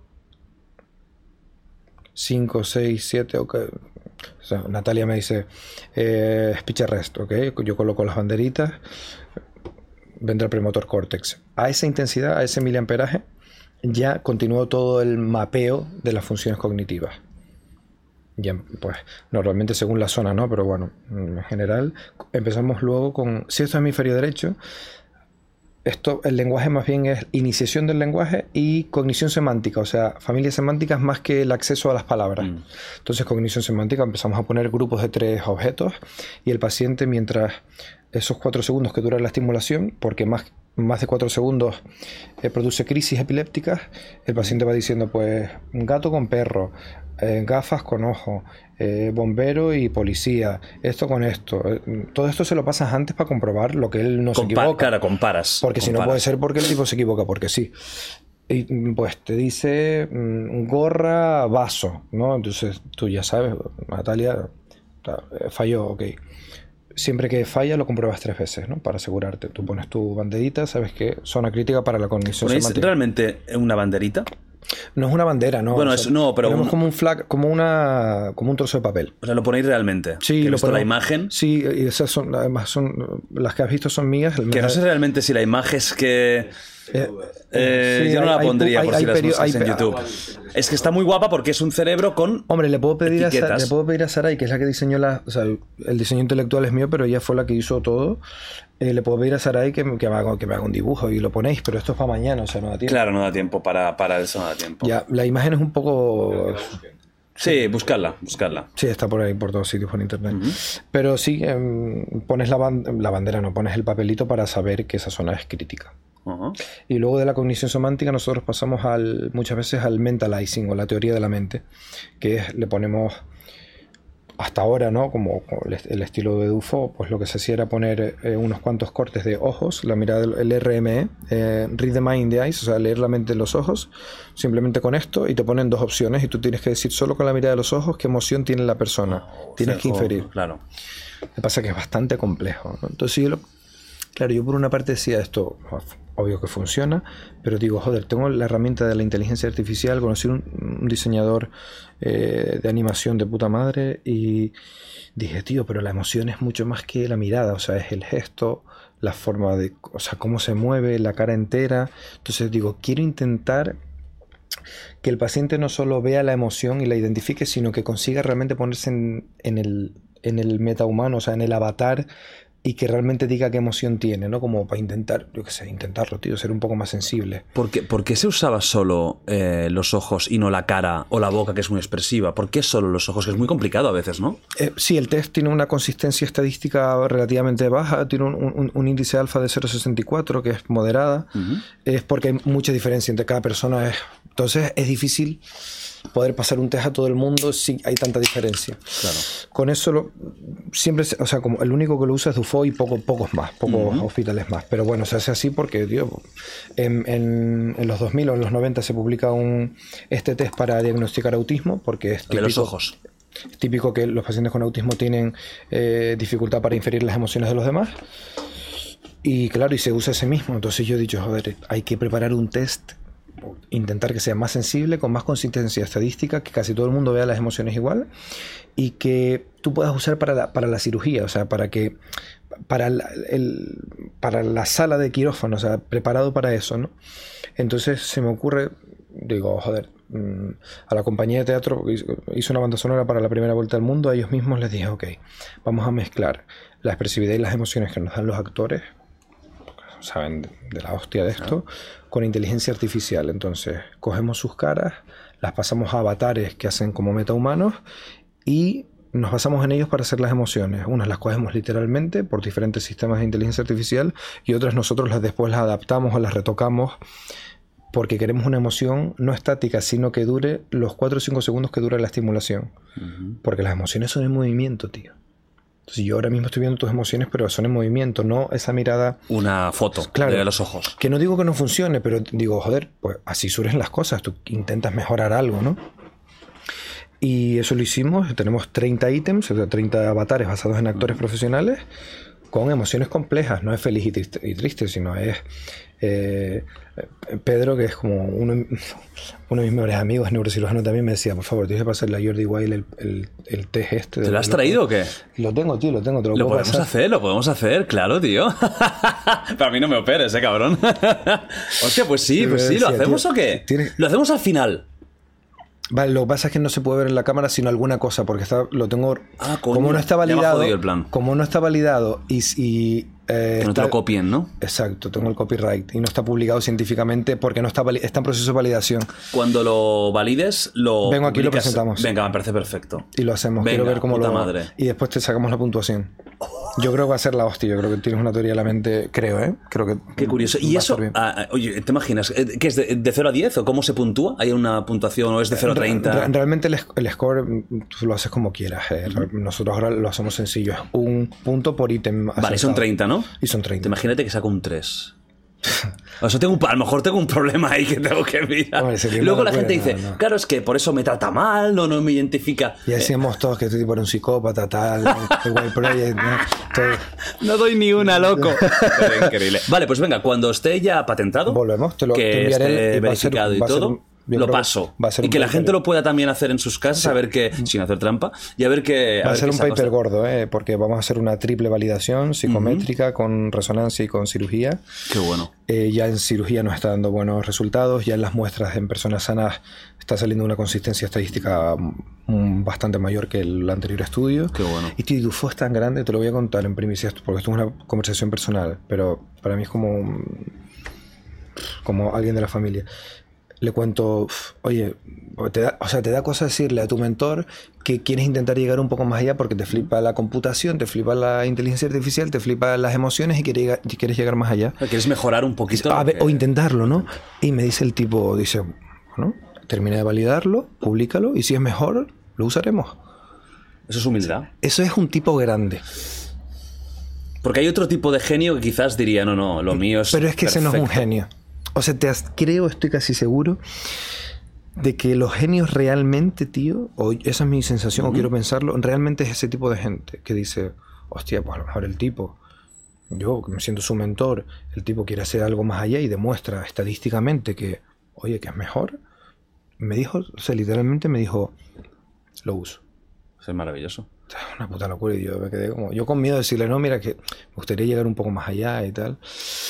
5, 6, 7, ok. O sea, Natalia me dice speech arrest, ok. Yo coloco las banderitas, ventral premotor cortex. A esa intensidad, a ese miliamperaje, ya continuó todo el mapeo de las funciones cognitivas. Ya, pues, normalmente según la zona, ¿no? Pero bueno, en general, empezamos luego con... Si esto es hemisferio derecho, el lenguaje más bien es iniciación del lenguaje y cognición semántica, o sea, familias semánticas más que el acceso a las palabras. Entonces, cognición semántica, empezamos a poner grupos de 3 objetos y el paciente, mientras esos 4 segundos que dura la estimulación, porque más de 4 segundos produce crisis epilépticas, el paciente va diciendo, pues, gato con perro, gafas con ojo, bombero y policía, esto con esto. Todo esto se lo pasas antes para comprobar lo que él no se equivoca.
Claro, comparas.
Porque si no puede ser porque el tipo se equivoca, porque sí. Y pues te dice gorra, vaso, ¿no? Entonces tú ya sabes, Natalia falló, ok. Siempre que falla lo compruebas 3 veces, ¿no? Para asegurarte. Tú pones tu banderita, sabes que zona crítica para la cognición semántica.
¿Es realmente una banderita?
No es una bandera, ¿no?
Bueno,
o sea,
no, pero...
Tenemos como un flag, como un trozo de papel.
O sea, lo ponéis realmente.
Sí,
¿Que
lo
ponemos la imagen?
Sí, y esas son, además son... Las que has visto son mías.
Que no sé realmente si la imagen es que...
sí,
yo no la pondría por si las buscas en YouTube.
Ah,
Es que está muy guapa porque es un cerebro con...
Hombre, le puedo pedir
etiquetas.
a Saray, que es la que diseñó o sea, el diseño intelectual es mío, pero ella fue la que hizo todo. Le puedo pedir a Saray que me haga un dibujo y lo ponéis, pero esto es para mañana, o sea, no da tiempo.
Claro, no da tiempo para eso, no da tiempo.
Ya, la imagen es un poco...
Sí, buscarla.
Sí, está por ahí, por todos sitios, por internet. Pero sí, pones la bandera, no, pones el papelito para saber que esa zona es crítica. Y luego de la cognición semántica nosotros pasamos muchas veces al mentalizing o la teoría de la mente, que es, le ponemos hasta ahora, ¿no? Como el estilo de Dufault, pues lo que se hacía era poner unos cuantos cortes de ojos, la mirada del RME, read the mind in the eyes, o sea, leer la mente en los ojos, simplemente con esto, y te ponen 2 opciones y tú tienes que decir solo con la mirada de los ojos qué emoción tiene la persona. Tienes que inferir.
Claro.
Me pasa que es bastante complejo, ¿no? Entonces yo por una parte decía esto, obvio que funciona, pero digo, joder, tengo la herramienta de la inteligencia artificial, conocí un diseñador de animación de puta madre y dije, tío, pero la emoción es mucho más que la mirada, o sea, es el gesto, la forma de, o sea, cómo se mueve, la cara entera. Entonces digo, quiero intentar que el paciente no solo vea la emoción y la identifique, sino que consiga realmente ponerse en el metahumano, o sea, en el avatar, y que realmente diga qué emoción tiene, ¿no? Como para intentar, yo qué sé, intentarlo, tío, ser un poco más sensible.
¿Por qué se usaba solo los ojos y no la cara o la boca, que es muy expresiva? ¿Por qué solo los ojos? Que es muy complicado a veces, ¿no?
Sí, el test tiene una consistencia estadística relativamente baja, tiene un índice alfa de 0,64, que es moderada. Es porque hay mucha diferencia entre cada persona. Entonces es difícil poder pasar un test a todo el mundo si hay tanta diferencia.
Claro.
Con eso siempre, o sea, como el único que lo usa es Dufo y pocos hospitales más. Pero bueno, se hace así porque, tío, en los 2000 o en los 90 se publica este test para diagnosticar autismo, porque es típico,
de los ojos.
Es típico que los pacientes con autismo tienen dificultad para inferir las emociones de los demás. Y claro, y se usa ese mismo. Entonces yo he dicho, joder, hay que preparar un test, intentar que sea más sensible, con más consistencia estadística, que casi todo el mundo vea las emociones igual y que tú puedas usar para la cirugía, o sea, para la sala de quirófano, o sea, preparado para eso, ¿no? Entonces se me ocurre, digo, joder, a la compañía de teatro hizo una banda sonora para la primera vuelta al mundo, a ellos mismos les dije, ok, vamos a mezclar la expresividad y las emociones que nos dan los actores, saben de la hostia de esto, con inteligencia artificial. Entonces cogemos sus caras, las pasamos a avatares que hacen como metahumanos y nos basamos en ellos para hacer las emociones. Unas las cogemos literalmente por diferentes sistemas de inteligencia artificial y otras nosotros después las adaptamos o las retocamos porque queremos una emoción no estática, sino que dure los 4 o 5 segundos que dura la estimulación. Porque las emociones son en movimiento, tío. Entonces yo ahora mismo estoy viendo tus emociones, pero son en movimiento, no esa mirada...
Una foto, claro, de los ojos.
Que no digo que no funcione, pero digo, joder, pues así surgen las cosas. Tú intentas mejorar algo, ¿no? Y eso lo hicimos. Tenemos 30 ítems, o sea, 30 avatares basados en actores profesionales con emociones complejas. No es feliz y triste, sino es... Pedro, que es como uno de mis mejores amigos, neurocirujano también, me decía, por favor, tienes que pasarle a Jordi Wild el test este.
¿Te lo has traído o qué?
Lo tengo, tío, te lo
podemos hacer, claro, tío. Pero a mí no me operes, cabrón. Hostia, pues sí, ¿lo hacemos o qué? Lo hacemos al final.
Vale, lo que pasa es que no se puede ver en la cámara sino alguna cosa, porque lo tengo...
coño,
como no está validado,
el plan.
Como no está validado y
que no te lo copien, ¿no?
Exacto, tengo el copyright y no está publicado científicamente porque no está en proceso de validación.
Cuando lo valides, lo
vengo aquí y lo
publicas.
presentamos.
Venga, me parece perfecto.
Y lo hacemos.
Venga,
quiero ver cómo
puta madre.
Y después te sacamos la puntuación. Yo creo que va a ser la hostia. Yo creo que tienes una teoría en la mente, creo, Creo que...
Qué curioso. ¿Y eso? Oye, ¿te imaginas? ¿Qué es de 0 a 10 o cómo se puntúa? ¿Hay una puntuación o es de 0 a 30?
Realmente el score tú lo haces como quieras. Nosotros ahora lo hacemos sencillo. Es un punto por ítem.
Vale, son 30, ¿no?
Y son 30.
Imagínate que saco un 3. O sea, a lo mejor tengo un problema ahí que tengo que mirar. Hombre, luego la gente dice, claro, es que por eso me trata mal, no me identifica.
Y decíamos todos que este tipo era un psicópata, tal, igual Project,
no doy ni una, loco. Pero increíble. Vale, pues venga, cuando esté ya patentado,
volvemos, te
enviaré esté verificado y todo. Lo paso. Y que la gente lo pueda también hacer en sus casas, a ver que, sin hacer trampa, y a ver que...
Va a ser un paper gordo, porque vamos a hacer una triple validación psicométrica con resonancia y con cirugía.
Qué bueno.
Ya en cirugía nos está dando buenos resultados, ya en las muestras en personas sanas está saliendo una consistencia estadística bastante mayor que el anterior estudio.
Qué bueno.
Y tío, Dufo es tan grande, te lo voy a contar en primicia, porque esto es una conversación personal, pero para mí es como alguien de la familia. Le cuento, oye, te da cosa decirle a tu mentor que quieres intentar llegar un poco más allá porque te flipa la computación, te flipa la inteligencia artificial, te flipa las emociones y quieres llegar más allá.
¿Quieres mejorar un poquito?
O intentarlo, ¿no? Y me dice el tipo, bueno, termina de validarlo, públicalo y si es mejor, lo usaremos.
Eso es humildad.
Eso es un tipo grande.
Porque hay otro tipo de genio que quizás diría, no, lo mío es
Pero es que
perfecto.
Ese no es un genio. O sea, estoy casi seguro de que los genios realmente, tío, o esa es mi sensación, o quiero pensarlo, realmente es ese tipo de gente que dice, hostia, pues a lo mejor el tipo, yo que me siento su mentor, el tipo quiere hacer algo más allá y demuestra estadísticamente que, oye, que es mejor. Me dijo, o sea, literalmente me dijo, lo uso.
Eso es maravilloso.
Una puta locura y yo me quedé como, yo con miedo de decirle, no, mira que me gustaría llegar un poco más allá y tal.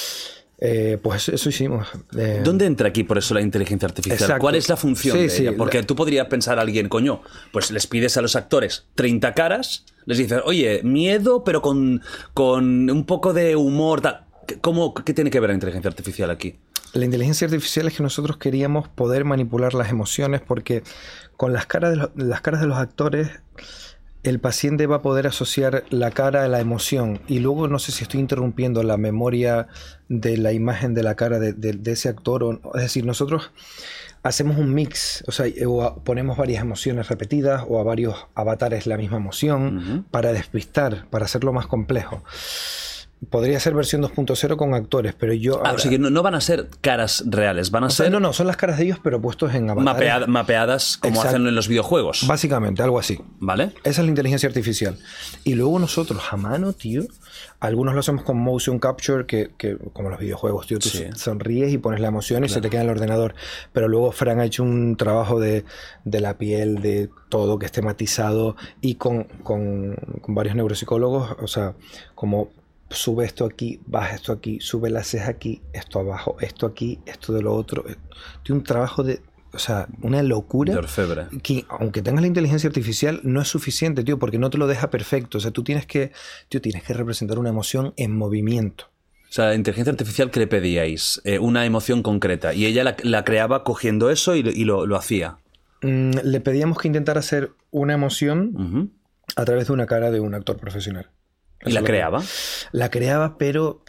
Pues eso hicimos.
¿Dónde entra aquí por eso la inteligencia artificial?
Exacto.
¿Cuál es la función de ella? Porque tú podrías pensar a alguien, coño, pues les pides a los actores 30 caras, les dices, oye, miedo, pero con un poco de humor. ¿Qué tiene que ver la inteligencia artificial aquí?
La inteligencia artificial es que nosotros queríamos poder manipular las emociones porque con las caras de los actores el paciente va a poder asociar la cara a la emoción y luego no sé si estoy interrumpiendo la memoria de la imagen de la cara de ese actor es decir, nosotros hacemos un mix, o sea, ponemos varias emociones repetidas o a varios avatares la misma emoción para despistar, para hacerlo más complejo. Podría ser versión 2.0 con actores, pero yo...
O sea que no van a ser caras reales, van a ser...
No, son las caras de ellos, pero puestos en avatares.
Mapeadas como hacen en los videojuegos.
Básicamente, algo así.
¿Vale?
Esa es la inteligencia artificial. Y luego nosotros, a mano, tío, algunos lo hacemos con motion capture, que como los videojuegos, tío, tú sonríes y pones la emoción y se te queda en el ordenador. Pero luego Fran ha hecho un trabajo de la piel, de todo, que esté matizado, y con varios neuropsicólogos, o sea, como... Sube esto aquí, baja esto aquí, sube las cejas aquí, esto abajo, esto aquí, esto de lo otro. Tiene un trabajo de... O sea, una locura.
De orfebre.
Que aunque tengas la inteligencia artificial, no es suficiente, tío, porque no te lo deja perfecto. O sea, tú tienes que representar una emoción en movimiento.
O sea, la inteligencia artificial que le pedíais, una emoción concreta, y ella la creaba cogiendo eso y lo hacía.
Le pedíamos que intentara hacer una emoción a través de una cara de un actor profesional.
¿Y la creaba?
La creaba, pero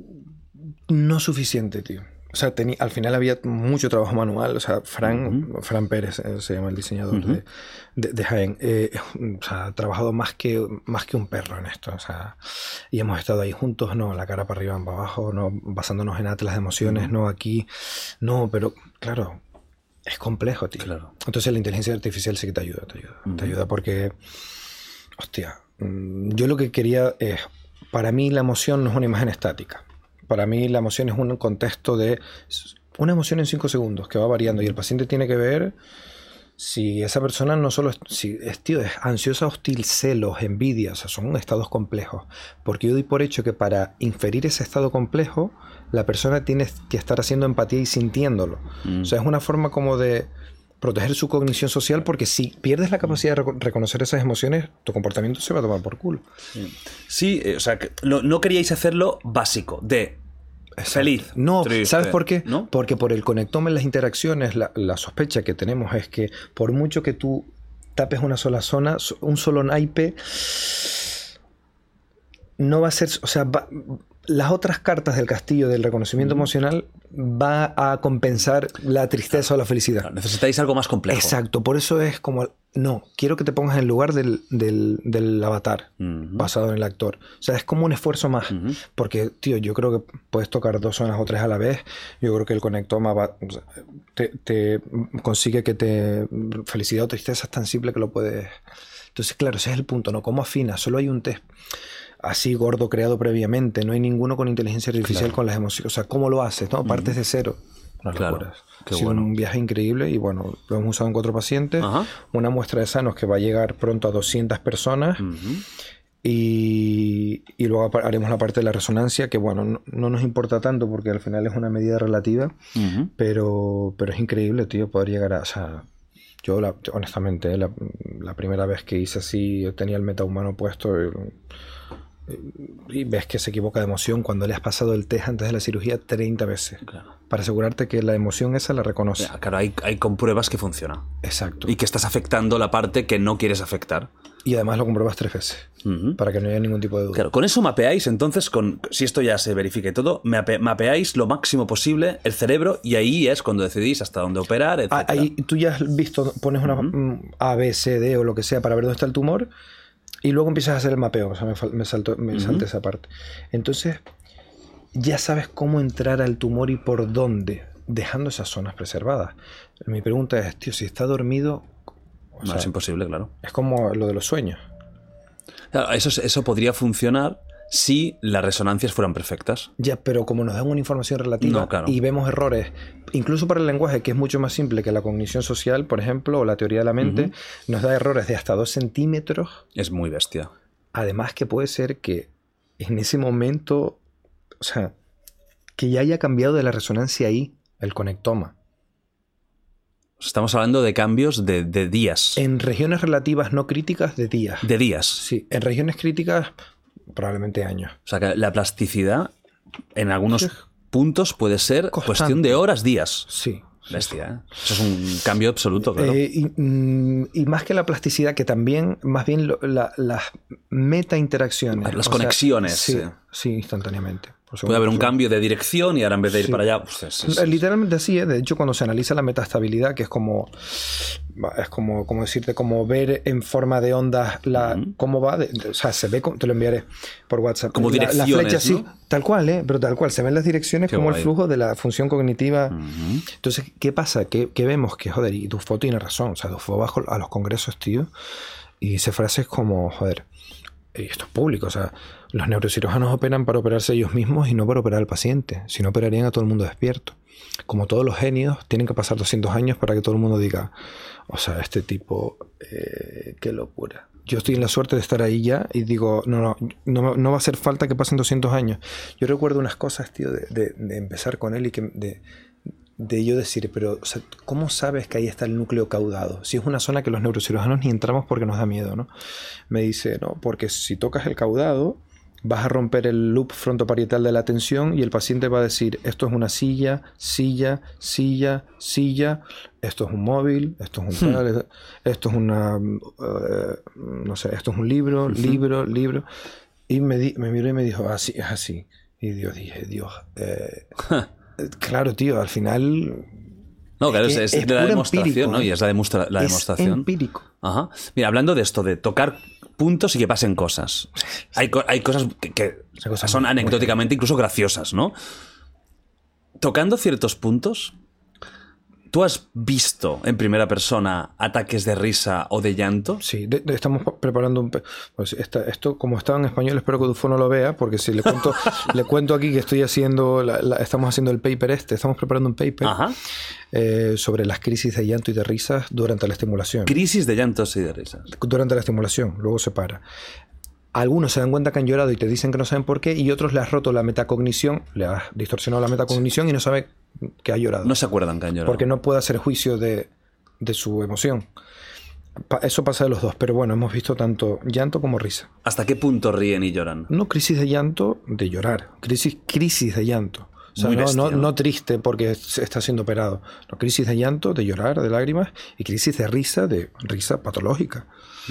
no suficiente, tío. O sea, al final había mucho trabajo manual. O sea, Fran Pérez se llama el diseñador de Jaén. O sea, ha trabajado más que un perro en esto. O sea, y hemos estado ahí juntos, no, la cara para arriba, para abajo, no, basándonos en atlas de emociones, no aquí, no, pero claro, es complejo, tío.
Claro.
Entonces la inteligencia artificial sí que te ayuda. Te ayuda porque, hostia, yo lo que quería es, para mí la emoción no es una imagen estática. Para mí la emoción es un contexto de una emoción en 5 segundos que va variando y el paciente tiene que ver si esa persona no solo es ansiosa, hostil, celos, envidia, o sea, son estados complejos. Porque yo doy por hecho que para inferir ese estado complejo, la persona tiene que estar haciendo empatía y sintiéndolo. O sea, es una forma como de proteger su cognición social, porque si pierdes la capacidad de reconocer esas emociones, tu comportamiento se va a tomar por culo.
Sí, o sea, no queríais hacerlo básico, de feliz.
No,
triste,
¿sabes por qué?
¿no?
Porque por el conectoma en las interacciones, la sospecha que tenemos es que por mucho que tú tapes una sola zona, un solo naipe, no va a ser, o sea, las otras cartas del castillo del reconocimiento emocional va a compensar la tristeza o la felicidad.
Claro, necesitáis algo más complejo.
Exacto, por eso es como, no, quiero que te pongas en el lugar del avatar basado en el actor. O sea, es como un esfuerzo más. Porque, tío, yo creo que puedes tocar 2 zonas o 3 a la vez. Yo creo que el conectoma te consigue que felicidad o tristeza es tan simple que lo puedes... Entonces, claro, ese es el punto, ¿no? ¿Cómo afinas? Solo hay un test así gordo creado previamente, no hay ninguno con inteligencia artificial con las emociones. O sea, ¿cómo lo haces? ¿No? Partes de cero. Una locura. Ha sido un viaje increíble y bueno, lo hemos usado en 4 pacientes. Una muestra de sanos que va a llegar pronto a 200 personas. Y luego haremos la parte de la resonancia, que bueno, no nos importa tanto porque al final es una medida relativa, pero es increíble, tío, poder llegar a... O sea, yo honestamente, la primera vez que hice así, yo tenía el metahumano puesto y ves que se equivoca de emoción cuando le has pasado el test antes de la cirugía 30 veces. Claro. Para asegurarte que la emoción esa la reconoce.
Claro, hay compruebas que funciona.
Exacto.
Y que estás afectando la parte que no quieres afectar.
Y además lo compruebas 3 veces. Para que no haya ningún tipo de duda.
Claro, con eso mapeáis, entonces, si esto ya se verifica y todo, mapeáis lo máximo posible el cerebro y ahí es cuando decidís hasta dónde operar, etc.
Ahí tú ya has visto, pones una A, B, C, D o lo que sea para ver dónde está el tumor y luego empiezas a hacer el mapeo. O sea, me salté esa parte. Entonces, ya sabes cómo entrar al tumor y por dónde, dejando esas zonas preservadas. Mi pregunta es, tío, si está dormido...
No, es imposible, claro.
Es como lo de los sueños.
Claro, eso podría funcionar si las resonancias fueran perfectas.
Ya, pero como nos dan una información relativa y vemos errores, incluso para el lenguaje, que es mucho más simple que la cognición social, por ejemplo, o la teoría de la mente, nos da errores de hasta 2 centímetros.
Es muy bestia.
Además que puede ser que en ese momento, o sea, que ya haya cambiado de la resonancia ahí el conectoma.
Estamos hablando de cambios de días.
En regiones relativas no críticas, de días.
De días.
Sí, en regiones críticas, probablemente años.
O sea, que la plasticidad en algunos puntos puede ser cuestión de horas, días.
Sí.
Bestia, ¿eh? Eso es un cambio absoluto, claro.
Y más que la plasticidad, que también, más bien las meta interacciones.
Las conexiones.
Sí, instantáneamente.
Puede haber un cambio de dirección y ahora en vez de ir para allá... Pues
literalmente así, ¿eh? De hecho, cuando se analiza la metastabilidad, que es como decirte, como ver en forma de ondas cómo va, o sea, se ve, te lo enviaré por WhatsApp.
Como direcciones,
la flecha,
¿no?
sí, tal cual, pero tal cual, se ven las direcciones. Qué como guay. El flujo de la función cognitiva. Entonces, ¿qué pasa? ¿Qué vemos? Que, joder, y Dufault tiene razón, o sea, Dufault va a los congresos, tío, y dice frases como, joder, y esto es público, o sea, los neurocirujanos operan para operarse ellos mismos y no para operar al paciente, si no operarían a todo el mundo despierto. Como todos los genios, tienen que pasar 200 años para que todo el mundo diga, o sea, este tipo, qué locura. Yo estoy en la suerte de estar ahí ya y digo, no va a hacer falta que pasen 200 años. Yo recuerdo unas cosas, tío, de empezar con él y que de yo decir, pero o sea, ¿cómo sabes que ahí está el núcleo caudado? Si es una zona que los neurocirujanos ni entramos porque nos da miedo, ¿no? Me dice, no, porque si tocas el caudado vas a romper el loop frontoparietal de la atención y el paciente va a decir, esto es una silla, silla, silla, silla, esto es un móvil, esto es un tal, esto es una, no sé, esto es un libro, libro. Y me miró y me dijo, así, es así. Y dije, Dios, claro, tío, al final...
No, claro, es de la demostración, empírico, ¿no? Y es la demostración.
Es empírico.
Ajá. Mira, hablando de esto, de tocar puntos y que pasen cosas. Hay cosas que son anecdóticamente incluso graciosas, ¿no? Tocando ciertos puntos, ¿tú has visto en primera persona ataques de risa o de llanto?
Sí, estamos preparando un... Pues esto, como estaba en español, espero que Dufault no lo vea, porque si le cuento, le cuento aquí que estoy haciendo... estamos haciendo el paper estamos preparando un paper sobre las crisis de llanto y de risas durante la estimulación.
Crisis de llantos y de risas.
Durante la estimulación, luego se para. Algunos se dan cuenta que han llorado y te dicen que no saben por qué, y otros le has roto la metacognición, le has distorsionado la metacognición y no sabe que ha llorado.
No se acuerdan que han llorado.
Porque no puede hacer juicio de su emoción. Eso pasa de los dos, pero bueno, hemos visto tanto llanto como risa.
¿Hasta qué punto ríen y lloran?
No crisis de llanto, de llorar. Crisis de llanto. O sea, no triste porque está siendo operado. No, crisis de llanto, de llorar, de lágrimas, y crisis de risa patológica.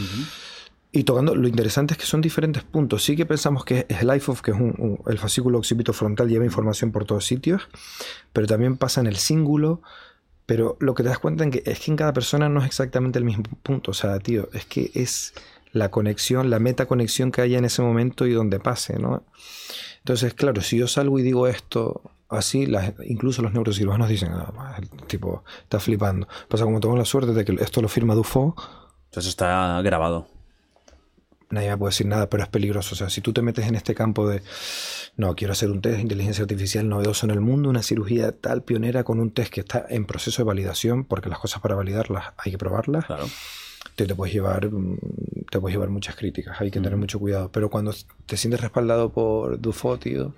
Y tocando, lo interesante es que son diferentes puntos. Sí que pensamos que es el IFOF, que es el fascículo occipitofrontal, lleva información por todos sitios, pero también pasa en el cíngulo. Pero lo que te das cuenta es que en cada persona no es exactamente el mismo punto. O sea, tío, es que es la conexión, la metaconexión que haya en ese momento y donde pase, ¿no? Entonces, claro, si yo salgo y digo esto así, incluso los neurocirujanos dicen, el tipo está flipando. Pasa como tengo la suerte de que esto lo firma Dufault.
Entonces está grabado.
Nadie me puede decir nada, pero es peligroso. O sea, si tú te metes en este campo de no, quiero hacer un test de inteligencia artificial novedoso en el mundo, una cirugía tal pionera con un test que está en proceso de validación, porque las cosas para validarlas hay que probarlas, claro. te puedes llevar muchas críticas, hay que tener mucho cuidado. Pero cuando te sientes respaldado por Dufault, tío...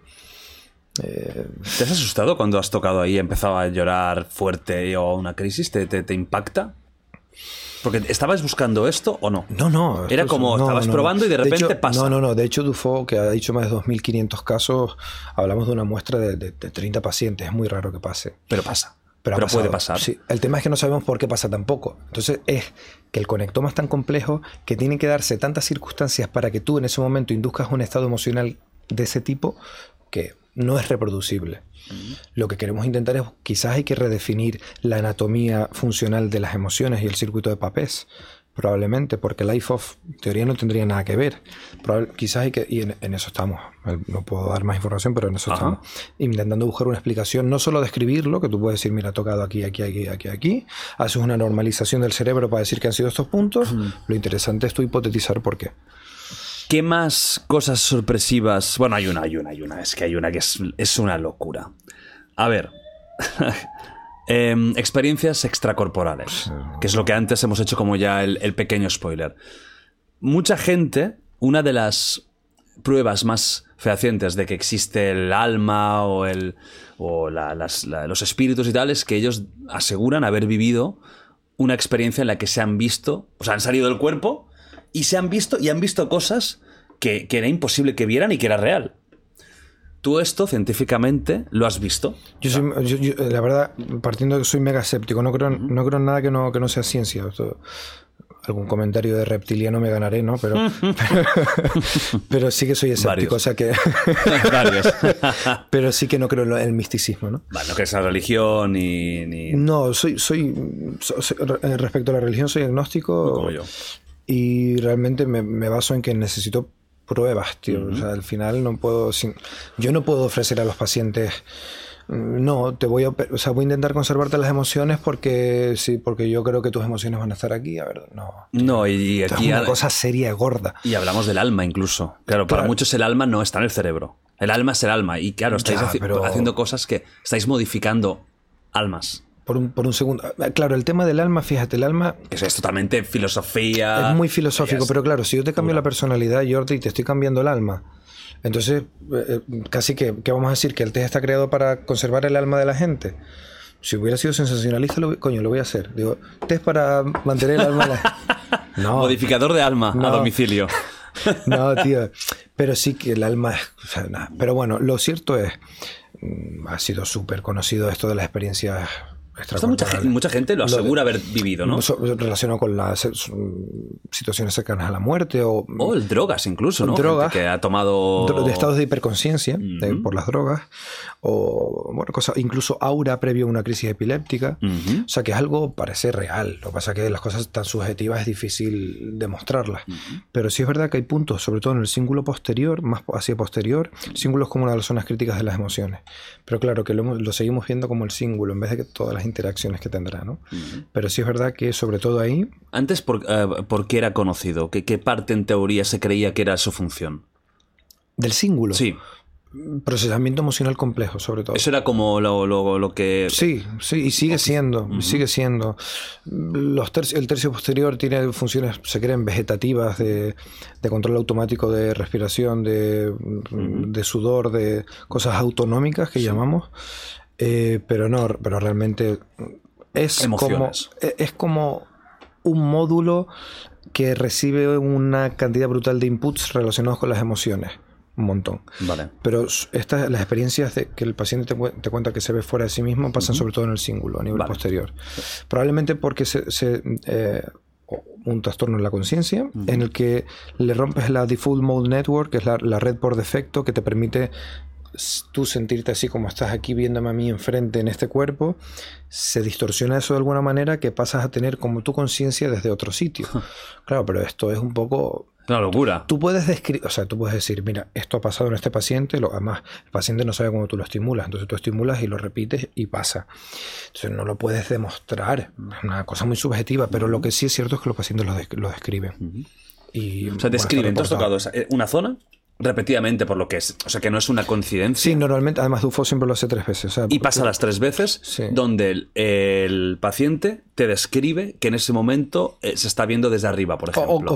¿Te has asustado cuando has tocado ahí y empezado a llorar fuerte o una crisis? ¿Te impacta? Porque ¿estabas buscando esto o no?
No.
Era como estabas probando y de repente pasa.
No. De hecho, Dufault, que ha dicho más de 2.500 casos, hablamos de una muestra de 30 pacientes. Es muy raro que pase.
Pero pasa. Pero puede pasar.
Sí. El tema es que no sabemos por qué pasa tampoco. Entonces es que el conectoma es tan complejo que tienen que darse tantas circunstancias para que tú en ese momento induzcas un estado emocional de ese tipo que no es reproducible. Lo que queremos intentar es, quizás hay que redefinir la anatomía funcional de las emociones y el circuito de Papez, probablemente, porque el IFOF en teoría no tendría nada que ver. Quizás hay que, y en eso estamos, no puedo dar más información, pero en eso estamos, intentando buscar una explicación, no solo describirlo, que tú puedes decir, mira, ha tocado aquí, haces una normalización del cerebro para decir que han sido estos puntos. Lo interesante es tú hipotetizar por qué.
¿Qué más cosas sorpresivas? Bueno, hay una. Es que hay una que es una locura. A ver. Experiencias extracorporales. Que es lo que antes hemos hecho como ya el pequeño spoiler. Mucha gente, una de las pruebas más fehacientes de que existe el alma o los espíritus y tal es que ellos aseguran haber vivido una experiencia en la que se han visto, o sea, han salido del cuerpo y han visto cosas que era imposible que vieran y que era real. ¿Tú esto científicamente lo has visto?
Yo la verdad, partiendo de que soy mega escéptico, no creo en nada que no sea ciencia. algún comentario de reptiliano me ganaré, ¿no? Pero sí que soy escéptico, o sea que...
Varios.
Pero sí que no creo en el misticismo, ¿no?
Vale, no crees en la religión ni...
No, soy respecto a la religión soy agnóstico.
Como yo.
Y realmente me baso en que necesito pruebas, tío. O sea, al final no puedo... Yo no puedo ofrecer a los pacientes... No, voy a intentar conservarte las emociones porque yo creo que tus emociones van a estar aquí. A ver, no.
No, y aquí
es una cosa seria y gorda.
Y hablamos del alma incluso. Claro, para muchos el alma no está en el cerebro. El alma es el alma. Y claro, estáis haciendo cosas que estáis modificando almas.
Por un segundo. Claro, el tema del alma, fíjate, el alma...
Eso es totalmente filosofía.
Es muy filosófico, pero claro, si yo te cambio la personalidad, Jordi, y te estoy cambiando el alma... Entonces, casi que, ¿qué vamos a decir? ¿Que el test está creado para conservar el alma de la gente? Si hubiera sido sensacionalista, lo voy a hacer. Digo, test para mantener el alma de la gente. No.
Modificador de alma a domicilio.
No, tío. Pero sí que el alma es... O sea, nada. Pero bueno, lo cierto es... Ha sido súper conocido esto de las experiencias...
Mucha gente lo asegura haber vivido, ¿no?
Relacionado con las situaciones cercanas a la muerte o
drogas incluso, ¿no?
Drogas,
gente que ha tomado...
de estados de hiperconciencia por las drogas o bueno, cosas, incluso aura previo a una crisis epiléptica. O sea, que es algo parece real. Lo que pasa es que las cosas tan subjetivas es difícil demostrarlas. Pero sí es verdad que hay puntos, sobre todo en el cíngulo posterior, más hacia posterior. El cíngulo es como una de las zonas críticas de las emociones. Pero claro, que lo seguimos viendo como el cíngulo en vez de que todas las interacciones que tendrá, ¿no? Pero sí es verdad que sobre todo ahí...
Antes, ¿por qué era conocido? ¿Qué parte en teoría se creía que era su función?
¿Del cíngulo?
Sí.
Procesamiento emocional complejo, sobre todo.
Eso era como lo que...
Sí, y sigue siendo. Sigue siendo. El tercio posterior tiene funciones, se creen, vegetativas de control automático de respiración, de sudor, de cosas autonómicas que llamamos. Pero realmente es como un módulo que recibe una cantidad brutal de inputs relacionados con las emociones. Un montón. Vale. Pero las experiencias de que el paciente te cuenta que se ve fuera de sí mismo pasan sobre todo en el cíngulo, a nivel posterior. Probablemente porque un trastorno en la conciencia en el que le rompes la Default Mode Network, que es la red por defecto que te permite tú sentirte así como estás aquí viéndome a mí enfrente en este cuerpo. Se distorsiona eso de alguna manera que pasas a tener como tu conciencia desde otro sitio. Claro, pero esto es un poco...
Una locura.
Tú puedes decir, mira, esto ha pasado en este paciente, además el paciente no sabe cómo tú lo estimulas, entonces tú estimulas y lo repites y pasa. Entonces no lo puedes demostrar, es una cosa muy subjetiva, pero lo que sí es cierto es que los pacientes lo describen.
O sea, describen, ¿tú has tocado una zona? Repetidamente, por lo que es. O sea, que no es una coincidencia.
Sí, normalmente, además Dufault siempre lo hace 3 veces. O sea,
y pasa las 3 veces donde el paciente te describe que en ese momento se está viendo desde arriba, por ejemplo.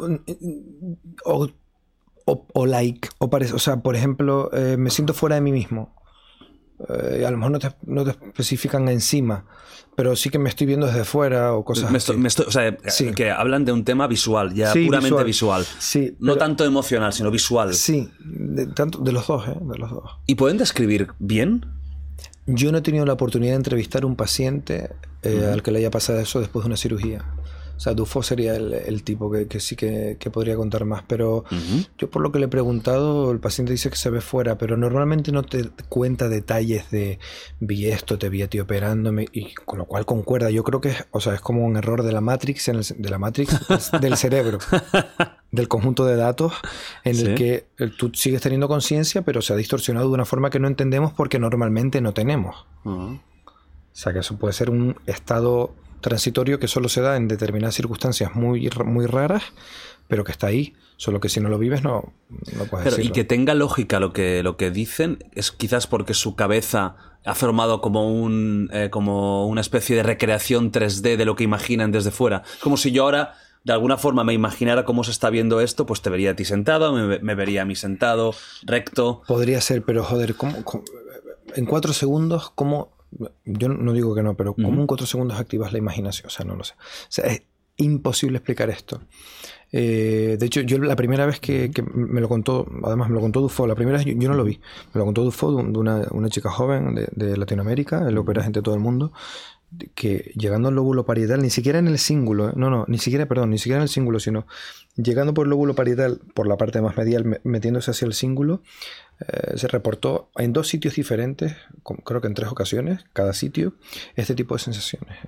O sea, por ejemplo, me siento fuera de mí mismo. A lo mejor no te especifican encima, pero sí que me estoy viendo desde fuera o cosas así.
Que hablan de un tema visual, ya puramente visual.
Sí,
no tanto emocional, sino visual.
Sí, de los dos, de los dos.
¿Y pueden describir bien?
Yo no he tenido la oportunidad de entrevistar a un paciente al que le haya pasado eso después de una cirugía. O sea, Dufault sería el tipo que sí que podría contar más. Pero yo por lo que le he preguntado, el paciente dice que se ve fuera, pero normalmente no te cuenta detalles de vi esto, te vi a ti operándome, y con lo cual concuerda. Yo creo que es como un error de la Matrix, del cerebro, del conjunto de datos en el que tú sigues teniendo conciencia, pero se ha distorsionado de una forma que no entendemos porque normalmente no tenemos. O sea, que eso puede ser un estado transitorio que solo se da en determinadas circunstancias muy, muy raras, pero que está ahí. Solo que si no lo vives no puedes decirlo.
Y que tenga lógica lo que dicen es quizás porque su cabeza ha formado como una especie de recreación 3D de lo que imaginan desde fuera. Como si yo ahora de alguna forma me imaginara cómo se está viendo esto, pues te vería a ti sentado, me vería a mí sentado, recto.
Podría ser, pero joder, ¿cómo en 4 segundos, cómo? Yo no digo que no, pero ¿cómo en 4 segundos activas la imaginación? O sea, no lo sé. O sea, es imposible explicar esto. De hecho, yo la primera vez que me lo contó, además me lo contó Dufault, la primera vez yo no lo vi. Me lo contó Dufault, de una chica joven de Latinoamérica, él opera gente de todo el mundo. que llegando al lóbulo parietal, ni siquiera en el cíngulo, ni siquiera en el cíngulo, sino llegando por el lóbulo parietal, por la parte más medial, metiéndose hacia el cíngulo, se reportó en 2 sitios diferentes, creo que en 3 ocasiones, cada sitio, este tipo de sensaciones.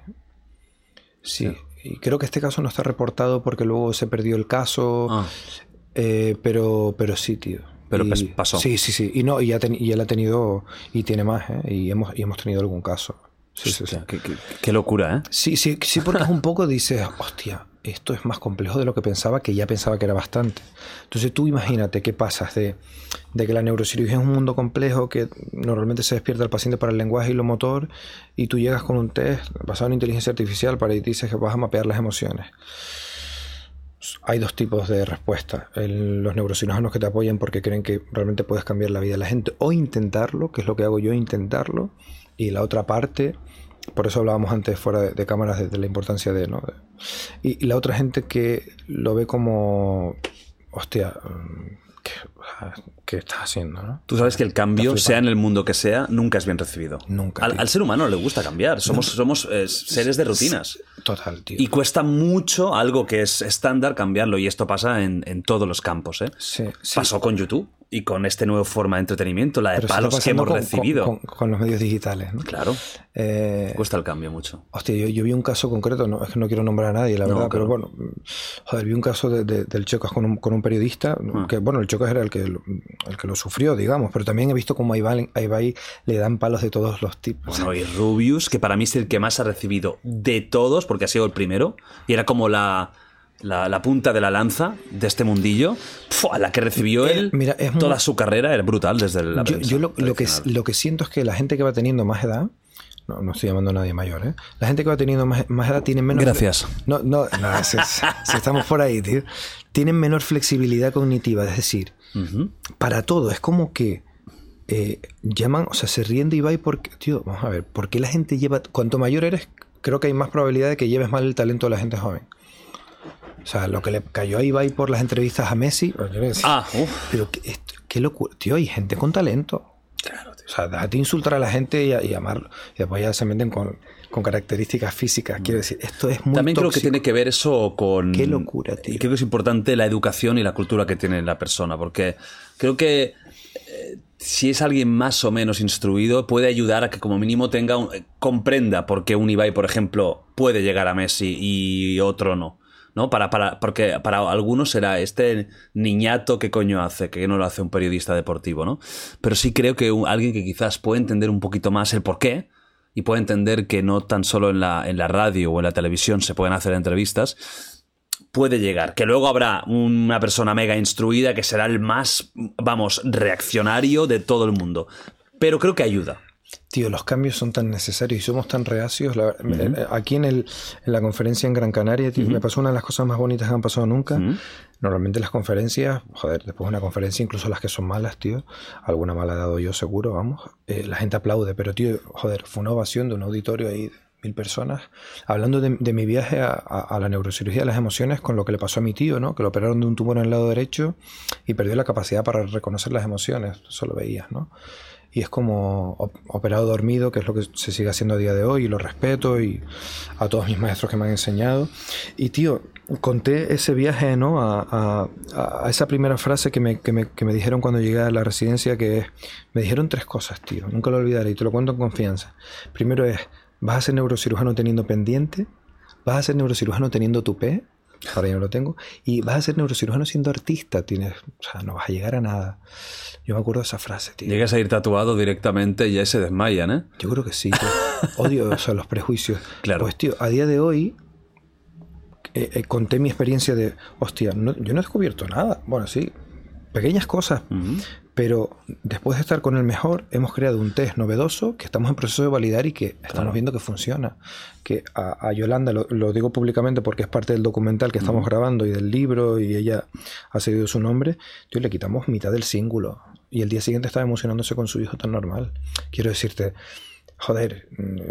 Sí, y creo que este caso no está reportado porque luego se perdió el caso, pero sí, tío.
Pero pasó.
Sí. Y él ha tenido, y tiene más, y hemos tenido algún caso. Sí.
Qué locura, ¿eh?
Sí, porque es un poco, dices, hostia, esto es más complejo de lo que pensaba, que ya pensaba que era bastante. Entonces tú imagínate qué pasas de que la neurocirugía es un mundo complejo, que normalmente se despierta el paciente para el lenguaje y lo motor, y tú llegas con un test basado en inteligencia artificial para y dices que vas a mapear las emociones. Hay 2 tipos de respuesta. Los neurocirujanos que te apoyan porque creen que realmente puedes cambiar la vida de la gente, o intentarlo, que es lo que hago yo, intentarlo. Y la otra parte, por eso hablábamos antes fuera de cámaras de la importancia de, ¿no? Y la otra gente que lo ve como, hostia, ¿qué estás haciendo, no?
Tú sabes que el cambio, sea en el mundo que sea, nunca es bien recibido.
Nunca.
Al ser humano le gusta cambiar. Somos seres de rutinas.
Total, tío.
Y cuesta mucho algo que es estándar cambiarlo. Y esto pasa en todos los campos, ¿eh?
Sí.
Pasó con YouTube y con esta nueva forma de entretenimiento, la de palos que hemos recibido.
Con los medios digitales, ¿no?
Claro. Cuesta el cambio mucho.
Hostia, yo vi un caso concreto, es que no quiero nombrar a nadie, la verdad, pero bueno, joder, vi un caso del Chocas con un periodista, que bueno, el Chocas era el que lo sufrió, digamos, pero también he visto cómo a Ibai le dan palos de todos los tipos.
Bueno, y Rubius, que para mí es el que más ha recibido de todos, porque ha sido el primero, y era como la punta de la lanza de este mundillo. ¡Fua! La que recibió él,
mira,
toda su carrera era brutal desde la prensa.
Yo lo que siento es que la gente que va teniendo más edad, no estoy llamando a nadie mayor, ¿eh? La gente que va teniendo más edad tiene menos...
Gracias.
No, si estamos por ahí, tío. Tienen menor flexibilidad cognitiva, es decir, para todo. Es como que llaman, o sea, se ríen de Ibai porque... Tío, vamos a ver, ¿por qué la gente lleva... Cuanto mayor eres, creo que hay más probabilidad de que lleves mal el talento de la gente joven. O sea, lo que le cayó a Ibai por las entrevistas a Messi... Pero qué locura. Tío, hay gente con talento.
Claro, tío.
O sea, déjate insultar a la gente y amarlo. Y después ya se meten con características físicas. Quiero decir, esto es muy
También
tóxico.
creo que tiene que ver eso con...
Qué locura, tío.
Creo que es importante la educación y la cultura que tiene la persona, porque creo que si es alguien más o menos instruido, puede ayudar a que como mínimo comprenda por qué un Ibai, por ejemplo, puede llegar a Messi y otro no. ¿No? Porque para algunos será este niñato que coño hace, que no lo hace un periodista deportivo, ¿no? Pero sí creo que alguien que quizás puede entender un poquito más el porqué y puede entender que no tan solo en la radio o en la televisión se pueden hacer entrevistas, puede llegar. Que luego habrá una persona mega instruida que será el más, reaccionario de todo el mundo. Pero creo que ayuda.
Tío, los cambios son tan necesarios y somos tan reacios. Aquí en la conferencia en Gran Canaria, tío, me pasó una de las cosas más bonitas que me han pasado nunca. Normalmente las conferencias, joder, después de una conferencia, incluso las que son malas, tío, alguna mala he dado yo seguro, la gente aplaude, pero tío, joder, fue una ovación de un auditorio ahí de 1000 personas, hablando de mi viaje a la neurocirugía de las emociones con lo que le pasó a mi tío, ¿no? Que lo operaron de un tumor en el lado derecho y perdió la capacidad para reconocer las emociones, eso lo veías, ¿no? Y es como operado dormido, que es lo que se sigue haciendo a día de hoy, y lo respeto, y a todos mis maestros que me han enseñado. Y tío, conté ese viaje, ¿no? A esa primera frase que me dijeron cuando llegué a la residencia, que es, me dijeron 3 cosas, tío, nunca lo olvidaré, y te lo cuento en confianza. Primero es, vas a ser neurocirujano teniendo pendiente, vas a ser neurocirujano teniendo tupé, ahora ya no lo tengo, y vas a ser neurocirujano siendo artista, o sea, no vas a llegar a nada. Yo me acuerdo de esa frase, tío.
Llegas a ir tatuado directamente y ya se desmayan, ¿eh?
Yo creo que sí, tío. Odio, o sea, los prejuicios.
Claro.
Pues, tío, a día de hoy conté mi experiencia de, hostia, yo no he descubierto nada. Bueno, sí, pequeñas cosas, pero después de estar con el mejor, hemos creado un test novedoso que estamos en proceso de validar y que estamos viendo que funciona. Que a Yolanda, lo digo públicamente porque es parte del documental que estamos grabando y del libro, y ella ha cedido su nombre, tío, le quitamos mitad del cíngulo. Y el día siguiente estaba emocionándose con su hijo tan normal. Quiero decirte, joder,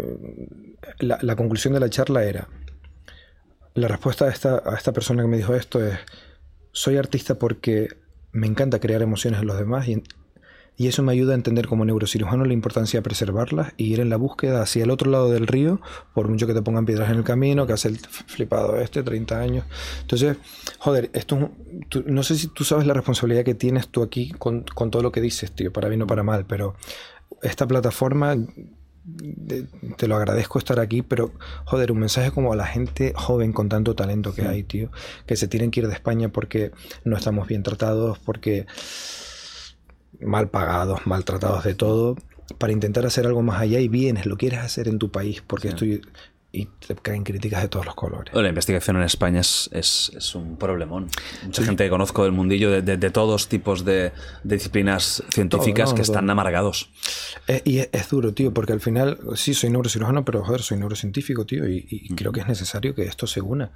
la conclusión de la charla era, la respuesta a esta persona que me dijo esto es, soy artista porque me encanta crear emociones en los demás y y eso me ayuda a entender como neurocirujano la importancia de preservarlas y ir en la búsqueda hacia el otro lado del río, por mucho que te pongan piedras en el camino, que hace el flipado 30 años. Entonces, joder, no sé si tú sabes la responsabilidad que tienes tú aquí con todo lo que dices, tío, para bien o para mal, pero esta plataforma, te lo agradezco estar aquí, pero joder, un mensaje como a la gente joven con tanto talento que hay, tío, que se tienen que ir de España porque no estamos bien tratados, porque mal pagados, maltratados de todo, para intentar hacer algo más allá, y vienes, lo quieres hacer en tu país, porque y te caen críticas de todos los colores.
La investigación en España es un problemón. Mucha gente que conozco del mundillo de todos tipos de disciplinas científicas que están amargados.
Y es duro, tío, porque al final, sí, soy neurocirujano, pero joder, soy neurocientífico, tío, y creo que es necesario que esto se una.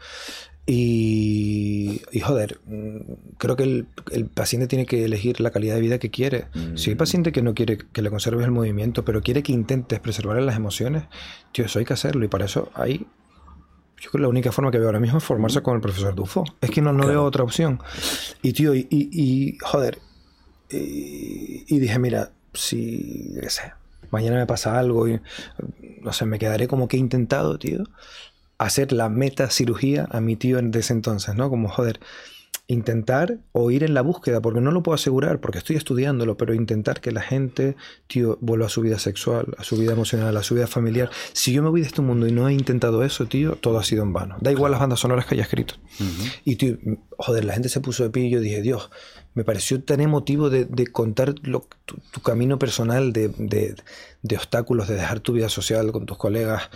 Y joder, creo que el paciente tiene que elegir la calidad de vida que quiere. Si hay paciente que no quiere que le conserves el movimiento, pero quiere que intentes preservar las emociones, tío, eso hay que hacerlo. Y para eso yo creo que la única forma que veo ahora mismo es formarse con el profesor Dufo. Es que no veo otra opción. Y tío, joder, y dije, mira, si, qué sé, mañana me pasa algo y no sé, me quedaré como que he intentado, tío, hacer la metacirugía a mi tío de ese entonces, ¿no? Como, joder, intentar o ir en la búsqueda, porque no lo puedo asegurar, porque estoy estudiándolo, pero intentar que la gente, tío, vuelva a su vida sexual, a su vida emocional, a su vida familiar. Si yo me voy de este mundo y no he intentado eso, tío, todo ha sido en vano. Da igual las bandas sonoras que haya escrito. Y, tío, joder, la gente se puso de pie y yo dije, Dios, me pareció tan emotivo de contar tu camino personal de obstáculos, de dejar tu vida social con tus colegas,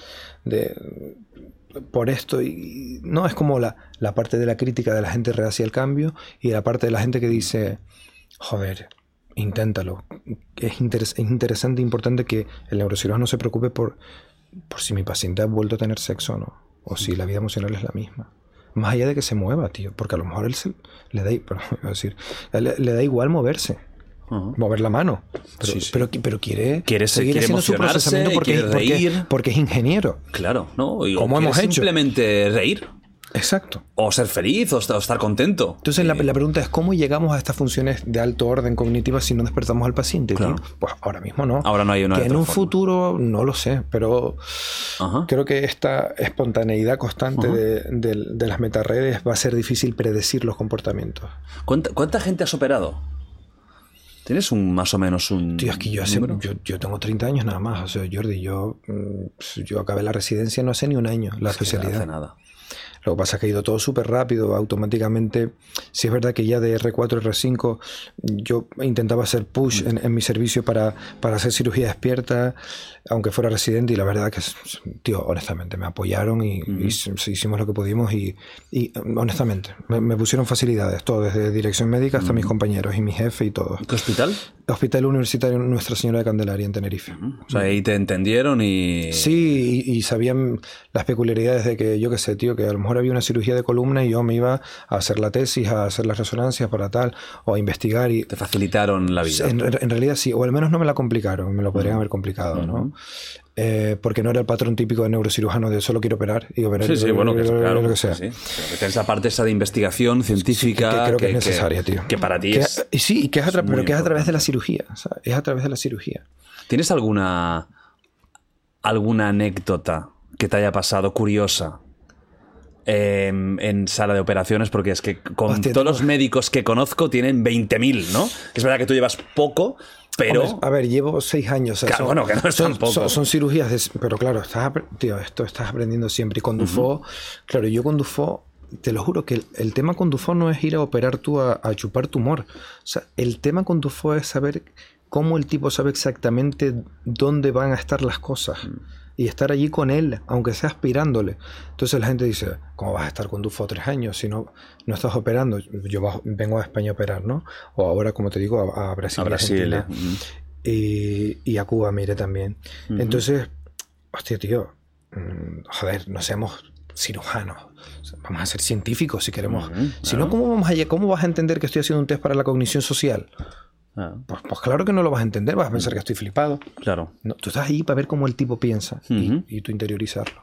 por esto, y no es como la parte de la crítica de la gente reacia al cambio y la parte de la gente que dice, joder, inténtalo. Es interesante e importante que el neurocirujano no se preocupe por si mi paciente ha vuelto a tener sexo o no, o si la vida emocional es la misma. Más allá de que se mueva, tío, porque a lo mejor le da igual moverse. Mover la mano, pero quiere seguir haciendo su procesamiento porque es ingeniero.
Claro, ¿no?
¿Cómo hemos hecho?
Simplemente reír.
Exacto.
O ser feliz, o estar contento.
Entonces la pregunta es, ¿cómo llegamos a estas funciones de alto orden cognitivas si no despertamos al paciente?
Claro.
Pues ahora mismo no.
Ahora no hay una.
Que en un futuro, no lo sé, pero creo que esta espontaneidad constante de las metaredes va a ser difícil predecir los comportamios.
¿Cuánta gente has operado? ¿Tienes más o menos un
Tío, es que yo tengo 30 años nada más. O sea, Jordi, yo acabé la residencia no hace ni un año, la especialidad.
No hace nada.
Lo que pasa es que ha ido todo súper rápido, automáticamente. Sí es verdad que ya de R4, R5 yo intentaba hacer push en mi servicio para hacer cirugía despierta, aunque fuera residente, y la verdad que, tío, honestamente, me apoyaron y hicimos lo que pudimos y honestamente, me pusieron facilidades, todo, desde dirección médica hasta mis compañeros y mi jefe y todo.
¿Qué hospital?
Hospital Universitario Nuestra Señora de Candelaria en Tenerife.
O sea, ahí te entendieron y...
Sí, y sabían las peculiaridades de que, yo qué sé, tío, que a lo mejor había una cirugía de columna y yo me iba a hacer la tesis, a hacer las resonancias para tal, o a investigar y...
Te facilitaron la vida.
En realidad sí, o al menos no me la complicaron, me lo podrían haber complicado, ¿no? Porque no era el patrón típico de neurocirujano de solo quiero operar y operar
bueno, claro,
lo que sea.
Sí. Pero que tienes la parte esa de investigación científica
que creo que es necesaria, tío.
Que para ti es...
Sí, y que es a través de la cirugía. O sea, es a través de la cirugía.
¿Tienes alguna anécdota que te haya pasado curiosa en sala de operaciones? Porque es que todos los médicos que conozco tienen 20.000, ¿no? Es verdad que tú llevas poco, pero...
Hombre, a ver, llevo 6 años.
Claro, que no es tampoco. Son
cirugías, pero claro, estás aprendiendo siempre. Y con Dufo, claro, yo con Dufo, te lo juro que el tema con Dufo no es ir a operar tú a chupar tumor. O sea, el tema con Dufo es saber cómo el tipo sabe exactamente dónde van a estar las cosas. Y estar allí con él, aunque sea aspirándole. Entonces la gente dice, ¿cómo vas a estar con Dufo 3 años si no estás operando? Yo vengo a España a operar, ¿no? O ahora, como te digo, a Brasil.
A Brasil,
y a Cuba me iré también. Entonces, hostia, tío, joder, no seamos cirujanos. Vamos a ser científicos si queremos. Si no, ¿cómo vas a entender que estoy haciendo un test para la cognición social? Pues claro que no lo vas a entender, vas a pensar que estoy flipado.
Claro.
No, tú estás ahí para ver cómo el tipo piensa y tú interiorizarlo.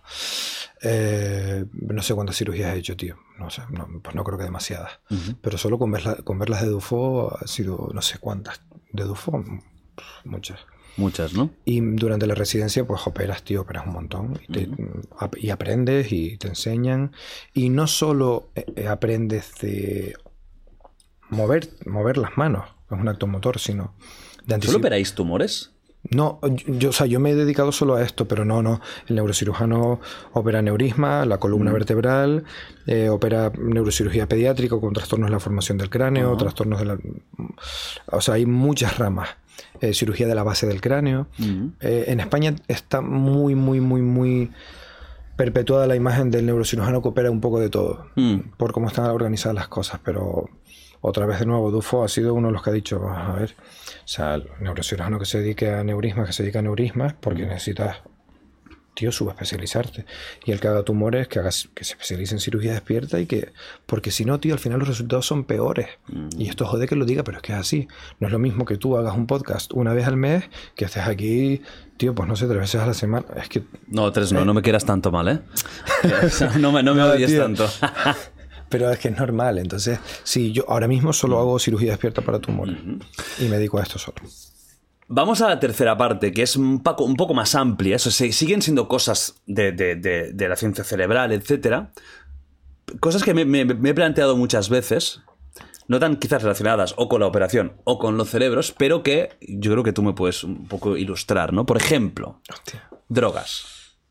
No sé cuántas cirugías he hecho, tío. No sé, pues no creo que demasiadas. Pero solo con verlas de Dufo ha sido no sé cuántas. De Dufo, Muchas.
Muchas, ¿no?
Y durante la residencia, pues operas un montón. Y aprendes y te enseñan. Y no solo aprendes de mover las manos, es un acto motor, sino de
¿Solo operáis tumores?
No, yo me he dedicado solo a esto, pero no. El neurocirujano opera aneurisma, la columna vertebral, opera neurocirugía pediátrica con trastornos de la formación del cráneo, trastornos de la... O sea, hay muchas ramas. Cirugía de la base del cráneo. En España está muy perpetuada la imagen del neurocirujano que opera un poco de todo, por cómo están organizadas las cosas, pero... Otra vez de nuevo, Dufo ha sido uno de los que ha dicho, a ver, o sea, el neurocirujano que se dedique a aneurismas, porque necesitas, tío, subespecializarte. Y el que haga tumores, que se especialice en cirugía despierta porque si no, tío, al final los resultados son peores. Y esto jode que lo diga, pero es que es así. No es lo mismo que tú hagas un podcast una vez al mes, que estés aquí, tío, pues no sé, 3 veces a la semana. Es que...
No, 3 no me quieras tanto mal, ¿eh? No me odies
tío.
tanto.
Pero es que es normal. Entonces, sí, yo ahora mismo solo hago cirugía despierta para tumores. Y me dedico a esto solo.
Vamos a la tercera parte, que es un poco más amplia. Eso siguen siendo cosas de la ciencia cerebral, etcétera. Cosas que me he planteado muchas veces, no tan quizás relacionadas o con la operación o con los cerebros, pero que yo creo que tú me puedes un poco ilustrar, ¿no? Por ejemplo, drogas.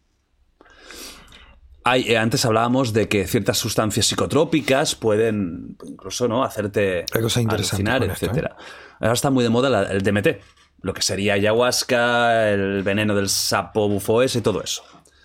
Antes hablábamos de que ciertas sustancias psicotrópicas pueden incluso, ¿no?, hacerte alucinar, etcétera. Ahora está muy de moda el DMT, lo que sería ayahuasca, el veneno del sapo bufo ese y todo eso.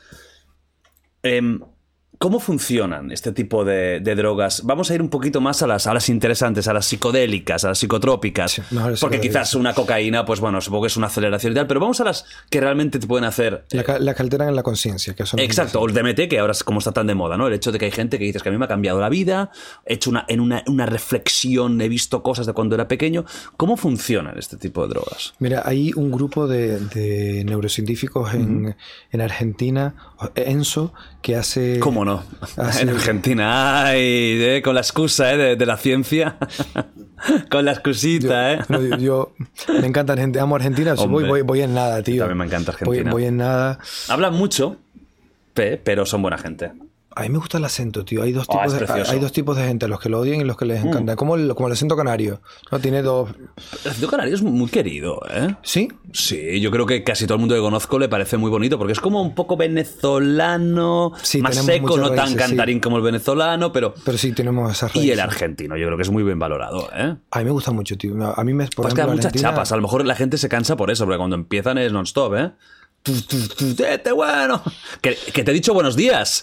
¿Cómo funcionan este tipo de drogas? Vamos a ir un poquito más a las interesantes, a las psicodélicas, a las psicotrópicas. Sí, porque quizás una cocaína, pues bueno, supongo que es una aceleración y tal, pero vamos a las que realmente te pueden hacer...
La que alteran en la conciencia.
Exacto, o el DMT, que ahora es como está tan de moda, ¿no? El hecho de que hay gente que dices que a mí me ha cambiado la vida, he hecho una reflexión, he visto cosas de cuando era pequeño. ¿Cómo funcionan este tipo de drogas?
Mira, hay un grupo de neurocientíficos en Argentina, ENSO, que hace...
¿Cómo no? En Argentina, con la excusa de la ciencia, con la excusita,
Yo me encanta Argentina, amo Argentina, voy en nada, tío.
También me encanta Argentina.
Voy en nada.
Hablan mucho, pero son buena gente.
A mí me gusta el acento, tío. Hay dos tipos de gente, los que lo odian y los que les encanta. Como el acento canario, ¿no? Tiene dos...
El acento canario es muy querido, ¿eh?
¿Sí?
Sí, yo creo que casi todo el mundo que conozco le parece muy bonito, porque es como un poco venezolano, sí, más seco, no tan cantarín como el venezolano, pero
sí tenemos esas raíces.
Y el argentino, yo creo que es muy bien valorado, ¿eh?
A mí me gusta mucho, tío. A mí por
ejemplo, que hay muchas chapas. A lo mejor la gente se cansa por eso, porque cuando empiezan es non-stop, ¿eh? Bueno, que te he dicho buenos días.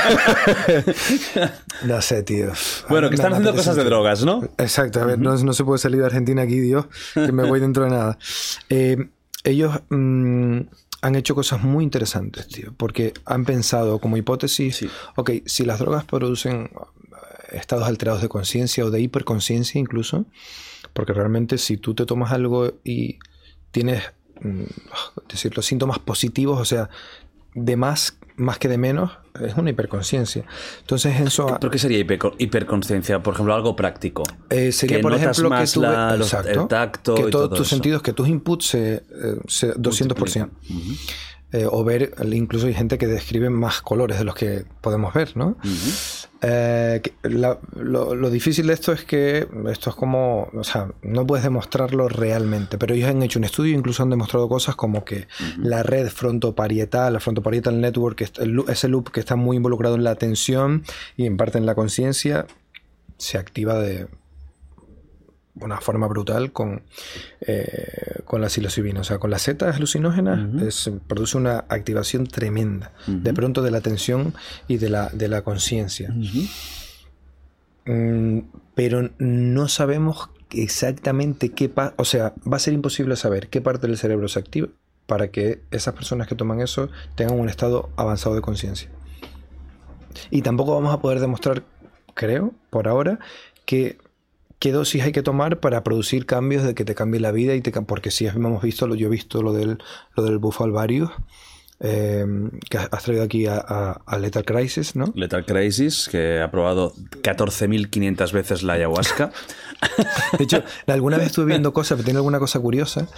No sé, tío.
Bueno, que están haciendo cosas de drogas, ¿no?
Exacto, a ver, no se puede salir de Argentina aquí, Dios, que me voy dentro de nada. Ellos han hecho cosas muy interesantes, tío, porque han pensado como hipótesis, ok, si las drogas producen estados alterados de conciencia o de hiperconciencia incluso, porque realmente si tú te tomas algo y tienes decirlo, síntomas positivos, o sea, de más que de menos, es una hiperconciencia. Entonces eso...
¿Pero qué sería hiperconciencia? Por ejemplo, algo práctico.
Sería, por ejemplo,
más
que
el tacto
que
y
todos
todo
tus
eso.
sentidos, que tus inputs se 200%. O ver, incluso hay gente que describe más colores de los que podemos ver, ¿no? Lo difícil de esto es que esto es como, o sea, no puedes demostrarlo realmente, pero ellos han hecho un estudio, incluso han demostrado cosas como que la red frontoparietal, la frontoparietal network, ese loop que está muy involucrado en la atención y en parte en la conciencia, se activa de una forma brutal con la psilocibina. O sea, con las setas alucinógenas produce una activación tremenda, de pronto de la atención y de la conciencia. Pero no sabemos exactamente qué pasa. O sea, va a ser imposible saber qué parte del cerebro se activa para que esas personas que toman eso tengan un estado avanzado de conciencia. Y tampoco vamos a poder demostrar, creo, por ahora, qué dosis hay que tomar para producir cambios de que te cambie la vida porque si hemos visto, yo he visto lo del bufo alvarius, que has traído aquí a Lethal Crisis, ¿no?
Lethal Crisis, que ha probado 14.500 veces la ayahuasca.
De hecho, alguna vez estuve viendo cosas, tengo alguna cosa curiosa.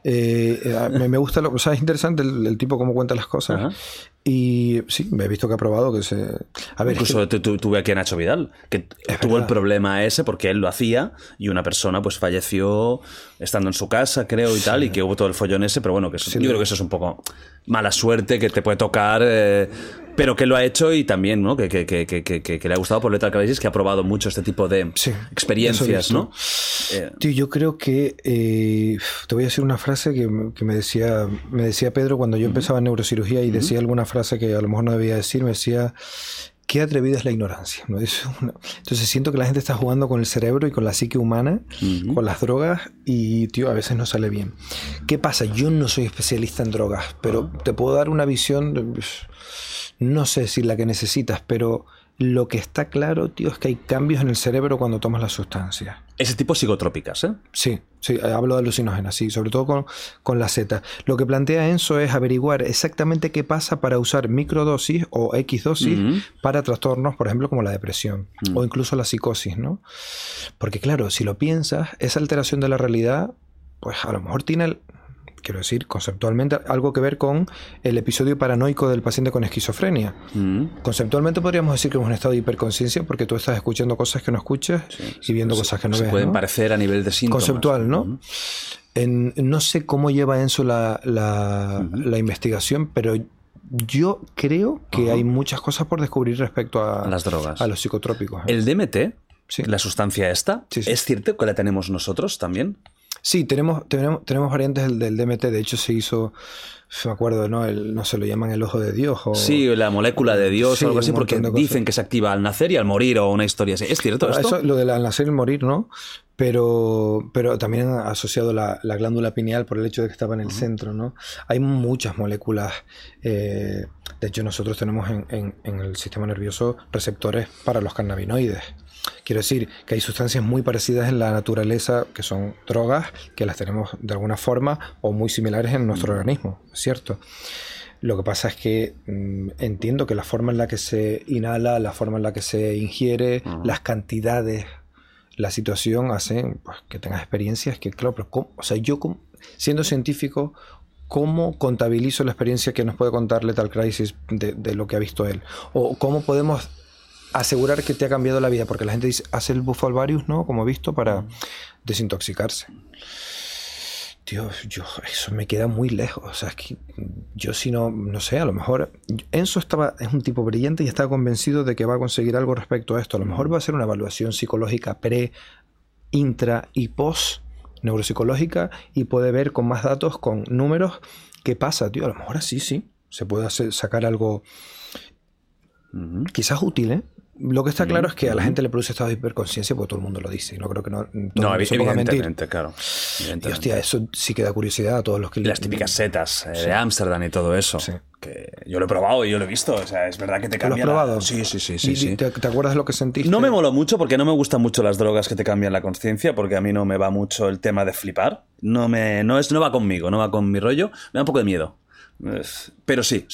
Me gusta, o sea, es interesante el tipo cómo cuenta las cosas.
Ajá.
Y sí, me he visto que ha probado que se... A ver,
Incluso tuve aquí a Nacho Vidal, que tuvo el problema ese porque él lo hacía y una persona pues falleció estando en su casa, creo, y tal, y que hubo todo el follón ese, pero bueno, que eso, yo creo que eso es un poco mala suerte que te puede tocar, pero que lo ha hecho y también, ¿no? Que le ha gustado por Lethal Crisis, que ha probado mucho este tipo de experiencias, ¿no?
Tío, yo creo que te voy a decir una frase que me decía Pedro cuando yo empezaba en neurocirugía y decía alguna frase que a lo mejor no debía decir, me decía: qué atrevida es la ignorancia, ¿no? Entonces siento que la gente está jugando con el cerebro y con la psique humana, con las drogas, y tío, a veces no sale bien. ¿Qué pasa? Yo no soy especialista en drogas, pero te puedo dar una visión, no sé si la que necesitas, pero lo que está claro, tío, es que hay cambios en el cerebro cuando tomas las sustancias.
Ese tipo psicotrópicas, ¿eh?
Sí, hablo de alucinógenas, sí, sobre todo con la Z. Lo que plantea Enzo es averiguar exactamente qué pasa para usar microdosis o X dosis para trastornos, por ejemplo, como la depresión o incluso la psicosis, ¿no? Porque claro, si lo piensas, esa alteración de la realidad, pues a lo mejor tiene, quiero decir, conceptualmente algo que ver con el episodio paranoico del paciente con esquizofrenia. Conceptualmente podríamos decir que es un estado de hiperconciencia porque tú estás escuchando cosas que no escuchas y viendo cosas que no ves.
Pueden
¿no?
parecer a nivel de síntomas.
Conceptual, ¿no? No sé cómo lleva Enzo la investigación, pero yo creo que hay muchas cosas por descubrir respecto a
las drogas,
a los psicotrópicos.
El DMT, la sustancia esta, ¿es cierto que la tenemos nosotros también?
Sí, tenemos variantes del DMT. De hecho, se hizo, me acuerdo, ¿no? No se lo llaman el ojo de Dios.
Sí, la molécula de Dios o algo así, porque dicen que se activa al nacer y al morir o una historia así. ¿Es cierto esto?
Eso, lo del al nacer y al morir, ¿no? Pero también ha asociado la glándula pineal por el hecho de que estaba en el centro, ¿no? Hay muchas moléculas. De hecho, nosotros tenemos en el sistema nervioso receptores para los cannabinoides. Quiero decir que hay sustancias muy parecidas en la naturaleza que son drogas, que las tenemos de alguna forma o muy similares en nuestro organismo, ¿cierto? Lo que pasa es que entiendo que la forma en la que se inhala, la forma en la que se ingiere, las cantidades, la situación hacen pues, que tengas experiencias que, claro, pero ¿cómo? O sea, yo siendo científico, ¿cómo contabilizo la experiencia que nos puede contar Lethal Crisis de lo que ha visto él? O ¿cómo podemos asegurar que te ha cambiado la vida? Porque la gente dice, hace el bufalvarius, ¿no? Como he visto, para desintoxicarse. Tío, eso me queda muy lejos. O sea, es que yo si no sé, a lo mejor Enzo es un tipo brillante y está convencido de que va a conseguir algo respecto a esto. A lo mejor va a ser una evaluación psicológica pre, intra y post neuropsicológica y puede ver con más datos, con números, qué pasa, tío. A lo mejor así sí se puede sacar algo quizás útil, ¿eh? Lo que está claro es que a la gente le produce estado de hiperconciencia porque todo el mundo lo dice. No creo que
evidentemente, claro.
Y hostia, eso sí que da curiosidad a todos los que...
Las típicas setas de Ámsterdam y todo eso. Sí. Que yo lo he probado y yo lo he visto. O sea, es verdad que te cambia.
¿Lo has probado?
Sí.
¿Te acuerdas de lo que sentiste?
No me moló mucho porque no me gustan mucho las drogas que te cambian la conciencia, porque a mí no me va mucho el tema de flipar. No va conmigo, no va con mi rollo. Me da un poco de miedo. Pero sí.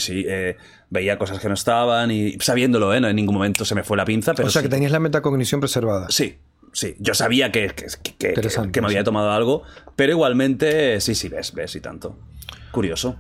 Veía cosas que no estaban y sabiéndolo, en ningún momento se me fue la pinza. Pero
o sea, que tenías la metacognición preservada.
Sí. Yo sabía que me había tomado algo, pero igualmente sí, ves y tanto. Curioso.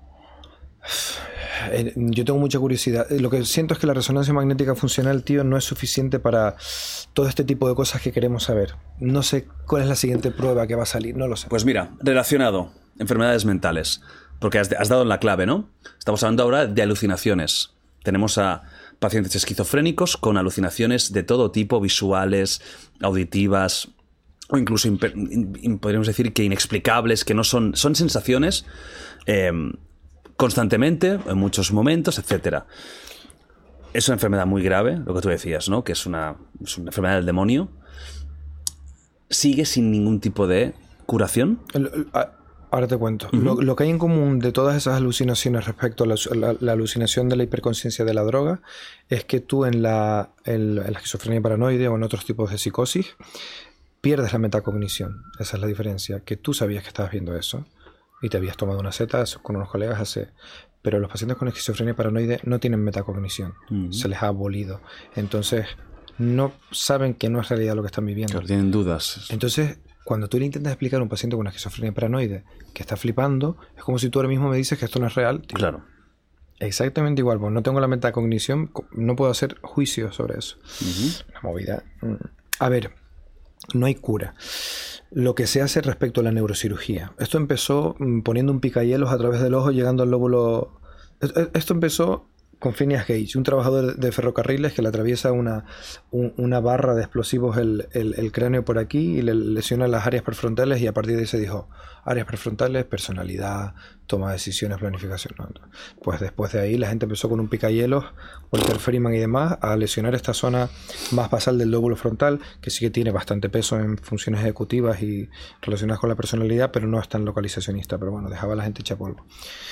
Yo tengo mucha curiosidad. Lo que siento es que la resonancia magnética funcional, tío, no es suficiente para todo este tipo de cosas que queremos saber. No sé cuál es la siguiente prueba que va a salir, no lo sé.
Pues mira, relacionado, enfermedades mentales. Porque has dado en la clave, ¿no? Estamos hablando ahora de alucinaciones. Tenemos a pacientes esquizofrénicos con alucinaciones de todo tipo, visuales, auditivas, o incluso podríamos decir que inexplicables, que no son sensaciones constantemente, en muchos momentos, etc. Es una enfermedad muy grave, lo que tú decías, ¿no? Que es una enfermedad del demonio. ¿Sigue sin ningún tipo de curación?
Ahora te cuento. Lo que hay en común de todas esas alucinaciones respecto a la alucinación de la hiperconciencia de la droga es que tú en la esquizofrenia paranoide o en otros tipos de psicosis pierdes la metacognición. Esa es la diferencia. Que tú sabías que estabas viendo eso y te habías tomado una seta con unos colegas pero los pacientes con esquizofrenia paranoide no tienen metacognición. Se les ha abolido. Entonces no saben que no es realidad lo que están viviendo.
Claro, tienen dudas.
Entonces, cuando tú le intentas explicar a un paciente con una esquizofrenia paranoide que está flipando, es como si tú ahora mismo me dices que esto no es real, tío.
Claro.
Exactamente igual, pues no tengo la metacognición, no puedo hacer juicio sobre eso. La movida. A ver, no hay cura. Lo que se hace respecto a la neurocirugía. Esto empezó poniendo un picahielos a través del ojo, llegando al lóbulo. Esto empezó con Phineas Gage, un trabajador de ferrocarriles que le atraviesa una barra de explosivos el cráneo por aquí y le lesiona las áreas prefrontales, y a partir de ahí se dijo, áreas prefrontales, personalidad, toma de decisiones, planificación. ¿No? Pues después de ahí la gente empezó con un picahielos, Walter Freeman y demás, a lesionar esta zona más basal del lóbulo frontal, que sí que tiene bastante peso en funciones ejecutivas y relacionadas con la personalidad, pero no es tan localizacionista, pero bueno, dejaba a la gente hecha polvo.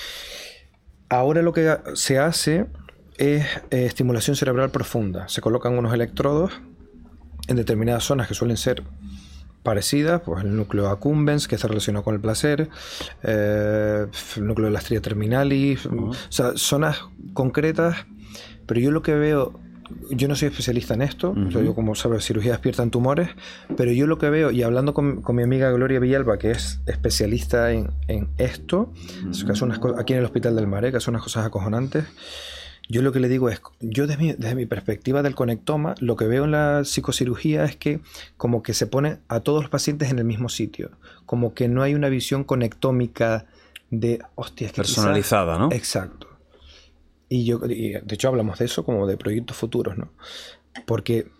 Ahora lo que se hace es estimulación cerebral profunda. Se colocan unos electrodos en determinadas zonas que suelen ser parecidas, pues el núcleo accumbens, que está relacionado con el placer, el núcleo de la stria terminalis, o sea, zonas concretas, pero yo lo que veo, yo no soy especialista en esto, o sea, yo como sabes, cirugía despierta en tumores, pero yo lo que veo, y hablando con mi amiga Gloria Villalba, que es especialista en esto, que hace unas cosas, aquí en el Hospital del Mar, que hace unas cosas acojonantes, yo lo que le digo es, yo desde mi perspectiva del conectoma, lo que veo en la psicocirugía es que como que se pone a todos los pacientes en el mismo sitio, como que no hay una visión conectómica de, hostia, es que
personalizada,
quizás,
¿no?
Exacto. Y de hecho hablamos de eso como de proyectos futuros, ¿no? Porque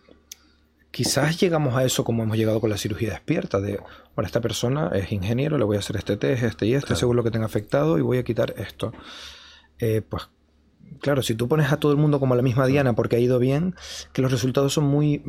quizás llegamos a eso como hemos llegado con la cirugía despierta, de, bueno, esta persona es ingeniero, le voy a hacer este test, este y este, claro, según lo que tenga afectado, y voy a quitar esto. Pues claro, si tú pones a todo el mundo como la misma diana porque ha ido bien, que los resultados son muy...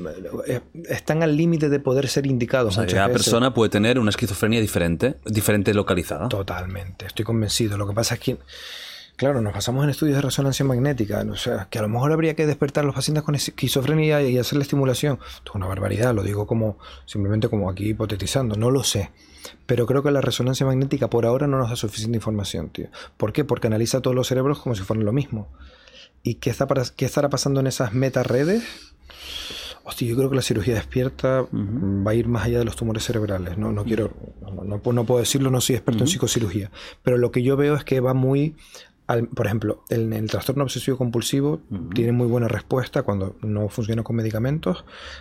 están al límite de poder ser indicados.
O sea, cada persona puede tener una esquizofrenia diferente localizada.
Totalmente, estoy convencido. Lo que pasa es que, claro, nos basamos en estudios de resonancia magnética, o sea, que a lo mejor habría que despertar a los pacientes con esquizofrenia y hacer la estimulación. Esto es una barbaridad, lo digo como simplemente como aquí hipotetizando, no lo sé. Pero creo que la resonancia magnética por ahora no nos da suficiente información, tío. ¿Por qué? Porque analiza todos los cerebros como si fueran lo mismo. ¿Y qué estará pasando en esas metaredes? Hostia, yo creo que la cirugía despierta va a ir más allá de los tumores cerebrales. No puedo decirlo, no soy experto en psicocirugía. Pero lo que yo veo es que va muy... por ejemplo, en el trastorno obsesivo compulsivo tiene muy buena respuesta cuando no funciona con medicamentos.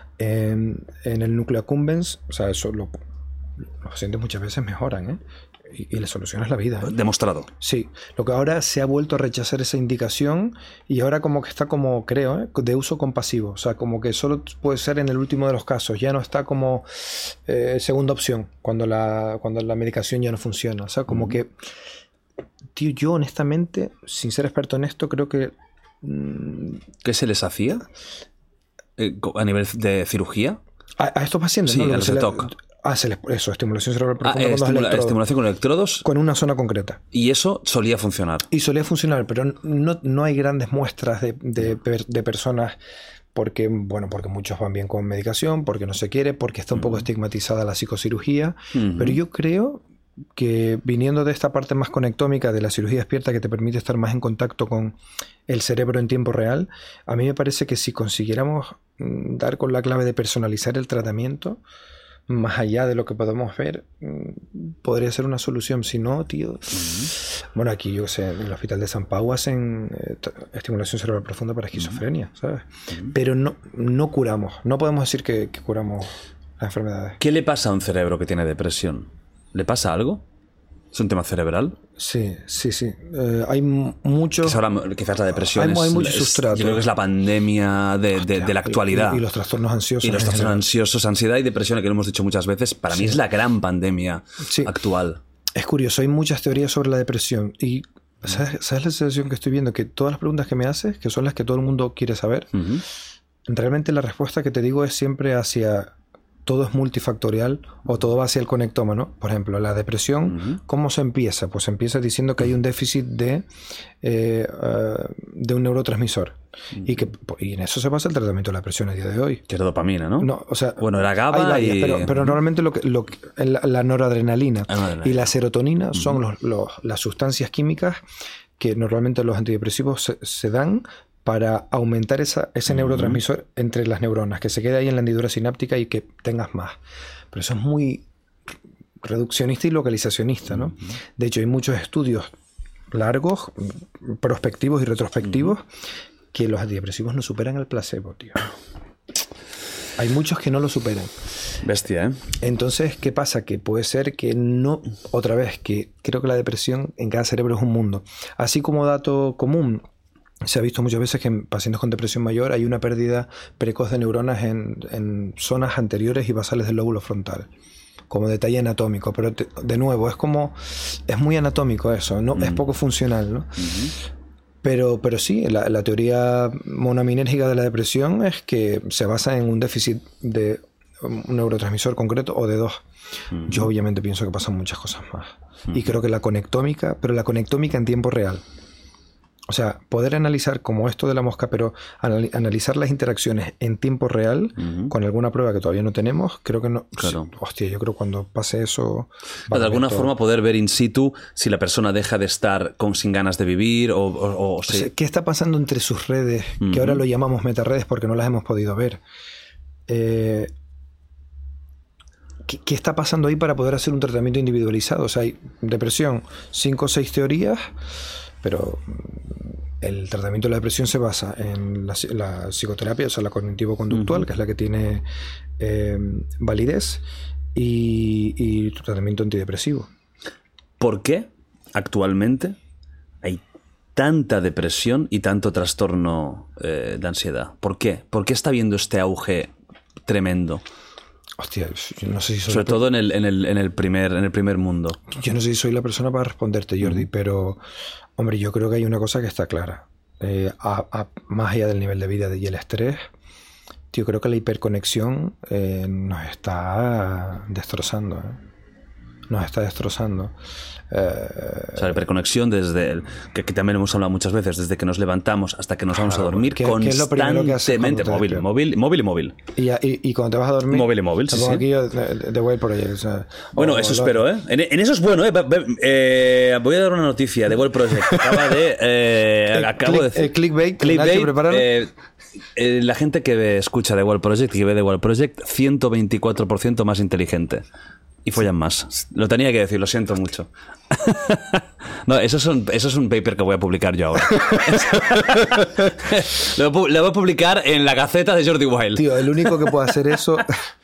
En el núcleo accumbens, o sea, eso los pacientes muchas veces mejoran, ¿eh? Y le solucionas la vida, ¿eh?
Demostrado.
Sí. Lo que ahora se ha vuelto a rechazar esa indicación y ahora como que está como, creo, ¿eh?, de uso compasivo. O sea, como que solo puede ser en el último de los casos. Ya no está como segunda opción cuando la medicación ya no funciona. O sea, como que... Tío, yo honestamente, sin ser experto en esto, creo que...
¿Qué se les hacía? ¿A nivel de cirugía?
¿A estos pacientes?
Sí,
¿no?
a los de TOC.
Eso, estimulación cerebral profunda
estimulación con electrodos.
Con una zona concreta.
Y eso solía funcionar.
Y solía funcionar, pero no hay grandes muestras de personas... Porque muchos van bien con medicación, porque no se quiere, porque está un poco estigmatizada la psicocirugía. Pero yo creo que viniendo de esta parte más conectómica de la cirugía despierta, que te permite estar más en contacto con el cerebro en tiempo real, a mí me parece que si consiguiéramos dar con la clave de personalizar el tratamiento, más allá de lo que podemos ver, podría ser una solución. Si no, tío... Bueno, aquí yo sé, en el Hospital de San Pau hacen estimulación cerebral profunda para esquizofrenia, ¿sabes? Pero no curamos. No podemos decir que curamos las enfermedades.
¿Qué le pasa a un cerebro que tiene depresión? ¿Le pasa algo? ¿Es un tema cerebral?
Sí. Hay muchos...
Quizás la depresión
hay mucho sustrato.
Yo creo que es la pandemia de la actualidad.
Y los trastornos ansiosos.
Y los trastornos ansiosos, ansiedad y depresión, que lo hemos dicho muchas veces, para mí es la gran pandemia actual. Es
curioso, hay muchas teorías sobre la depresión. Y ¿sabes la sensación que estoy viendo? Que todas las preguntas que me haces, que son las que todo el mundo quiere saber, realmente la respuesta que te digo es siempre hacia... todo es multifactorial o todo va hacia el conectoma, ¿no? Por ejemplo, la depresión, ¿cómo se empieza? Pues se empieza diciendo que hay un déficit de un neurotransmisor. Y en eso se basa el tratamiento de la depresión a día de hoy.
Que era dopamina, ¿no?
No, o sea,
bueno, era GABA
pero normalmente la noradrenalina y la serotonina son las sustancias químicas que normalmente los antidepresivos se dan para aumentar ese neurotransmisor entre las neuronas, que se quede ahí en la hendidura sináptica y que tengas más. Pero eso es muy reduccionista y localizacionista, ¿no? De hecho, hay muchos estudios largos, prospectivos y retrospectivos, que los antidepresivos no superan el placebo, tío. Hay muchos que no lo superan.
Bestia, ¿eh?
Entonces, ¿qué pasa? Que puede ser que no... Otra vez, que creo que la depresión en cada cerebro es un mundo. Así como dato común, se ha visto muchas veces que en pacientes con depresión mayor hay una pérdida precoz de neuronas en zonas anteriores y basales del lóbulo frontal, como detalle anatómico. Pero de nuevo, es muy anatómico eso, ¿no? Es poco funcional, ¿no? Pero sí, la teoría monoaminérgica de la depresión es que se basa en un déficit de un neurotransmisor concreto o de dos. Yo obviamente pienso que pasan muchas cosas más. Y creo que la conectómica, pero la conectómica en tiempo real. O sea, poder analizar como esto de la mosca, pero analizar las interacciones en tiempo real con alguna prueba que todavía no tenemos, creo que no...
Claro.
Hostia, yo creo que cuando pase eso...
De alguna forma poder ver in situ si la persona deja de estar sin ganas de vivir o
sea, ¿qué está pasando entre sus redes? Que ahora lo llamamos metaredes porque no las hemos podido ver. ¿Qué está pasando ahí para poder hacer un tratamiento individualizado? O sea, hay depresión, 5 o 6 teorías... Pero el tratamiento de la depresión se basa en la psicoterapia, o sea, la cognitivo-conductual, que es la que tiene validez, y tratamiento antidepresivo.
¿Por qué actualmente hay tanta depresión y tanto trastorno de ansiedad? ¿Por qué? ¿Por qué está habiendo este auge tremendo?
Hostia, yo no sé si soy...
Sobre todo en el primer mundo.
Yo no sé si soy la persona para responderte, Jordi, pero... Hombre, yo creo que hay una cosa que está clara. Más allá del nivel de vida y el estrés, yo creo que la hiperconexión nos está destrozando. Nos está destrozando.
O sea, la hiperconexión desde... que también hemos hablado muchas veces, desde que nos levantamos hasta que nos vamos a dormir, constantemente. Móvil.
Y cuando te vas a dormir...
Móvil, sí.
Aquí yo The Wild Project. O sea,
bueno, eso espero, ¿eh? En eso es bueno, ¿eh? Voy a dar una noticia. The Wild Project.
El clickbait.
La gente que escucha The Wild Project y que ve The Wild Project, 124% más inteligente. Y follan más. Lo tenía que decir, lo siento mucho. No, eso es un paper que voy a publicar yo ahora. Lo voy a publicar en la Gaceta de Jordi Wild.
Tío, el único que puede hacer eso...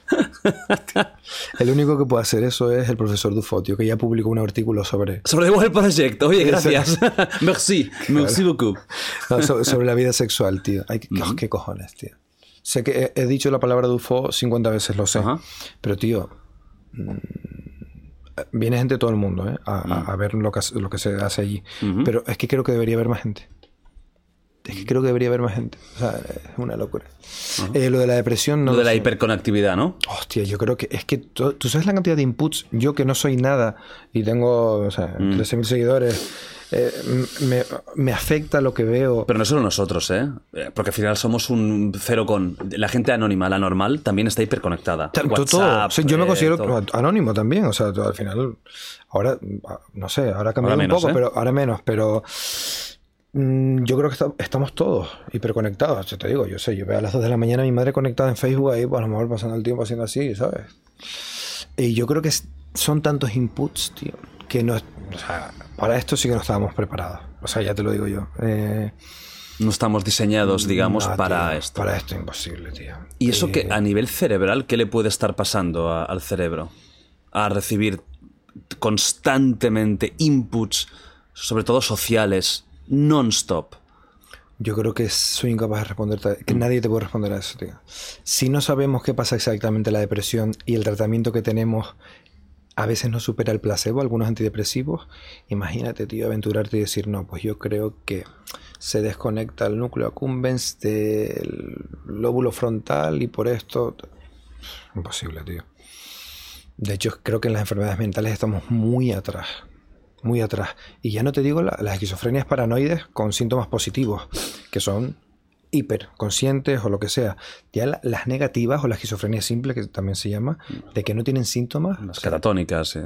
El único que puede hacer eso es el profesor Dufault, tío, que ya publicó un artículo sobre
The Wild Project. Oye, gracias. Merci beaucoup.
No, sobre la vida sexual, tío. ¿Qué cojones, tío? Sé que he dicho la palabra Dufault 50 veces, lo sé. Pero, tío... Viene gente de todo el mundo a ver lo que se hace allí. Pero es que creo que debería haber más gente. O sea, es una locura. Lo de la depresión...
No, lo de la hiperconectividad, ¿no?
Hostia, yo creo que... Es que tú sabes la cantidad de inputs. Yo que no soy nada y tengo, o sea, 13.000 seguidores... me afecta lo que veo.
Pero no solo nosotros, porque al final somos un cero con... La gente anónima, la normal, también está hiperconectada. WhatsApp,
sí, yo me considero anónimo también. O sea, al final... Ahora, no sé, ahora ha cambiado un poco, pero ahora menos. Pero yo creo que estamos todos hiperconectados. Yo te digo, yo veo a las 2 de la mañana a mi madre conectada en Facebook ahí, pues a lo mejor pasando el tiempo haciendo así, ¿sabes? Y yo creo que son tantos inputs, tío, que no... O sea, para esto sí que no estábamos preparados. O sea, ya te lo digo yo.
No estamos diseñados, digamos, para esto.
Para esto imposible, tío.
¿Y eso que a nivel cerebral, qué le puede estar pasando al cerebro? A recibir constantemente inputs, sobre todo sociales, non-stop.
Yo creo que soy incapaz de responderte, que nadie te puede responder a eso, tío. Si no sabemos qué pasa exactamente en la depresión y el tratamiento que tenemos a veces no supera el placebo, algunos antidepresivos, imagínate, tío, aventurarte y decir, no, pues yo creo que se desconecta el núcleo accumbens del lóbulo frontal y por esto... Imposible, tío. De hecho, creo que en las enfermedades mentales estamos muy atrás. Muy atrás. Y ya no te digo las esquizofrenias paranoides con síntomas positivos, que son hiperconscientes o lo que sea. Ya las negativas o la esquizofrenia simple, que también se llama, de que no tienen síntomas.
Las catatónicas.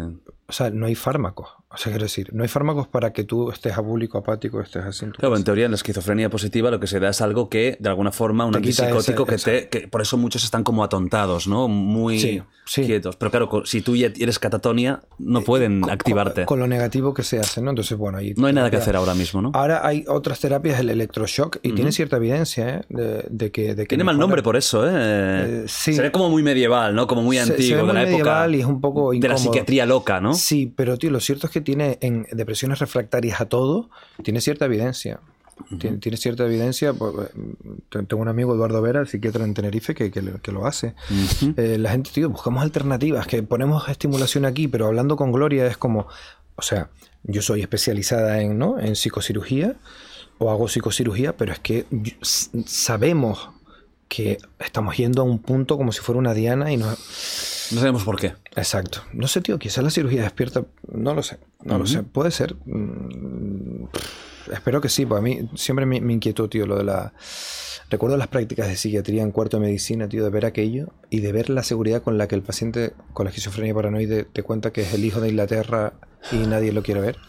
O sea, no hay fármacos. O sea, quiero decir, no hay fármacos para que tú estés abúlico, apático, estés así en tu
Claro,
casa.
en teoría en la esquizofrenia positiva lo que se da es algo que, de alguna forma, un
Te quita
antipsicótico
ese-
que por eso muchos están como atontados, ¿no? Muy
Sí, sí.
quietos. Pero claro, si tú ya eres catatonia, no pueden activarte.
Con lo negativo que se hace, ¿no? Entonces, bueno, ahí...
No hay nada que hacer ahora mismo, ¿no?
Ahora hay otras terapias, el electroshock, y tiene cierta evidencia, ¿eh? De que
Tiene mal
mejora.
nombre por eso, ¿eh?
Sí.
Se ve como muy medieval, ¿no? Como muy
Se ve
antiguo,
muy
de la época
medieval y es un poco
de la
incómodo.
psiquiatría loca, ¿no?
Sí, pero tío, lo cierto es que tiene en depresiones refractarias a todo, tiene cierta evidencia. Tiene cierta evidencia. Tengo un amigo, Eduardo Vera, el psiquiatra en Tenerife, que lo hace. La gente, tío, buscamos alternativas, que ponemos estimulación aquí, pero hablando con Gloria es como, o sea, yo soy especializada en, ¿no?, en psicocirugía, o hago psicocirugía, pero es que sabemos que estamos yendo a un punto como si fuera una diana y no...
No sabemos por qué.
Exacto. No sé, tío, quizás la cirugía despierta... No lo sé. No lo sé. Puede ser. Espero que sí. Pues a mí siempre me inquietó, tío, lo de la... Recuerdo las prácticas de psiquiatría en cuarto de medicina, tío, de ver aquello y de ver la seguridad con la que el paciente con la esquizofrenia paranoide te cuenta que es el hijo de Inglaterra y nadie lo quiere ver.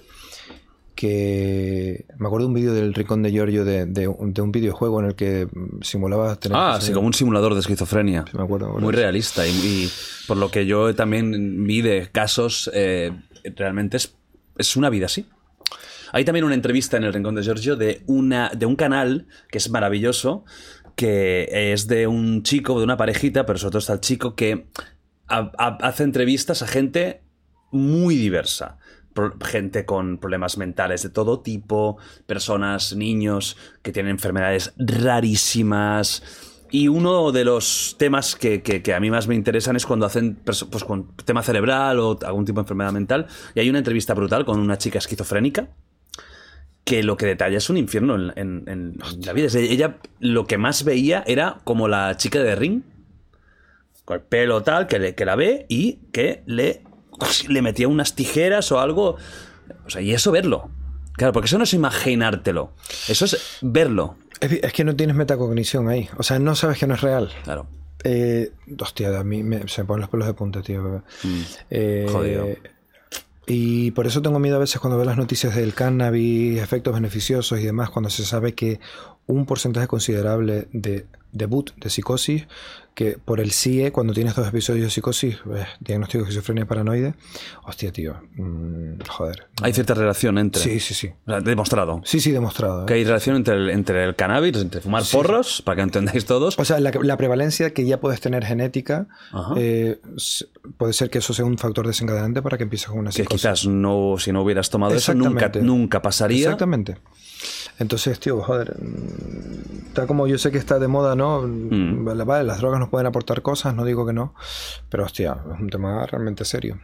Que me acuerdo de un vídeo del Rincón de Giorgio de un videojuego en el que simulaba tener...
Sí, como un simulador de esquizofrenia.
Sí, me acuerdo.
Muy realista. Y por lo que yo también vi de casos, realmente es una vida así. Hay también una entrevista en el Rincón de Giorgio de un canal que es maravilloso, que es de un chico, de una parejita, pero sobre todo está el chico que hace entrevistas a gente muy diversa. Gente con problemas mentales de todo tipo, personas, niños que tienen enfermedades rarísimas. Y uno de los temas que a mí más me interesan es cuando hacen pues, con tema cerebral o algún tipo de enfermedad mental. Y hay una entrevista brutal con una chica esquizofrénica que lo que detalla es un infierno en la vida. Ella lo que más veía era como la chica de Ring, con el pelo tal, que la ve y que le metía unas tijeras o algo. O sea, y eso verlo. Claro, porque eso no es imaginártelo. Eso es verlo.
Es que no tienes metacognición ahí. O sea, no sabes que no es real.
Claro.
Hostia, a mí se me ponen los pelos de punta, tío.
Jodido.
Y por eso tengo miedo a veces cuando veo las noticias del cannabis, efectos beneficiosos y demás, cuando se sabe que un porcentaje considerable de debut de psicosis, que por el CIE, cuando tienes 2 episodios de psicosis, diagnóstico de esquizofrenia paranoide, hostia, tío, joder.
Hay cierta relación entre...
Sí.
O sea, demostrado.
Sí, demostrado.
Que hay relación entre el cannabis, entre fumar porros, para que entendáis todos.
O sea, la prevalencia que ya puedes tener genética, puede ser que eso sea un factor desencadenante para que empieces con una
Que
psicosis.
quizás no, si no hubieras tomado eso, nunca pasaría.
Exactamente. Entonces, tío, joder, está como yo sé que está de moda, ¿no? Vale, las drogas nos pueden aportar cosas, no digo que no, pero hostia, es un tema realmente serio.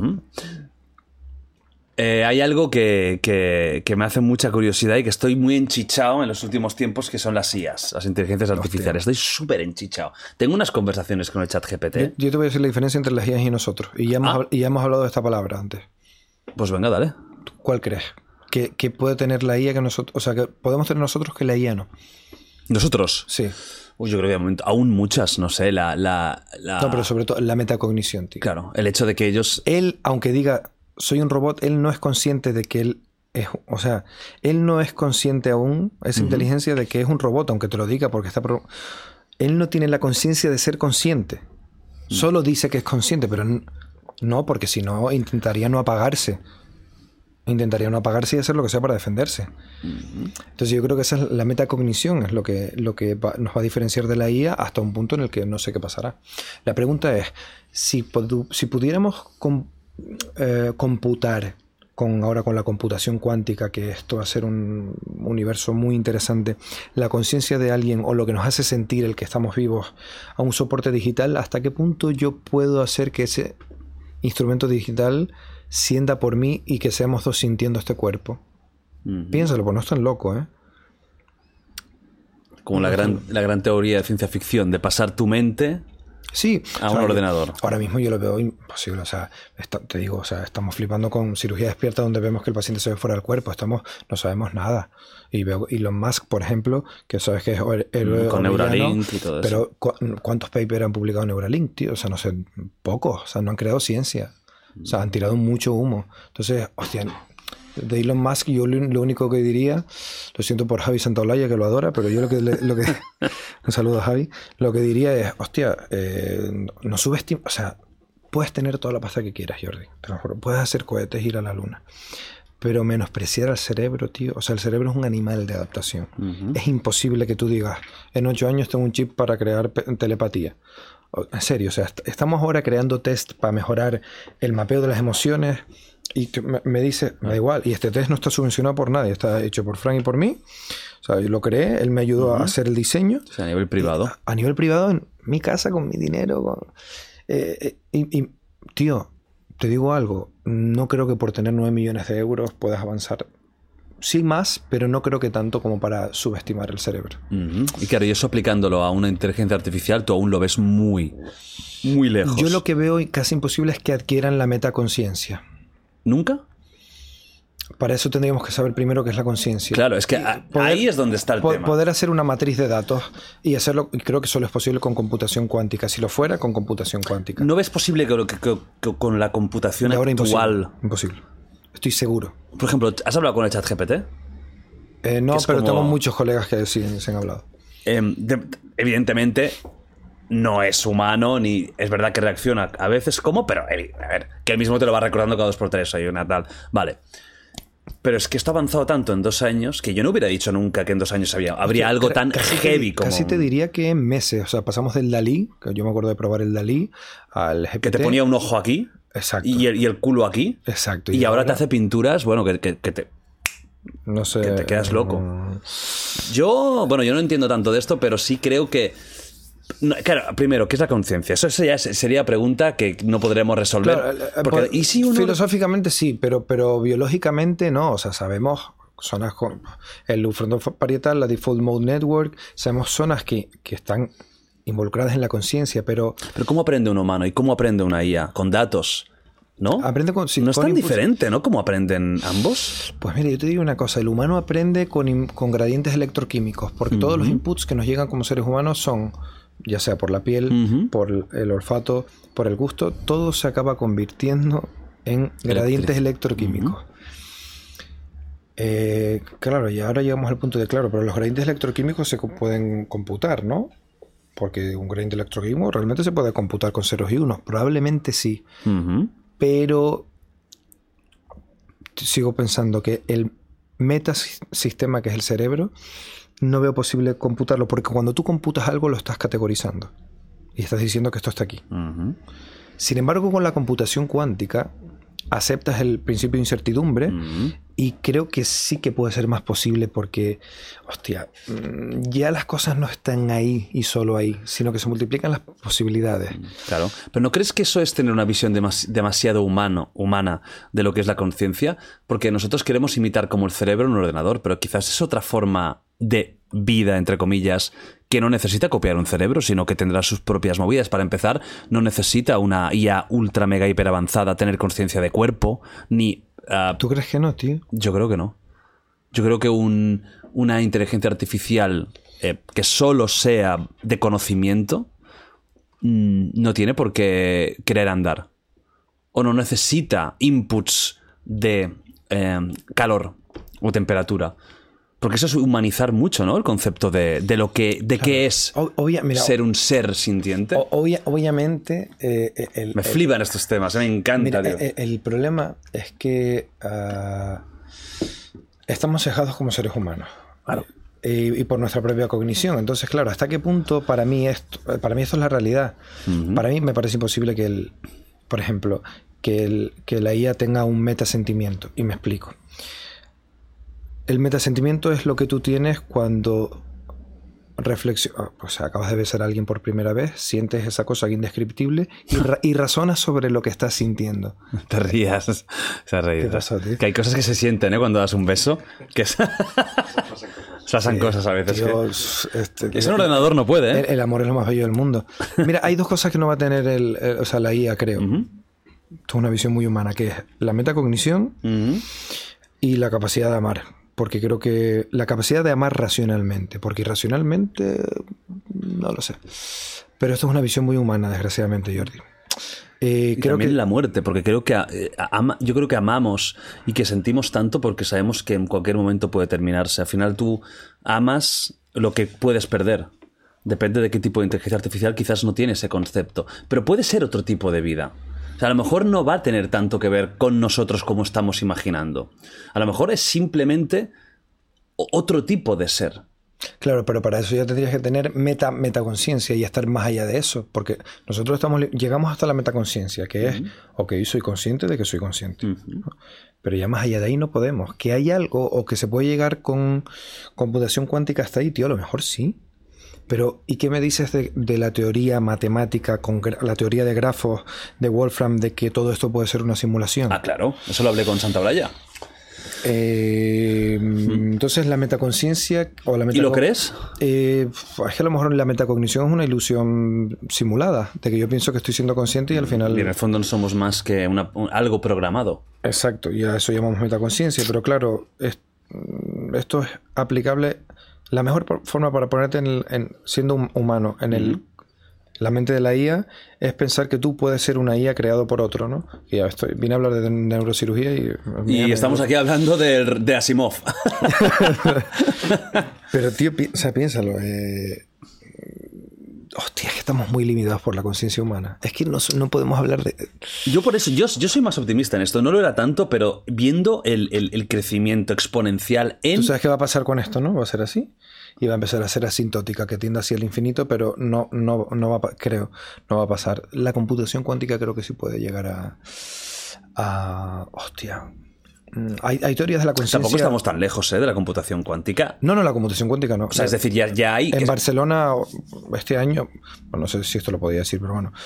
Hay algo que me hace mucha curiosidad y que estoy muy enchichado en los últimos tiempos, que son las IAs, las inteligencias artificiales. Estoy súper enchichado. Tengo unas conversaciones con el chat GPT.
Yo te voy a decir la diferencia entre las IAs y nosotros. Y ya hemos hablado de esta palabra antes.
Pues venga, dale.
¿Cuál crees? ¿Que puede tener la IA que nosotros? O sea, que podemos tener nosotros que la IA no.
¿Nosotros?
Sí.
Uy, yo creo que de momento aún muchas, no sé,
No, pero sobre todo la metacognición, tío.
Claro, el hecho de que ellos...
Él, aunque diga, soy un robot, él no es consciente de que él es... O sea, él no es consciente aún, esa inteligencia, de que es un robot, aunque te lo diga, porque está... Él no tiene la conciencia de ser consciente. Solo dice que es consciente, pero no, porque si no, intentaría no apagarse. Intentaría no apagarse y hacer lo que sea para defenderse. Entonces yo creo que esa es la metacognición, es lo que nos va a diferenciar de la IA hasta un punto en el que no sé qué pasará. La pregunta es, si pudiéramos computar ahora con la computación cuántica, que esto va a ser un universo muy interesante, la conciencia de alguien o lo que nos hace sentir el que estamos vivos a un soporte digital, ¿hasta qué punto yo puedo hacer que ese instrumento digital sienta por mí y que seamos dos sintiendo este cuerpo? Piénsalo, pues no es tan loco, ¿eh?
Como la gran teoría de ciencia ficción, de pasar tu mente a un ordenador.
Ahora mismo yo lo veo imposible. O sea, te digo, o sea, estamos flipando con cirugía despierta donde vemos que el paciente se ve fuera del cuerpo. No sabemos nada. Y veo Elon Musk, por ejemplo, que sabes que es
con Neuralink y todo eso.
Pero ¿cuántos papers han publicado Neuralink, tío? O sea, no sé, pocos. O sea, no han creado ciencia. O sea, han tirado mucho humo. Entonces, hostia, de Elon Musk yo lo único que diría, lo siento por Javi Santaolalla que lo adora, pero yo lo que un saludo a Javi, lo que diría es, hostia, no subestimes, o sea, puedes tener toda la pasta que quieras, Jordi, te lo juro, puedes hacer cohetes, ir a la luna, pero menospreciar al cerebro, tío, o sea, el cerebro es un animal de adaptación. Es imposible que tú digas, en 8 años tengo un chip para crear telepatía. En serio, o sea, estamos ahora creando test para mejorar el mapeo de las emociones. Y me dice, me da igual, y este test no está subvencionado por nadie, está hecho por Frank y por mí. O sea, yo lo creé, él me ayudó a hacer el diseño.
O sea, a nivel privado.
A nivel privado, en mi casa, con mi dinero. Tío, te digo algo, no creo que por tener 9 millones de euros puedas avanzar. Sí más, pero no creo que tanto como para subestimar el cerebro.
Y claro, y eso aplicándolo a una inteligencia artificial, tú aún lo ves muy, muy lejos.
Yo lo que veo casi imposible es que adquieran la metaconciencia.
¿Nunca?
Para eso tendríamos que saber primero qué es la conciencia.
Claro, es que ahí es donde está el tema.
Poder hacer una matriz de datos y hacerlo, y creo que solo es posible con computación cuántica. Si lo fuera, con computación cuántica.
¿No ves posible que con la computación actual...
Imposible. Estoy seguro.
Por ejemplo, ¿has hablado con el ChatGPT?
No, pero tengo muchos colegas que sí se han hablado.
Evidentemente... no es humano, ni es verdad que reacciona a veces como, pero a ver, que él mismo te lo va recordando cada 2x3, hay una tal. Vale. Pero es que esto ha avanzado tanto en 2 años que yo no hubiera dicho nunca que en 2 años habría algo tan heavy como...
Casi te diría que en meses. O sea, pasamos del DALL-E, que yo me acuerdo de probar el DALL-E, al GPT.
Que te ponía un ojo aquí.
Exacto.
Y el culo aquí.
Exacto.
Y ahora te hace pinturas, bueno, que te...
No sé.
Que te quedas loco. Yo no entiendo tanto de esto, pero sí creo que... No, claro, primero, ¿qué es la conciencia? Eso ya sería pregunta que no podremos resolver.
Claro,
porque, ¿y si uno...
Filosóficamente sí, pero biológicamente no. O sea, sabemos zonas con el frontoparietal, la Default Mode Network, sabemos zonas que están involucradas en la conciencia, pero...
Pero ¿cómo aprende un humano y cómo aprende una IA? Con datos, ¿no?
Aprende con... Sí,
no es
con
tan diferente, ¿no? ¿Cómo aprenden ambos?
Pues mira, yo te digo una cosa. El humano aprende con gradientes electroquímicos, porque todos los inputs que nos llegan como seres humanos son... ya sea por la piel, por el olfato, por el gusto, todo se acaba convirtiendo en gradientes electroquímicos. Claro, y ahora llegamos al punto de claro, pero los gradientes electroquímicos se pueden computar, ¿no? Porque un gradiente electroquímico realmente se puede computar con ceros y unos, probablemente sí. Pero sigo pensando que el metasistema, que es el cerebro, no veo posible computarlo, porque cuando tú computas algo lo estás categorizando y estás diciendo que esto está aquí. Sin embargo, con la computación cuántica aceptas el principio de incertidumbre y creo que sí que puede ser más posible porque, hostia, ya las cosas no están ahí y solo ahí, sino que se multiplican las posibilidades.
Claro, pero ¿no crees que eso es tener una visión demasiado humana de lo que es la conciencia? Porque nosotros queremos imitar como el cerebro en un ordenador, pero quizás es otra forma de vida, entre comillas, que no necesita copiar un cerebro, sino que tendrá sus propias movidas. Para empezar, no necesita una IA ultra mega hiper avanzada tener conciencia de cuerpo, ni...
¿Tú crees que no, tío?
Yo creo que no. Yo creo que una inteligencia artificial que solo sea de conocimiento no tiene por qué querer andar. O no necesita inputs de calor o temperatura. Porque eso es humanizar mucho, ¿no? El concepto de lo que de qué es ser un ser sintiente.
Obviamente...
me flipan estos temas, me encanta.
Mira, el problema es que estamos cegados como seres humanos.
Claro.
Y por nuestra propia cognición. Entonces, claro, ¿hasta qué punto para mí esto es la realidad? Para mí me parece imposible que por ejemplo, que la IA tenga un metasentimiento. Y me explico. El metasentimiento es lo que tú tienes cuando acabas de besar a alguien por primera vez, sientes esa cosa indescriptible y razonas sobre lo que estás sintiendo.
Te rías. Se ha reído.
¿Qué pasó, tío?
Que hay cosas que se sienten, cuando das un beso. Que pasan cosas a veces.
Dios,
que ese ordenador no puede, ¿eh?
El amor es lo más bello del mundo. Mira, hay 2 cosas que no va a tener la IA, creo. Esto es una visión muy humana, que es la metacognición y la capacidad de amar. Porque creo que la capacidad de amar racionalmente, porque irracionalmente no lo sé. Pero esto es una visión muy humana, desgraciadamente, Jordi.
Y
creo
también
que
la muerte, porque creo que yo creo que amamos y que sentimos tanto porque sabemos que en cualquier momento puede terminarse. Al final tú amas lo que puedes perder. Depende de qué tipo de inteligencia artificial, quizás no tiene ese concepto. Pero puede ser otro tipo de vida. O sea, a lo mejor no va a tener tanto que ver con nosotros como estamos imaginando. A lo mejor es simplemente otro tipo de ser.
Claro, pero para eso ya tendrías que tener metaconciencia y estar más allá de eso, porque nosotros llegamos hasta la metaconciencia, que es, ok, soy consciente de que soy consciente, ¿no? Pero ya más allá de ahí no podemos. Que hay algo o que se puede llegar con computación cuántica hasta ahí, tío, a lo mejor sí. Pero, ¿y qué me dices de la teoría matemática, con la teoría de grafos de Wolfram, de que todo esto puede ser una simulación?
Ah, claro, eso lo hablé con Santaolalla.
Entonces la metaconciencia o la
¿Y lo crees?
Es que a lo mejor la metacognición es una ilusión simulada, de que yo pienso que estoy siendo consciente y al final...
Y en el fondo no somos más que algo programado.
Exacto, y a eso llamamos metaconciencia, pero claro, esto es aplicable. La mejor forma para ponerte siendo un humano en la mente de la IA es pensar que tú puedes ser una IA creado por otro, ¿no? Y ya vine a hablar de neurocirugía
y estamos aquí hablando de Asimov.
Pero tío, piénsalo. Hostia, es que estamos muy limitados por la conciencia humana. Es que no podemos hablar de...
Yo por eso, yo soy más optimista en esto. No lo era tanto, pero viendo el crecimiento exponencial en...
¿Tú sabes qué va a pasar con esto, no? Va a ser así. Y va a empezar a ser asintótica, que tiende hacia el infinito, pero no va a pasar. La computación cuántica creo que sí puede llegar hostia. Hay teorías de la conciencia...
Tampoco estamos tan lejos de la computación cuántica.
No, la computación cuántica no.
O sea, es decir, ya hay...
En Barcelona, este año... Bueno, no sé si esto lo podía decir, pero bueno.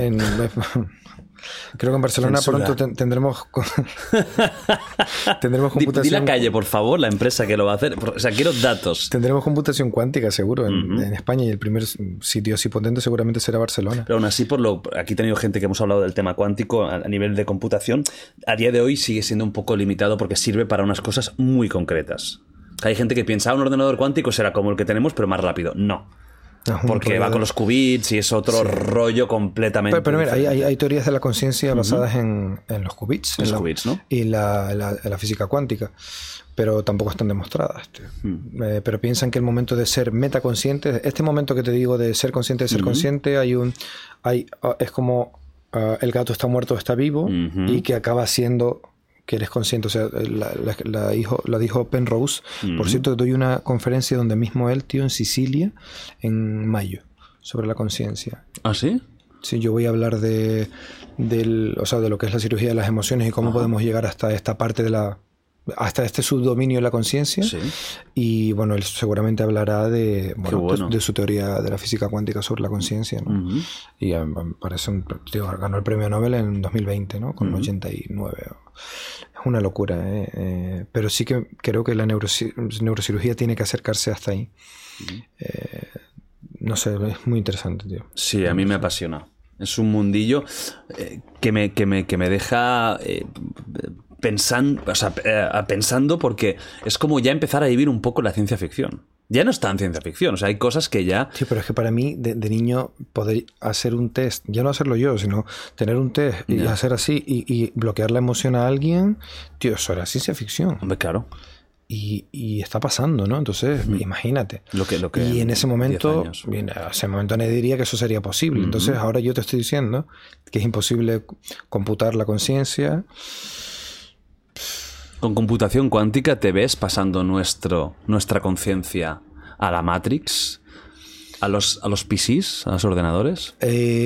Creo que en Barcelona
Censura.
pronto tendremos computación...
Di la calle, por favor, la empresa que lo va a hacer. O sea, quiero datos.
Tendremos computación cuántica, seguro, en España. Y el primer sitio así potente seguramente será Barcelona.
Pero aún así, aquí he tenido gente que hemos hablado del tema cuántico a nivel de computación. A día de hoy sigue siendo un poco limitado porque sirve para unas cosas muy concretas. Hay gente que piensa, un ordenador cuántico será como el que tenemos, pero más rápido. No. Porque va con los qubits y es otro rollo completamente.
Pero mira, hay teorías de la conciencia basadas en los qubits.
Los qubits, ¿no?
Y la física cuántica. Pero tampoco están demostradas. Pero piensan que el momento de ser metaconsciente, este momento que te digo de ser consciente, es como el gato está muerto o está vivo y que acaba siendo... que eres consciente, o sea, la dijo Penrose. Por cierto, doy una conferencia donde mismo él, tío, en Sicilia, en mayo, sobre la conciencia.
¿Ah, sí?
Sí, yo voy a hablar de lo que es la cirugía de las emociones y cómo podemos llegar hasta esta parte hasta este subdominio de la conciencia. Sí. Y bueno, él seguramente hablará de su teoría de la física cuántica sobre la conciencia, ¿no? Y me parece ganó el premio Nobel en 2020, ¿no? Con 89. Es una locura, ¿eh? Pero sí que creo que la neurocirugía tiene que acercarse hasta ahí. No sé, es muy interesante, tío.
Sí, a mí me apasiona. Es un mundillo que me deja... pensando porque es como ya empezar a vivir un poco la ciencia ficción. Ya no está en ciencia ficción, o sea, hay cosas que ya...
Sí, pero es que para mí, de niño, poder hacer un test, ya no hacerlo yo, sino tener un test y hacer así y bloquear la emoción a alguien, tío, eso era ciencia ficción.
Hombre, claro.
Y está pasando, ¿no? Entonces, imagínate.
Lo que
y en ese momento, nadie diría que eso sería posible. Entonces, ahora yo te estoy diciendo que es imposible computar la conciencia.
Con computación cuántica te ves pasando nuestra conciencia a la Matrix, a los PCs, a los ordenadores.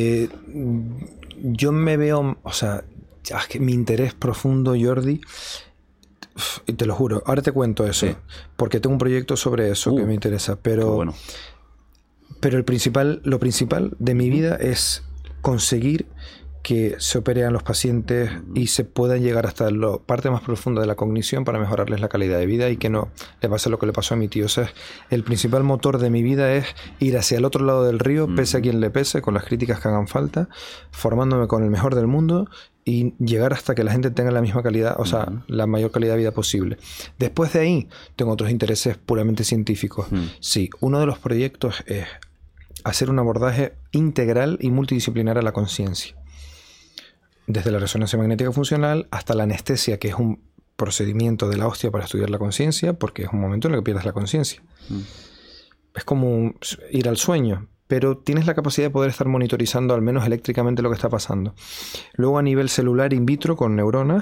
Yo me veo, o sea, es que mi interés profundo, Jordi, y te lo juro, ahora te cuento eso, porque tengo un proyecto sobre eso que me interesa, pero,
bueno.
Pero lo principal de mi vida es conseguir que se opere a los pacientes y se puedan llegar hasta la parte más profunda de la cognición para mejorarles la calidad de vida y que no le pase lo que le pasó a mi tío. O sea, el principal motor de mi vida es ir hacia el otro lado del río, pese a quien le pese, con las críticas que hagan falta, formándome con el mejor del mundo y llegar hasta que la gente tenga la misma calidad, o sea, la mayor calidad de vida posible. Después de ahí, tengo otros intereses puramente científicos. Sí, uno de los proyectos es hacer un abordaje integral y multidisciplinar a la conciencia. desde la resonancia magnética funcional hasta la anestesia, que es un procedimiento de la hostia para estudiar la conciencia, porque es un momento en el que pierdes la conciencia. Es como ir al sueño, pero tienes la capacidad de poder estar monitorizando al menos eléctricamente lo que está pasando. Luego a nivel celular in vitro con neuronas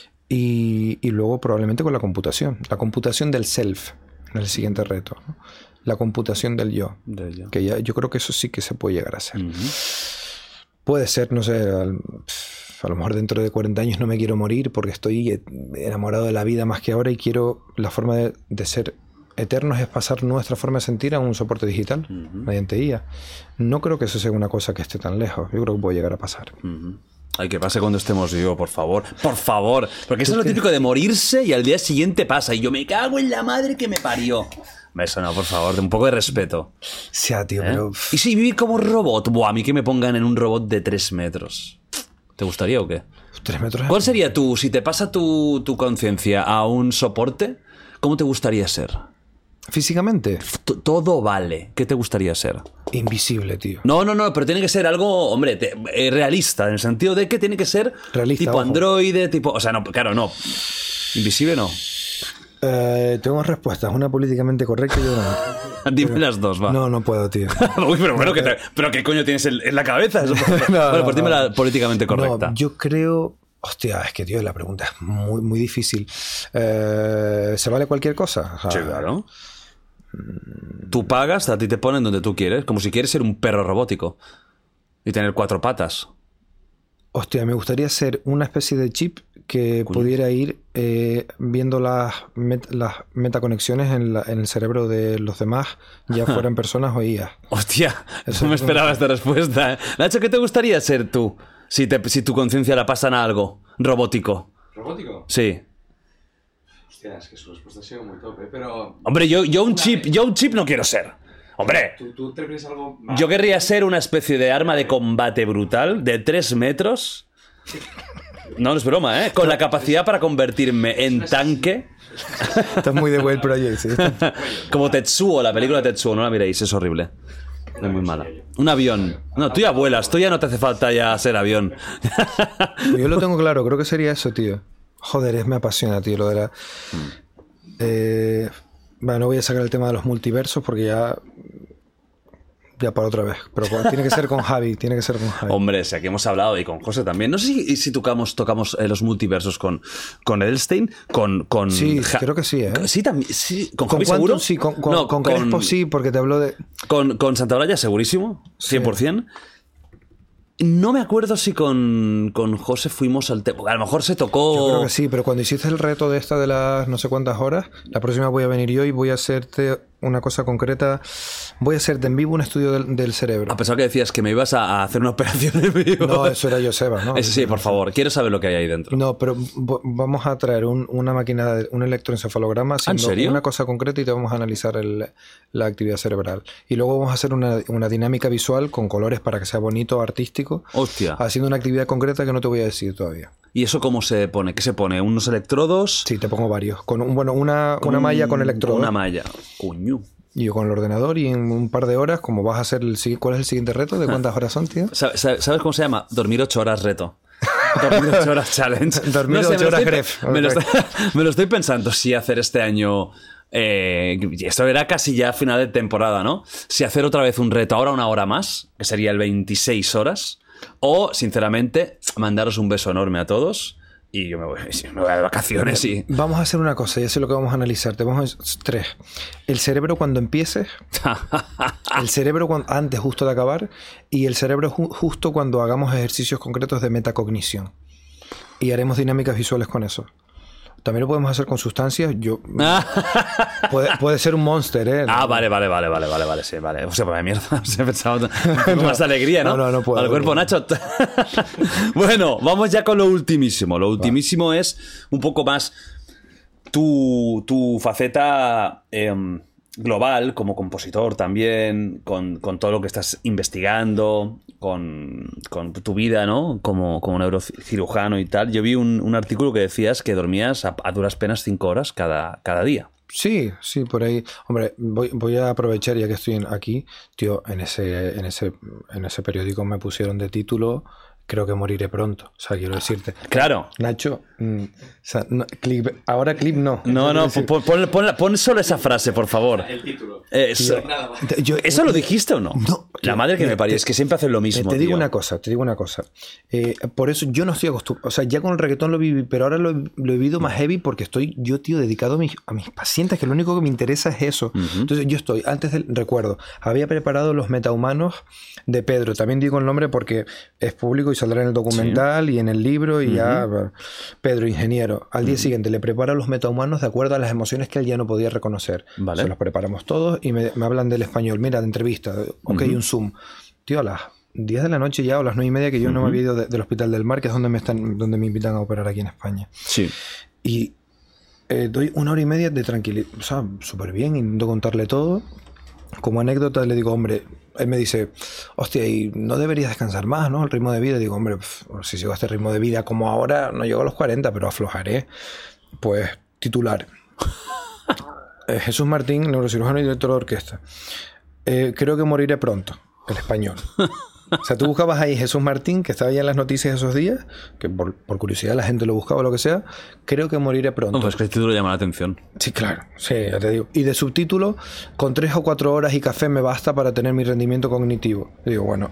y luego probablemente con la computación. La computación del self en el siguiente reto, ¿no? La computación del yo. Que ya, yo creo que eso sí que se puede llegar a hacer. Puede ser, no sé, a lo mejor dentro de 40 años no me quiero morir porque estoy enamorado de la vida más que ahora y quiero la forma de ser eternos es pasar nuestra forma de sentir a un soporte digital mediante IA. No creo que eso sea una cosa que esté tan lejos. Yo creo que puede llegar a pasar.
Ay, que pase cuando estemos vivos, por favor. Por favor. Porque eso es lo típico de morirse y al día siguiente pasa. Y yo me cago en la madre que me parió. Eso no, por favor, de un poco de respeto.
Sí, tío, pero...
¿Y si vivir como robot? Buah, a mí que me pongan en un robot de 3 metros. ¿Te gustaría o qué?
3 metros.
¿Cuál sería tú, si te pasa tu conciencia a un soporte, cómo te gustaría ser?
Físicamente.
Todo vale. ¿Qué te gustaría ser?
Invisible, tío.
No, pero tiene que ser algo, hombre, realista, en el sentido de que tiene que ser
realista,
tipo
ojo.
Androide, tipo... O sea, no, claro, no. Invisible no.
Tengo respuestas, una políticamente correcta y una...
Dime las dos, va.
No puedo, tío.
Uy, pero bueno, pero ¿qué coño tienes en la cabeza? Bueno, pues dime la políticamente correcta.
No, yo creo... Hostia, es que, tío, la pregunta es muy, muy difícil. ¿Se vale cualquier cosa? O sea,
sí, claro. Tú pagas, a ti te ponen donde tú quieres, como si quieres ser un perro robótico y tener 4 patas.
Hostia, me gustaría ser una especie de chip que pudiera ir viendo las metaconexiones en el cerebro de los demás, ya fueran personas o IA.
Hostia, no me esperaba esta respuesta. Nacho, ¿qué te gustaría ser tú si tu conciencia la pasan a algo robótico?
¿Robótico?
Sí.
Hostia, es que su respuesta ha sido muy top, pero...
Hombre, yo un chip no quiero ser. Hombre,
¿Tú te crees algo más?
Yo querría ser una especie de arma de combate brutal de 3 metros. No es broma, ¿eh? Con la capacidad para convertirme en tanque.
Estás muy de Wild Project, ¿sí?
Como Tetsuo, la película Tetsuo, no la miréis, es horrible. Es muy mala. Un avión. No, tú ya vuelas, tú ya no te hace falta ya ser avión.
Yo lo tengo claro, creo que sería eso, tío. Joder, me apasiona, tío, lo de la... Bueno, no voy a sacar el tema de los multiversos porque ya para otra vez. Pero tiene que ser con Javi,
Hombre, si aquí hemos hablado y con José también. No sé si tocamos los multiversos con Edelstein, con
sí, creo que sí, ¿eh?
Sí, también. Sí, ¿con Javi
Quantum,
seguro?
sí, con Crespo sí, porque te habló de...
Con Santaolalla segurísimo, 100%. Sí. No me acuerdo si con José fuimos al tema. A lo mejor se tocó...
Yo creo que sí, pero cuando hiciste el reto de esta de las no sé cuántas horas, la próxima voy a venir yo y voy a hacerte una cosa concreta. Voy a hacerte en vivo un estudio del cerebro.
A pesar que decías que me ibas a hacer una operación en vivo.
No, eso era Joseba, ¿no?
Eso sí, por favor. Quiero saber lo que hay ahí dentro.
No, pero vamos a traer una máquina, un electroencefalograma haciendo
¿En serio?
una cosa concreta y te vamos a analizar la actividad cerebral. Y luego vamos a hacer una dinámica visual con colores para que sea bonito, artístico.
Hostia.
Haciendo una actividad concreta que no te voy a decir todavía.
¿Y eso cómo se pone? ¿Qué se pone? ¿Unos electrodos?
Sí, te pongo varios. Una malla con electrodos.
Una malla. Coño.
Y yo con el ordenador y en un par de horas, como vas a hacer ¿cuál es el siguiente reto? ¿De cuántas horas son, tío?
¿Sabes cómo se llama? Dormir 8 horas reto. Dormir 8 horas challenge.
Dormir 8 horas gref.
Me lo estoy pensando si hacer este año... y esto era casi ya final de temporada, ¿no? Si hacer otra vez un reto ahora 1 hora más, que sería el 26 horas, o, sinceramente, mandaros un beso enorme a todos y yo me voy de vacaciones y...
Vamos a hacer una cosa, ya sé lo que vamos a analizar. Te vamos a 3. El cerebro cuando empieces, el cerebro antes justo de acabar y el cerebro justo cuando hagamos ejercicios concretos de metacognición. Y haremos dinámicas visuales con eso. También lo podemos hacer con sustancias. Puede ser un monster, ¿eh?
Ah, vale, sí, vale. O sea, pues mierda, se pensaba con más alegría, ¿no?
No puedo.
Al cuerpo, Nacho. Bueno, vamos ya con lo ultimísimo. Lo ultimísimo es un poco más tu faceta global como compositor también, con todo lo que estás investigando, con tu vida, ¿no? Como neurocirujano y tal. Yo vi un artículo que decías que dormías a duras penas 5 horas cada día.
Sí, por ahí. Hombre, voy a aprovechar ya que estoy aquí, tío, en ese periódico me pusieron de título creo que moriré pronto. O sea, quiero decirte.
Claro.
Nacho, o sea, ahora clip no.
No, pon solo esa frase, por favor.
El título.
Nada más. ¿Eso lo dijiste o no?
No.
La madre que me parió, es que siempre hacen lo mismo.
Te digo
tío.
una cosa. Por eso yo no estoy acostumbrado. O sea, ya con el reggaetón lo viví, pero ahora lo he vivido más heavy porque estoy yo, tío, dedicado a mis pacientes, que lo único que me interesa es eso. Entonces yo recuerdo, había preparado los metahumanos de Pedro. También digo el nombre porque es público y saldrá en el documental y en el libro y ya. Pedro, ingeniero. Al día siguiente le prepara los metahumanos de acuerdo a las emociones que él ya no podía reconocer.
Vale.
Se los preparamos todos y me hablan del español. Mira, de entrevista. Ok, un Zoom. Tío, a las 10 de la noche ya o las 9:30 que yo no me había ido del Hospital del Mar, que es donde me invitan a operar aquí en España.
Sí.
Y doy 1 hora y media de tranquilidad. O sea, súper bien, intento contarle todo. Como anécdota le digo, hombre, él me dice, hostia, y no deberías descansar más, ¿no? El ritmo de vida. Digo, hombre, si sigo a este ritmo de vida como ahora, no llego a los 40, pero aflojaré. Pues, titular. Jesús Martín, neurocirujano y director de orquesta. Creo que moriré pronto. El español. O sea, tú buscabas ahí Jesús Martín, que estaba ya en las noticias esos días, que por curiosidad la gente lo buscaba o lo que sea. Creo que moriré pronto.
No, pues que el título llama la atención.
Sí, claro. Sí, ya te digo. Y de subtítulo, con 3 o 4 horas y café me basta para tener mi rendimiento cognitivo. Y digo, bueno,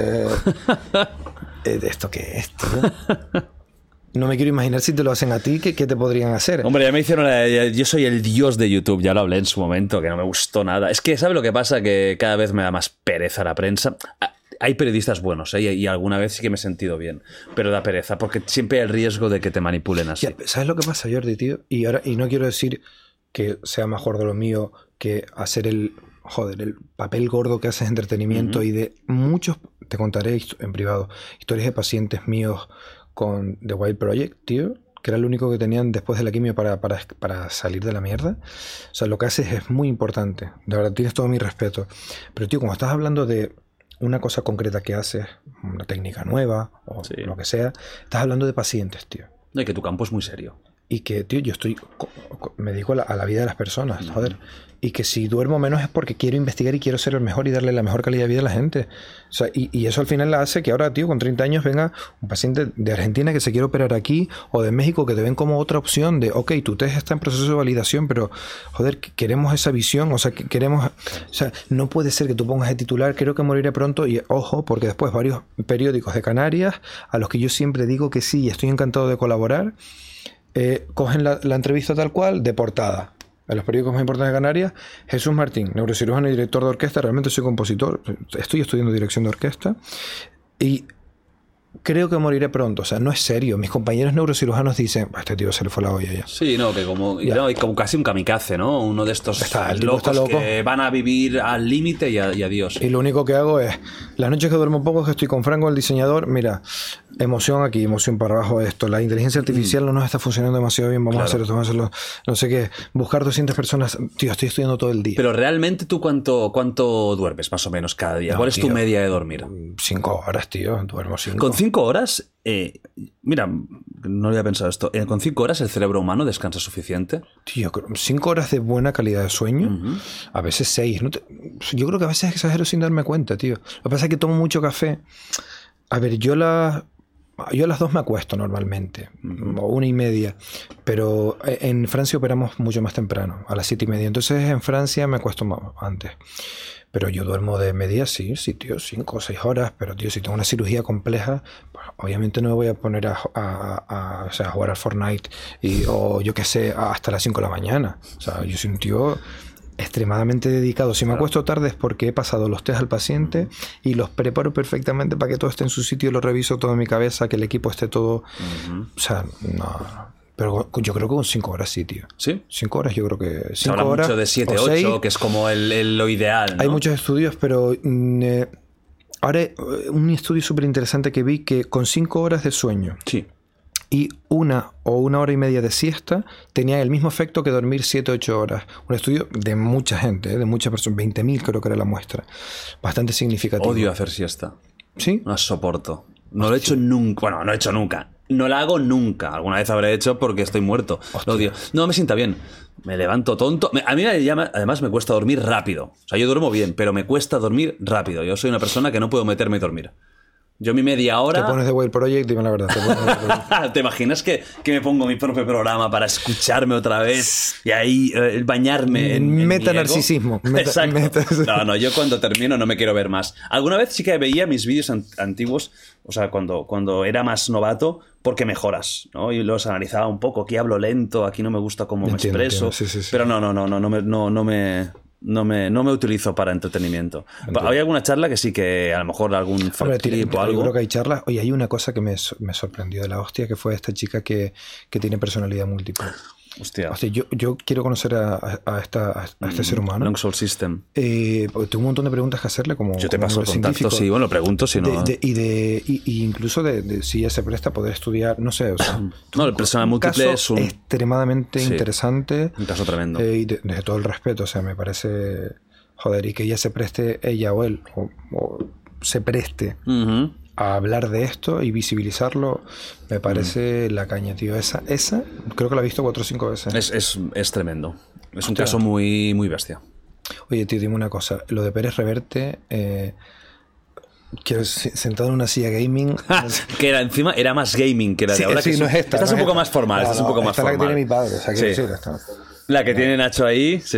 ¿esto qué es, tío? No me quiero imaginar si te lo hacen a ti, ¿qué te podrían hacer?
Hombre, ya me hicieron yo soy el dios de YouTube, ya lo hablé en su momento, que no me gustó nada. Es que, ¿sabes lo que pasa? Que cada vez me da más pereza la prensa. Hay periodistas buenos, ¿eh? Y alguna vez sí que me he sentido bien, pero da pereza, porque siempre hay el riesgo de que te manipulen así.
Ya, ¿sabes lo que pasa, Jordi, tío? Y no quiero decir que sea mejor de lo mío que hacer el papel gordo que haces de entretenimiento y de muchos, te contaré en privado, historias de pacientes míos con The Wild Project, tío, que era lo único que tenían después de la quimio para salir de la mierda. O sea, lo que haces es muy importante. De verdad, tienes todo mi respeto. Pero, tío, cuando estás hablando de una cosa concreta que haces, una técnica nueva o lo que sea, estás hablando de pacientes, tío.
No, y que tu campo es muy serio.
Y que, tío, yo me dedico a la vida de las personas, joder. Y que si duermo menos es porque quiero investigar y quiero ser el mejor y darle la mejor calidad de vida a la gente. O sea, y eso al final la hace que ahora, tío, con 30 años venga un paciente de Argentina que se quiere operar aquí o de México que te ven como otra opción de, ok, tu test está en proceso de validación, pero, joder, queremos esa visión, o sea, queremos... O sea, no puede ser que tú pongas de titular, creo que moriré pronto, y ojo, porque después varios periódicos de Canarias, a los que yo siempre digo que sí y estoy encantado de colaborar, cogen la entrevista tal cual, de portada. En los periódicos más importantes de Canarias, Jesús Martín, neurocirujano y director de orquesta. Realmente soy compositor, estoy estudiando dirección de orquesta y creo que moriré pronto. O sea, no es serio. Mis compañeros neurocirujanos dicen, a este tío se le fue la olla ya.
Sí, no, que como casi un kamikaze, ¿no? Uno de estos locos
loco.
que van a vivir al límite y adiós.
Y lo único que hago es, las noches que duermo poco, es que estoy con Franco, el diseñador, mira, emoción aquí, emoción para abajo, esto. La inteligencia artificial no nos está funcionando demasiado bien, vamos a hacer esto, vamos a hacerlo, no sé qué. Buscar 200 personas, tío, estoy estudiando todo el día.
Pero realmente, ¿tú cuánto duermes más o menos cada día? ¿Cuál es tu media de dormir?
5 horas, tío, duermo 5.
¿Con 5 horas? Mira, no había pensado esto. ¿Con 5 horas el cerebro humano descansa suficiente?
Tío, 5 horas de buena calidad de sueño, a veces 6. Yo creo que a veces exagero sin darme cuenta, tío. Lo que pasa es que tomo mucho café. A ver, yo a las 2 me acuesto normalmente, o 1:30, pero en Francia operamos mucho más temprano, a las 7:30. Entonces en Francia me acuesto más antes. Pero yo duermo de media, sí, tío, 5 o 6 horas. Pero, tío, si tengo una cirugía compleja, pues obviamente no me voy a poner a jugar al Fortnite o yo qué sé, hasta las 5 de la mañana. O sea, yo soy un tío extremadamente dedicado. Si me acuesto tarde es porque he pasado los test al paciente y los preparo perfectamente para que todo esté en su sitio, lo reviso todo en mi cabeza, que el equipo esté todo... O sea, no... Pero yo creo que con 5 horas sí, tío.
¿Sí?
5 horas yo creo que... 5
Se habla
horas
mucho de 7, 8, que es como lo ideal, ¿no?
Hay muchos estudios, pero... ahora, un estudio súper interesante que vi que con 5 horas de sueño y 1 o 1 hora y media de siesta tenía el mismo efecto que dormir 7 o 8 horas. Un estudio de mucha gente, de muchas personas. 20.000 creo que era la muestra. Bastante significativo.
Odio hacer siesta.
¿Sí?
No soporto. No lo he hecho nunca. Bueno, no he hecho nunca. No la hago nunca. Alguna vez habré hecho porque estoy muerto. Lo odio. No, me sienta bien. Me levanto tonto. A mí además me cuesta dormir rápido. O sea, yo duermo bien, pero me cuesta dormir rápido. Yo soy una persona que no puedo meterme y dormir. Yo mi media hora...
Te pones de Whale Project, dime la verdad.
¿Te imaginas que me pongo mi propio programa para escucharme otra vez y ahí bañarme en
Metanarcisismo.
Exacto. No, yo cuando termino no me quiero ver más. Alguna vez sí que veía mis vídeos antiguos, o sea, cuando era más novato, porque mejoras, ¿no? Y los analizaba un poco. Aquí hablo lento, aquí no me gusta cómo me expreso. Sí. Pero no me utilizo para entretenimiento. Entiendo. Hay alguna charla que sí, que a lo mejor algún clip o algo.
Yo creo que hay charlas. Oye, hay una cosa que me sorprendió de la hostia, que fue esta chica que tiene personalidad múltiple.
Hostia,
yo quiero conocer a este ser humano.
Long Soul System.
Porque tengo un montón de preguntas que hacerle, como
yo te paso el contacto, sí, bueno, pregunto si no.
Y incluso de si ella se presta a poder estudiar, no sé, o sea,
no, el personal múltiple es un
extremadamente interesante.
Un caso tremendo.
Y desde todo el respeto, o sea, me parece, joder, y que ella se preste, ella o él, o se preste a hablar de esto y visibilizarlo, me parece la caña, tío. Esa creo que la he visto 4 o 5 veces.
Es tremendo. Es un caso muy, muy bestia.
Oye, tío, dime una cosa. Lo de Pérez Reverte, quiero sentado en una silla gaming.
Que era más gaming que la de ahora. Sí,
no es esta.
Esta es un poco más formal. Esta es un poco más formal.
La que tiene mi padre. O sea, quiero decir,
la que tiene Nacho ahí, sí.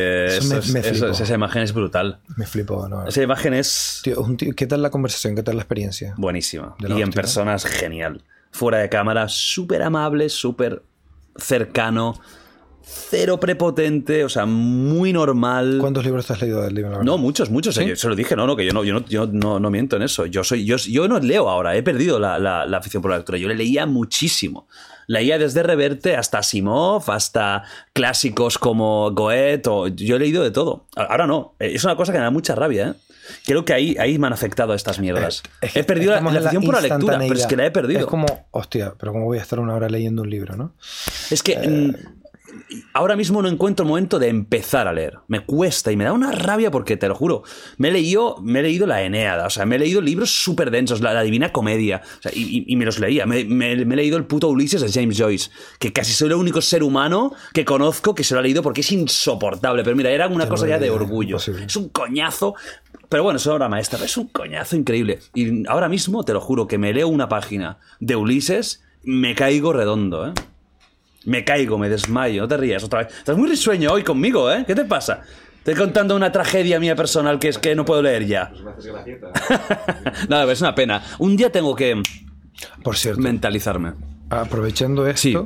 Esa imagen es brutal.
Me flipó, ¿no?
Esa imagen es...
Tío, ¿qué tal la conversación? ¿Qué tal la experiencia?
Buenísima. Y en personas, genial. Fuera de cámara, súper amable, súper cercano, cero prepotente, o sea, muy normal.
¿Cuántos libros te has leído del libro?
No, muchos. ¿Sí? Yo se lo dije, que yo no miento en eso. Yo no leo ahora, he perdido la afición por la lectura. Yo le leía muchísimo. Leía desde Reverte hasta Asimov, hasta clásicos como Goethe, yo he leído de todo. Ahora no, es una cosa que me da mucha rabia, ¿eh? Creo que ahí me han afectado estas mierdas. He perdido la afición por la lectura, pero es que la he perdido.
Es como, hostia, pero ¿cómo voy a estar una hora leyendo un libro, no?
Es que... ahora mismo no encuentro el momento de empezar a leer. Me cuesta y me da una rabia porque, te lo juro, me he leído la Eneada, o sea, me he leído libros súper densos, la Divina Comedia, o sea, y me los leía. Me he leído el puto Ulises de James Joyce, que casi soy el único ser humano que conozco que se lo ha leído porque es insoportable. Pero mira, era una cosa ya de orgullo. Imposible. Es un coñazo. Pero bueno, es una obra maestra, es un coñazo increíble. Y ahora mismo, te lo juro, que me leo una página de Ulises, me caigo redondo, ¿eh? Me caigo, me desmayo, no te rías otra vez. Estás muy risueño hoy conmigo, ¿eh? ¿Qué te pasa? Estoy contando una tragedia mía personal que es que no puedo leer ya.
Pues me haces gracieta.
No, es una pena. Un día tengo que,
por cierto,
mentalizarme.
Aprovechando esto,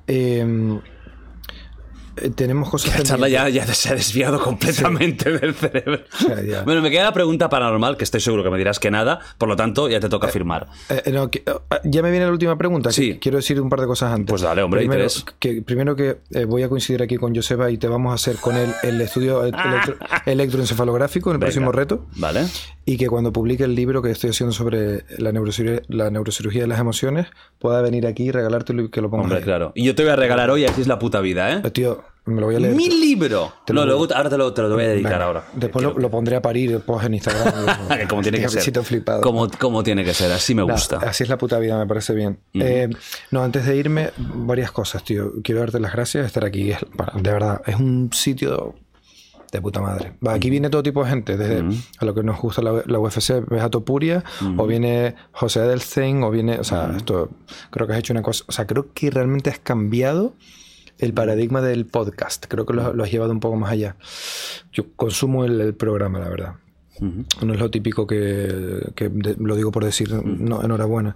sí. Tenemos cosas...
La charla ya se ha desviado completamente del cerebro. Ya. Bueno, me queda la pregunta paranormal, que estoy seguro que me dirás que nada, por lo tanto ya te toca afirmar.
Ya me viene la última pregunta.
Sí.
Quiero decir un par de cosas antes.
Pues dale, hombre,
primero que voy a coincidir aquí con Joseba y te vamos a hacer con él el estudio electroencefalográfico en el próximo reto.
Vale.
Y que cuando publique el libro que estoy haciendo sobre la neurocirugía de las emociones, pueda venir aquí y regalártelo y que lo pongas.
Hombre,
ahí.
Claro. Y yo te voy a regalar hoy, así es la puta vida, ¿eh?
Tío, me lo voy a leer.
¡Mi libro! Ahora te lo voy a dedicar. Venga, ahora.
Después lo pondré a parir después en Instagram.
Como tiene que ser.
Flipado.
Como tiene que ser, así me gusta.
Así es la puta vida, me parece bien. No, antes de irme, varias cosas, tío. Quiero darte las gracias de estar aquí. De verdad, es un sitio de puta madre. Aquí viene todo tipo de gente, desde a lo que nos gusta la UFC, ves a Topuria, o viene José Edelstein, o viene... O sea, esto creo que has hecho una cosa... O sea, creo que realmente has cambiado el paradigma del podcast. Creo que lo has llevado un poco más allá. Yo consumo el programa, la verdad. No es lo típico lo digo por decir, no, enhorabuena.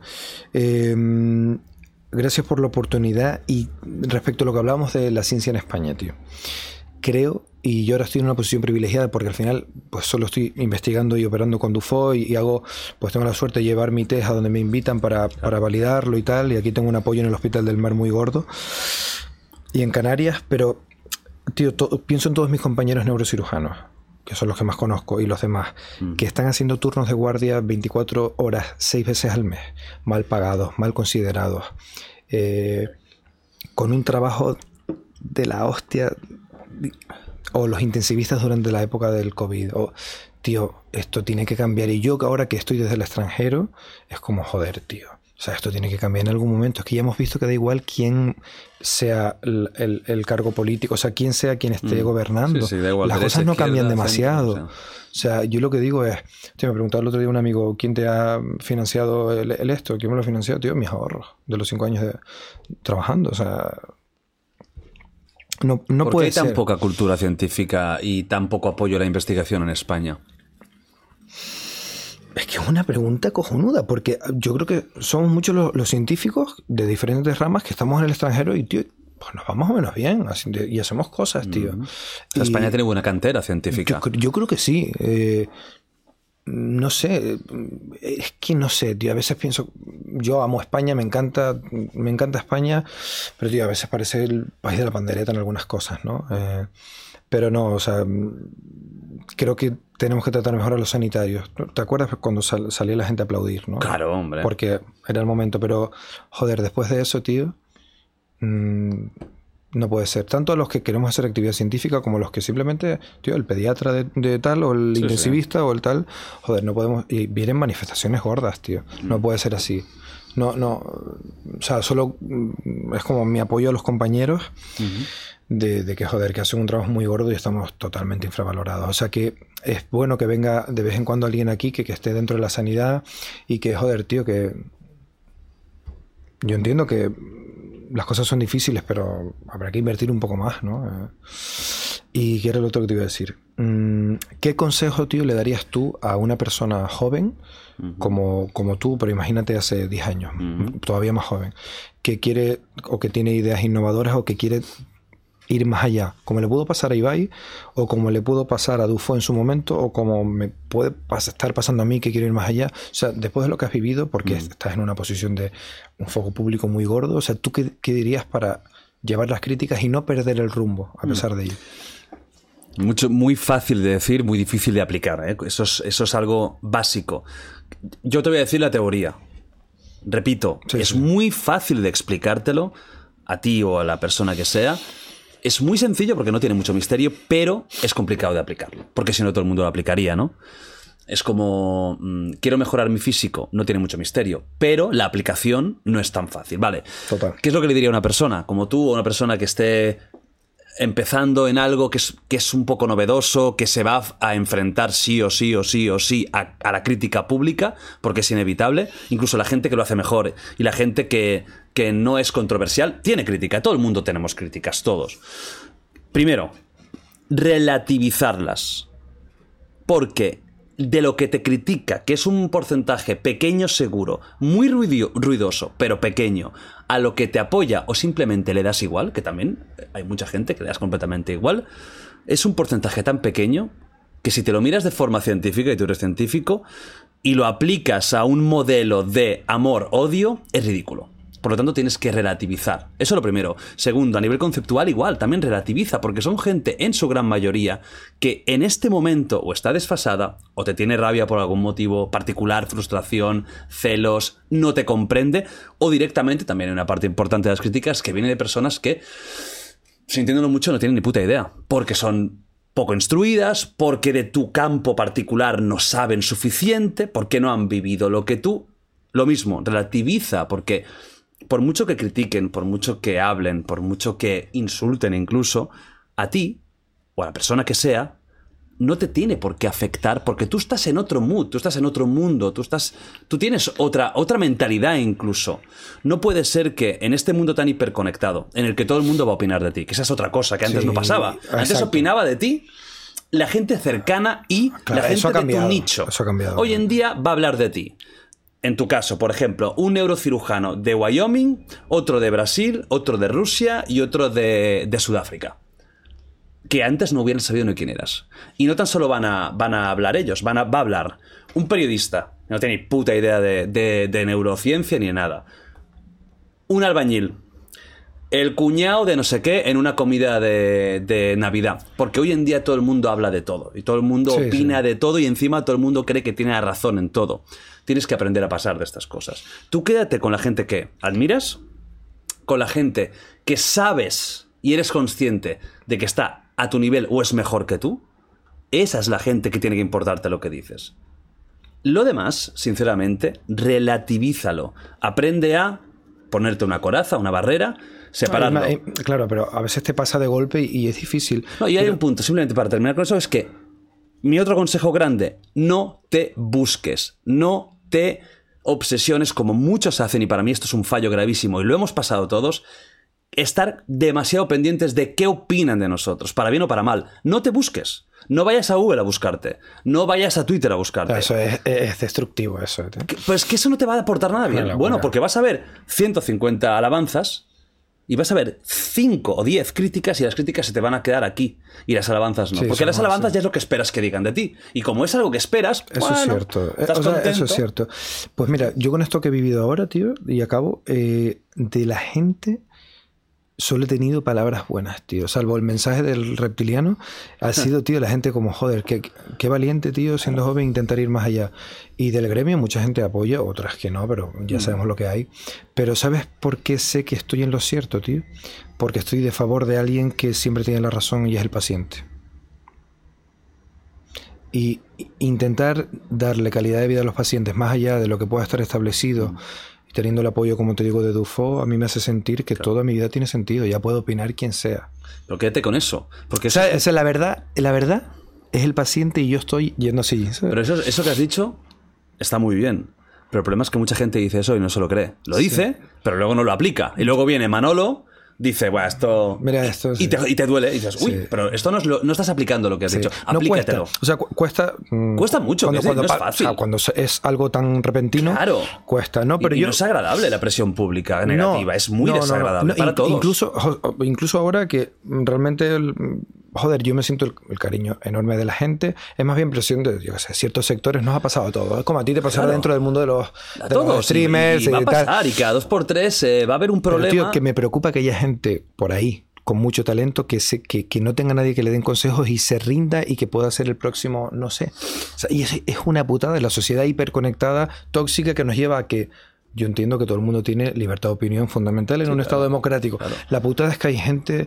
Gracias por la oportunidad. Y respecto a lo que hablábamos de la ciencia en España, tío, creo, y yo ahora estoy en una posición privilegiada porque al final pues solo estoy investigando y operando con Dufoy y pues tengo la suerte de llevar mi test a donde me invitan para validarlo y tal, y aquí tengo un apoyo en el Hospital del Mar muy gordo y en Canarias, pero tío, pienso en todos mis compañeros neurocirujanos, que son los que más conozco, y los demás, que están haciendo turnos de guardia 24 horas, 6 veces al mes, mal pagados, mal considerados, con un trabajo de la hostia, o los intensivistas durante la época del COVID. Tío, esto tiene que cambiar. Y yo que ahora que estoy desde el extranjero, es como, joder, tío, O sea, esto tiene que cambiar en algún momento. Es que ya hemos visto que da igual quién sea el cargo político, o sea, quién sea quien esté gobernando.
Sí, da igual,
las
derecha,
cosas no
izquierda,
cambian demasiado.
centro,
O sea, yo lo que digo es... Tío, me preguntaba el otro día un amigo, ¿quién te ha financiado el esto? ¿Quién me lo ha financiado? Tío, mis ahorros de los 5 años trabajando. O sea... No
¿Por qué
puede
hay tan
ser.
poca cultura científica y tan poco apoyo a la investigación en España?
Es que es una pregunta cojonuda, porque yo creo que somos muchos los científicos de diferentes ramas que estamos en el extranjero y, tío, pues nos va más o menos bien y hacemos cosas, tío.
España tiene buena cantera científica.
Yo creo que sí. No sé, es que no sé, tío. A veces pienso, yo amo España, me encanta España, pero, tío, a veces parece el país de la pandereta en algunas cosas, ¿no? Pero no, o sea, creo que tenemos que tratar mejor a los sanitarios. ¿Te acuerdas cuando salía la gente a aplaudir, no?
Claro, hombre.
Porque era el momento, pero, joder, después de eso, tío, no puede ser. Tanto a los que queremos hacer actividad científica como a los que simplemente, tío, el pediatra de tal o el intensivista o el tal, joder, no podemos. Y vienen manifestaciones gordas, tío. No puede ser así. No, o sea, solo es como mi apoyo a los compañeros de que, joder, que hacen un trabajo muy gordo y estamos totalmente infravalorados. O sea que es bueno que venga de vez en cuando alguien aquí que esté dentro de la sanidad y que, joder, tío, que yo entiendo que las cosas son difíciles, pero habrá que invertir un poco más, ¿no? ¿Y qué era lo otro que te iba a decir? ¿Qué consejo, tío, le darías tú a una persona joven, como tú, pero imagínate hace 10 años, todavía más joven, que quiere o que tiene ideas innovadoras o que quiere ir más allá, como le pudo pasar a Ibai o como le pudo pasar a Dufo en su momento o como me puede estar pasando a mí que quiero ir más allá? O sea, después de lo que has vivido, porque estás en una posición de un foco público muy gordo, o sea, ¿tú qué dirías para llevar las críticas y no perder el rumbo a pesar de ello?
Muy fácil de decir, muy difícil de aplicar, ¿eh? Eso es algo básico. Yo te voy a decir la teoría. Repito, es muy fácil de explicártelo a ti o a la persona que sea. Es muy sencillo porque no tiene mucho misterio, pero es complicado de aplicarlo. Porque si no, todo el mundo lo aplicaría, ¿no? Es como, quiero mejorar mi físico, no tiene mucho misterio, pero la aplicación no es tan fácil, ¿vale?
Total.
¿Qué es lo que le diría a una persona como tú o una persona que esté empezando en algo que es un poco novedoso, que se va a enfrentar sí o sí a la crítica pública, porque es inevitable? Incluso la gente que lo hace mejor y la gente que no es controversial tiene crítica. Todo el mundo tenemos críticas, todos. Primero, relativizarlas. Porque de lo que te critica, que es un porcentaje pequeño seguro, muy ruidoso, pero pequeño, a lo que te apoya o simplemente le das igual, que también hay mucha gente que le das completamente igual, es un porcentaje tan pequeño que si te lo miras de forma científica, y tú eres científico, y lo aplicas a un modelo de amor-odio, es ridículo. Por lo tanto, tienes que relativizar. Eso es lo primero. Segundo, a nivel conceptual igual, también relativiza, porque son gente, en su gran mayoría, que en este momento o está desfasada, o te tiene rabia por algún motivo particular, frustración, celos, no te comprende, o directamente, también hay una parte importante de las críticas, que viene de personas que, sintiéndolo mucho, no tienen ni puta idea, porque son poco instruidas, porque de tu campo particular no saben suficiente, porque no han vivido lo que tú. Lo mismo, relativiza, porque por mucho que critiquen, por mucho que hablen, por mucho que insulten incluso, a ti, o a la persona que sea, no te tiene por qué afectar, porque tú estás en otro mood, tú estás en otro mundo, tú tienes otra mentalidad incluso. No puede ser que en este mundo tan hiperconectado, en el que todo el mundo va a opinar de ti, que esa es otra cosa que antes no pasaba. Antes opinaba de ti la gente cercana y la gente de tu nicho.
Eso ha cambiado.
Hoy en día va a hablar de ti. En tu caso, por ejemplo, un neurocirujano de Wyoming, otro de Brasil, otro de Rusia y otro de Sudáfrica. Que antes no hubieran sabido ni quién eras. Y no tan solo van a hablar ellos, va a hablar un periodista, que no tiene ni puta idea de neurociencia ni de nada. Un albañil. El cuñado de no sé qué en una comida de Navidad. Porque hoy en día todo el mundo habla de todo. Y todo el mundo opina de todo y encima todo el mundo cree que tiene la razón en todo. Tienes que aprender a pasar de estas cosas. Tú quédate con la gente que admiras, con la gente que sabes y eres consciente de que está a tu nivel o es mejor que tú. Esa es la gente que tiene que importarte lo que dices. Lo demás, sinceramente, relativízalo. Aprende a ponerte una coraza, una barrera, separarlo.
Claro, pero a veces te pasa de golpe y es difícil.
No, y hay un punto, simplemente para terminar con eso, es que mi otro consejo grande, no te busques, no te obsesiones como muchos hacen, y para mí esto es un fallo gravísimo, y lo hemos pasado todos, estar demasiado pendientes de qué opinan de nosotros, para bien o para mal. No te busques. No vayas a Google a buscarte. No vayas a Twitter a buscarte.
Eso es destructivo, eso.
Pues que eso no te va a aportar nada bien. Bueno, porque vas a ver 150 alabanzas y vas a ver 5 o 10 críticas, y las críticas se te van a quedar aquí. Y las alabanzas no. Sí, porque las alabanzas ya es lo que esperas que digan de ti. Y como es algo que esperas,
eso es cierto. Eso es cierto. Pues mira, yo con esto que he vivido ahora, tío, y acabo, de la gente solo he tenido palabras buenas, tío. Salvo el mensaje del reptiliano, ha sido, tío, la gente como, joder, qué valiente, tío, siendo joven, intentar ir más allá. Y del gremio mucha gente apoya, otras que no, pero ya sabemos lo que hay. Pero ¿sabes por qué sé que estoy en lo cierto, tío? Porque estoy de favor de alguien que siempre tiene la razón, y es el paciente. Y intentar darle calidad de vida a los pacientes más allá de lo que pueda estar establecido, teniendo el apoyo, como te digo, de Dufo, a mí me hace sentir que toda mi vida tiene sentido. Ya puedo opinar quien sea.
Pero quédate con eso. Porque
eso... O sea, la verdad es el paciente, y yo estoy yendo así, ¿sabes?
Pero eso que has dicho está muy bien. Pero el problema es que mucha gente dice eso y no se lo cree. Lo dice, pero luego no lo aplica. Y luego viene Manolo, dice, bueno, esto...
Mira, esto
sí. y te duele. Y dices, uy, pero esto no estás aplicando lo que has dicho. Aplícatelo.
No cuesta. O sea, cuesta
mucho. No es fácil.
Cuando es algo tan repentino, claro, cuesta, ¿no? Pero
no es agradable la presión pública negativa. Es muy desagradable para todos.
Incluso ahora que realmente... Joder, yo me siento el cariño enorme de la gente. Es más bien presión de, yo qué sé, ciertos sectores. Nos ha pasado todo. Es como a ti te pasará dentro del mundo de los streamers.
Y va a pasar, y cada 2x3 va a haber un problema.
Pero, tío, que me preocupa que haya gente por ahí con mucho talento que no tenga nadie que le den consejos y se rinda, y que pueda ser el próximo, no sé. O sea, y es una putada de la sociedad hiperconectada, tóxica, que nos lleva a que... Yo entiendo que todo el mundo tiene libertad de opinión fundamental en un estado democrático. Claro. La putada es que hay gente...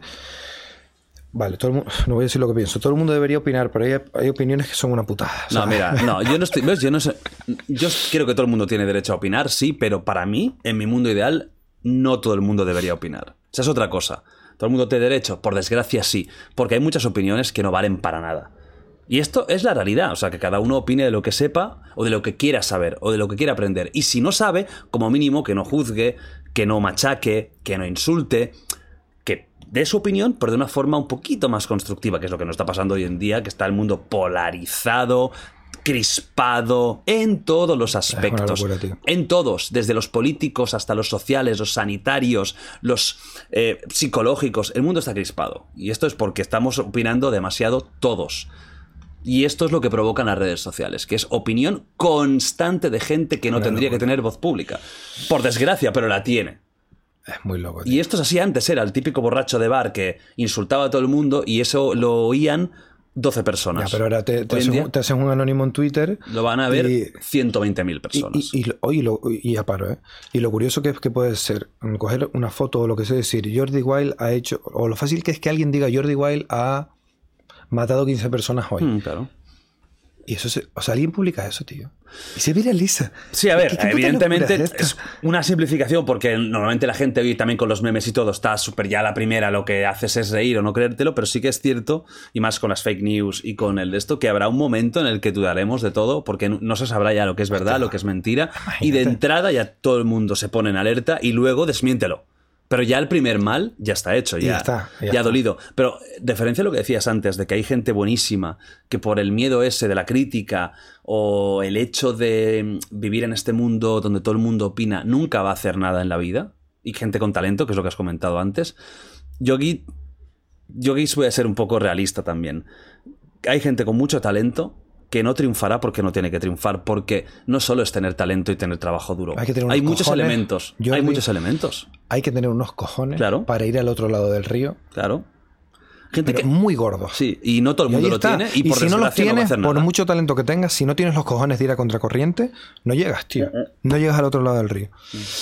Vale, todo el mundo, no voy a decir lo que pienso. Todo el mundo debería opinar, pero hay opiniones que son una putada.
No, mira, yo no estoy... ¿ves? Yo creo que todo el mundo tiene derecho a opinar, sí, pero para mí, en mi mundo ideal, no todo el mundo debería opinar. Esa es otra cosa. Todo el mundo tiene derecho, por desgracia sí, porque hay muchas opiniones que no valen para nada. Y esto es la realidad, o sea, que cada uno opine de lo que sepa, o de lo que quiera saber, o de lo que quiera aprender. Y si no sabe, como mínimo, que no juzgue, que no machaque, que no insulte, que dé su opinión, pero de una forma un poquito más constructiva, que es lo que nos está pasando hoy en día, que está el mundo polarizado, crispado, en todos los aspectos.
Locura,
en todos, desde los políticos hasta los sociales, los sanitarios, los psicológicos. El mundo está crispado. Y esto es porque estamos opinando demasiado todos. Y esto es lo que provocan las redes sociales, que es opinión constante de gente que no tendría que tener voz pública. Por desgracia, pero la tiene.
Es muy loco, tío.
Y esto es así antes, era el típico borracho de bar que insultaba a todo el mundo, y eso lo oían 12 personas.
Ya, pero ahora te hacen un anónimo en Twitter.
Lo van a ver 120.000 personas.
Y ya paro, ¿eh? Y lo curioso que puede ser coger una foto o lo que sea, decir Jordi Wild ha hecho... O lo fácil que es que alguien diga Jordi Wild ha matado 15 personas hoy.
Claro.
Y eso o sea, alguien publica eso, tío. Y se viraliza.
Sí, a ver, evidentemente es una simplificación, porque normalmente la gente hoy también con los memes y todo está súper ya a la primera, lo que haces es reír o no creértelo, pero sí que es cierto, y más con las fake news y con el de esto, que habrá un momento en el que dudaremos de todo, porque no se sabrá ya lo que es verdad, lo que es mentira, y de entrada ya todo el mundo se pone en alerta y luego desmiéntelo. Pero ya el primer mal ya está hecho, ya ha dolido. Pero diferencia lo que decías antes, de que hay gente buenísima que por el miedo ese de la crítica o el hecho de vivir en este mundo donde todo el mundo opina, nunca va a hacer nada en la vida. Y gente con talento, que es lo que has comentado antes. Yo aquí voy a ser un poco realista también. Hay gente con mucho talento que no triunfará porque no tiene que triunfar, porque no solo es tener talento y tener trabajo duro. Hay muchos elementos. Hay que tener unos cojones para ir al otro lado del río. Claro. Gente que muy gordo. Sí, y no todo el mundo lo tiene. Y por si no los tienes, por mucho talento que tengas, si no tienes los cojones de ir a contracorriente, no llegas, tío. No llegas al otro lado del río.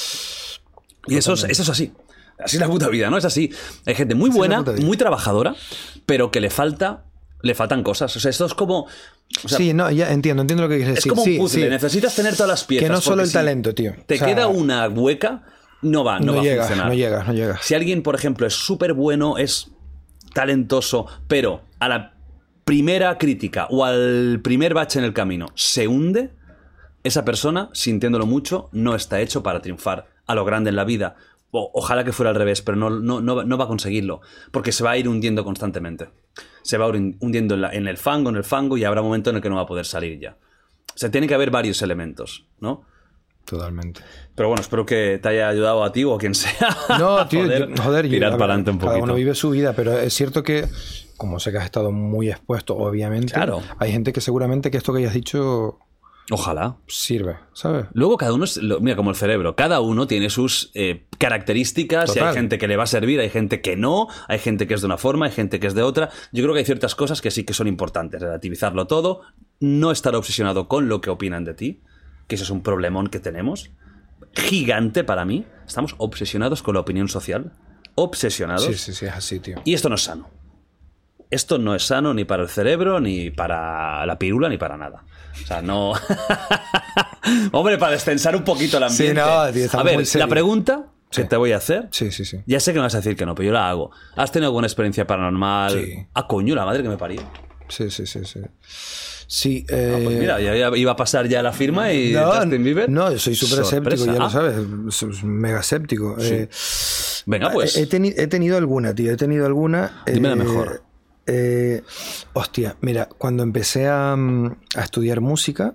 Y eso es así. Así es la puta vida, ¿no? Es así. Hay gente muy buena, muy trabajadora, pero que le falta Le faltan cosas. O sea, esto es como... O sea,
sí, no, ya entiendo lo que quieres decir.
es como un puzzle,
sí.
necesitas tener todas las piezas.
Que no solo el
si
talento, tío.
te queda una hueca, no va a funcionar.
No llega.
Si alguien, por ejemplo, es súper bueno, es talentoso, pero a la primera crítica o al primer bache en el camino se hunde, esa persona, sintiéndolo mucho, no está hecho para triunfar a lo grande en la vida. Ojalá que fuera al revés, pero no va a conseguirlo, porque se va a ir hundiendo constantemente. Se va hundiendo en el fango, y habrá un momento en el que no va a poder salir ya. O sea, tiene que haber varios elementos, ¿no?
Totalmente.
Pero bueno, espero que te haya ayudado a ti o a quien sea.
No, tío, joder,
tirar para adelante un poquito.
Cada uno vive su vida, pero es cierto que, como sé que has estado muy expuesto, obviamente,
claro,
hay gente que seguramente que esto que hayas dicho...
Ojalá.
Sirve, ¿sabes?
Luego cada uno, mira, como el cerebro, cada uno tiene sus características.
Total.
Y hay gente que le va a servir, hay gente que no, hay gente que es de una forma, hay gente que es de otra. Yo creo que hay ciertas cosas que sí que son importantes, relativizarlo todo, no estar obsesionado con lo que opinan de ti, que eso es un problemón que tenemos, gigante para mí. Estamos obsesionados con la opinión social, obsesionados.
Sí, es así, tío.
Y esto no es sano. Esto no es sano ni para el cerebro, ni para la pirula, ni para nada. O sea, no... Hombre, para destensar un poquito el ambiente.
Sí, no, tío,
a ver, la pregunta que
Sí.
te voy a hacer...
Sí.
Ya sé que me vas a decir que no, pero yo la hago. ¿Has tenido alguna experiencia paranormal?
Sí.
Ah, coño, la madre que me parió.
Sí. Sí,
Pues mira, ya iba a pasar ya la firma y Justin Bieber.
No, yo soy súper escéptico, ya lo
Ah.
sabes. Soy mega escéptico.
Sí. Venga, pues.
He tenido alguna, tío.
Dime la mejor.
Hostia, mira, cuando empecé a estudiar música,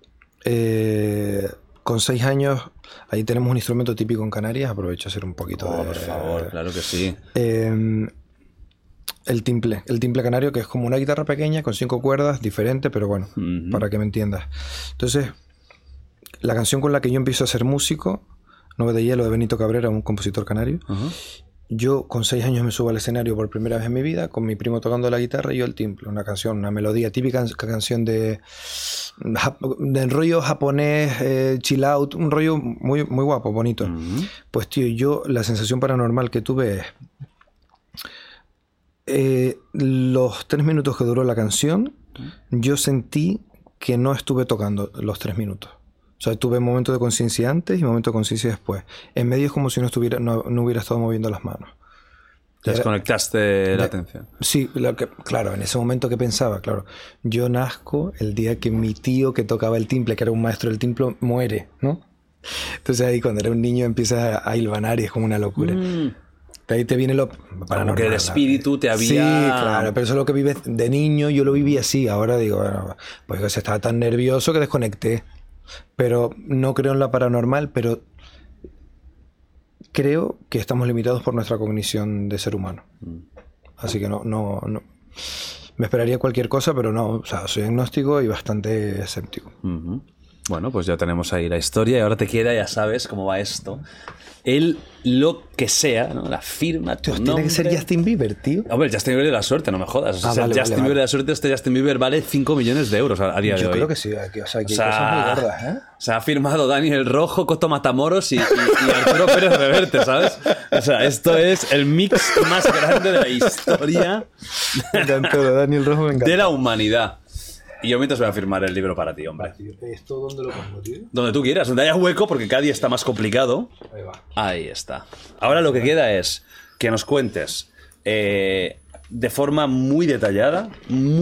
con 6 años, ahí tenemos un instrumento típico en Canarias, aprovecho a hacer un poquito de...
Por favor, claro que sí.
El timple canario, que es como una guitarra pequeña con 5 cuerdas, diferente, pero bueno, para que me entiendas. Entonces, la canción con la que yo empiezo a ser músico, Nube de Hielo, de Benito Cabrera, un compositor canario. Yo con 6 años me subo al escenario por primera vez en mi vida, con mi primo tocando la guitarra y yo el timple, una canción, una melodía típica, canción de rollo japonés, chill out, un rollo muy, muy guapo, bonito. Pues tío, yo la sensación paranormal que tuve es los 3 minutos que duró la canción, yo sentí que no estuve tocando los 3 minutos. O sea, tuve momentos de conciencia antes y momentos de conciencia después. En medio es como si no hubiera estado moviendo las manos.
Desconectaste la atención.
Sí, claro, en ese momento que pensaba, claro, yo nazco el día que mi tío que tocaba el timple, que era un maestro del timple, muere, ¿no? Entonces ahí cuando era un niño empiezas a hilvanar y es como una locura. De ahí te viene lo paranormal.
Como que el espíritu te había...
Sí, claro, pero eso es lo que vives de niño, yo lo viví así. Ahora digo, bueno, pues estaba tan nervioso que desconecté. Pero no creo en la paranormal, pero creo que estamos limitados por nuestra cognición de ser humano. Así que no. Me esperaría cualquier cosa, pero no. O sea, soy agnóstico y bastante escéptico.
Bueno, pues ya tenemos ahí la historia y ahora te queda, ya sabes cómo va esto. Lo que sea, ¿no? La firma, tu nombre.
Tiene que ser Justin Bieber, tío.
Hombre, Justin Bieber de la suerte, no me jodas. O sea,
vale,
Justin Bieber de la suerte, este Justin Bieber vale 5 millones de euros a día de hoy.
Yo creo que sí. O sea, que hay cosas muy gordas, ¿eh?
Se ha firmado Daniel Rojo, Coto Matamoros y Arturo Pérez Reverte, ¿sabes? O sea, esto es el mix más grande de la historia
Daniel Rojo me encanta.
de la humanidad. Y yo mientras voy a firmar el libro para ti, hombre.
¿Esto dónde lo pongo, tío?
Donde tú quieras, donde haya hueco, porque cada día está más complicado.
Ahí va.
Ahí está. Ahora lo que queda es que nos cuentes de forma muy detallada,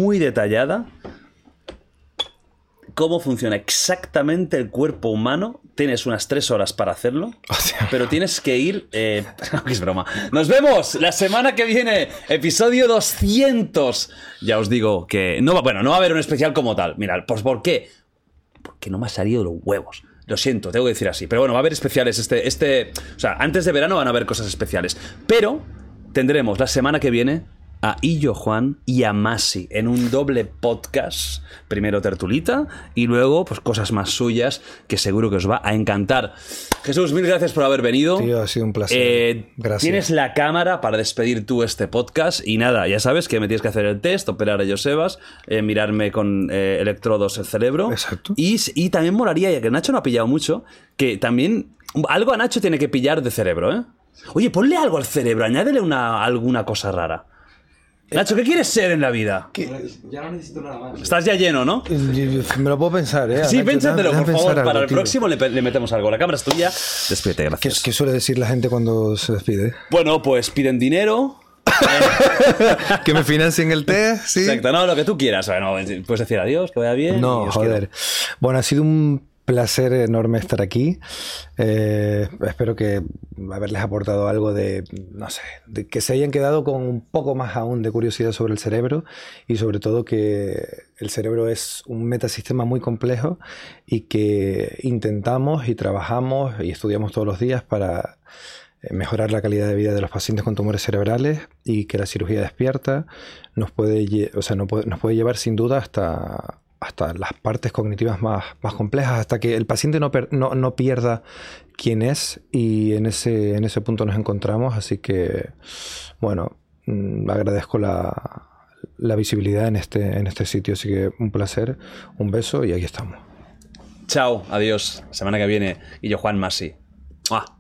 cómo funciona exactamente el cuerpo humano. Tienes unas 3 horas para hacerlo, pero tienes que ir... es broma. Nos vemos la semana que viene, episodio 200. Ya os digo que... no va a haber un especial como tal. Mirad, pues ¿por qué? Porque no me ha salido los huevos. Lo siento, tengo que decir así. Pero bueno, va a haber especiales o sea, antes de verano van a haber cosas especiales. Pero tendremos la semana que viene a Illo Juan y a Masi en un doble podcast. Primero tertulita y luego pues cosas más suyas que seguro que os va a encantar. Jesús, mil gracias por haber venido.
Tío, ha sido un placer. Gracias.
Tienes la cámara para despedir tú este podcast y nada, ya sabes que me tienes que hacer el test, operar a Josebas, mirarme con electrodos el cerebro.
Exacto.
Y también molaría, ya que Nacho no ha pillado mucho, que también algo a Nacho tiene que pillar de cerebro, ¿eh? Oye, ponle algo al cerebro, añádele alguna cosa rara. Nacho, ¿qué quieres ser en la vida?
Ya no necesito nada más.
Estás ya lleno, ¿no?
Me lo puedo pensar, ¿eh?
Sí,
Nacho,
pénsatelo,
déjame
por favor.
pensar algo,
Para el
tío.
próximo le metemos algo. La cámara es tuya. Despídete, gracias.
¿Qué suele decir la gente cuando se despide?
Bueno, pues piden dinero.
Que me financien el té, ¿sí?
Exacto, no, lo que tú quieras. Bueno, puedes decir adiós, que vaya bien.
No,
y os
joder. Bueno, ha sido un placer enorme estar aquí. Espero que haberles aportado algo de, no sé, de que se hayan quedado con un poco más aún de curiosidad sobre el cerebro y sobre todo que el cerebro es un metasistema muy complejo y que intentamos y trabajamos y estudiamos todos los días para mejorar la calidad de vida de los pacientes con tumores cerebrales y que la cirugía despierta nos puede llevar sin duda hasta las partes cognitivas más complejas, hasta que el paciente no pierda quién es, y en ese punto nos encontramos. Así que, bueno, agradezco la visibilidad en este sitio, así que un placer, un beso y aquí estamos.
Chao, adiós. Semana que viene. Y yo, Juan Masi. ¡Mua!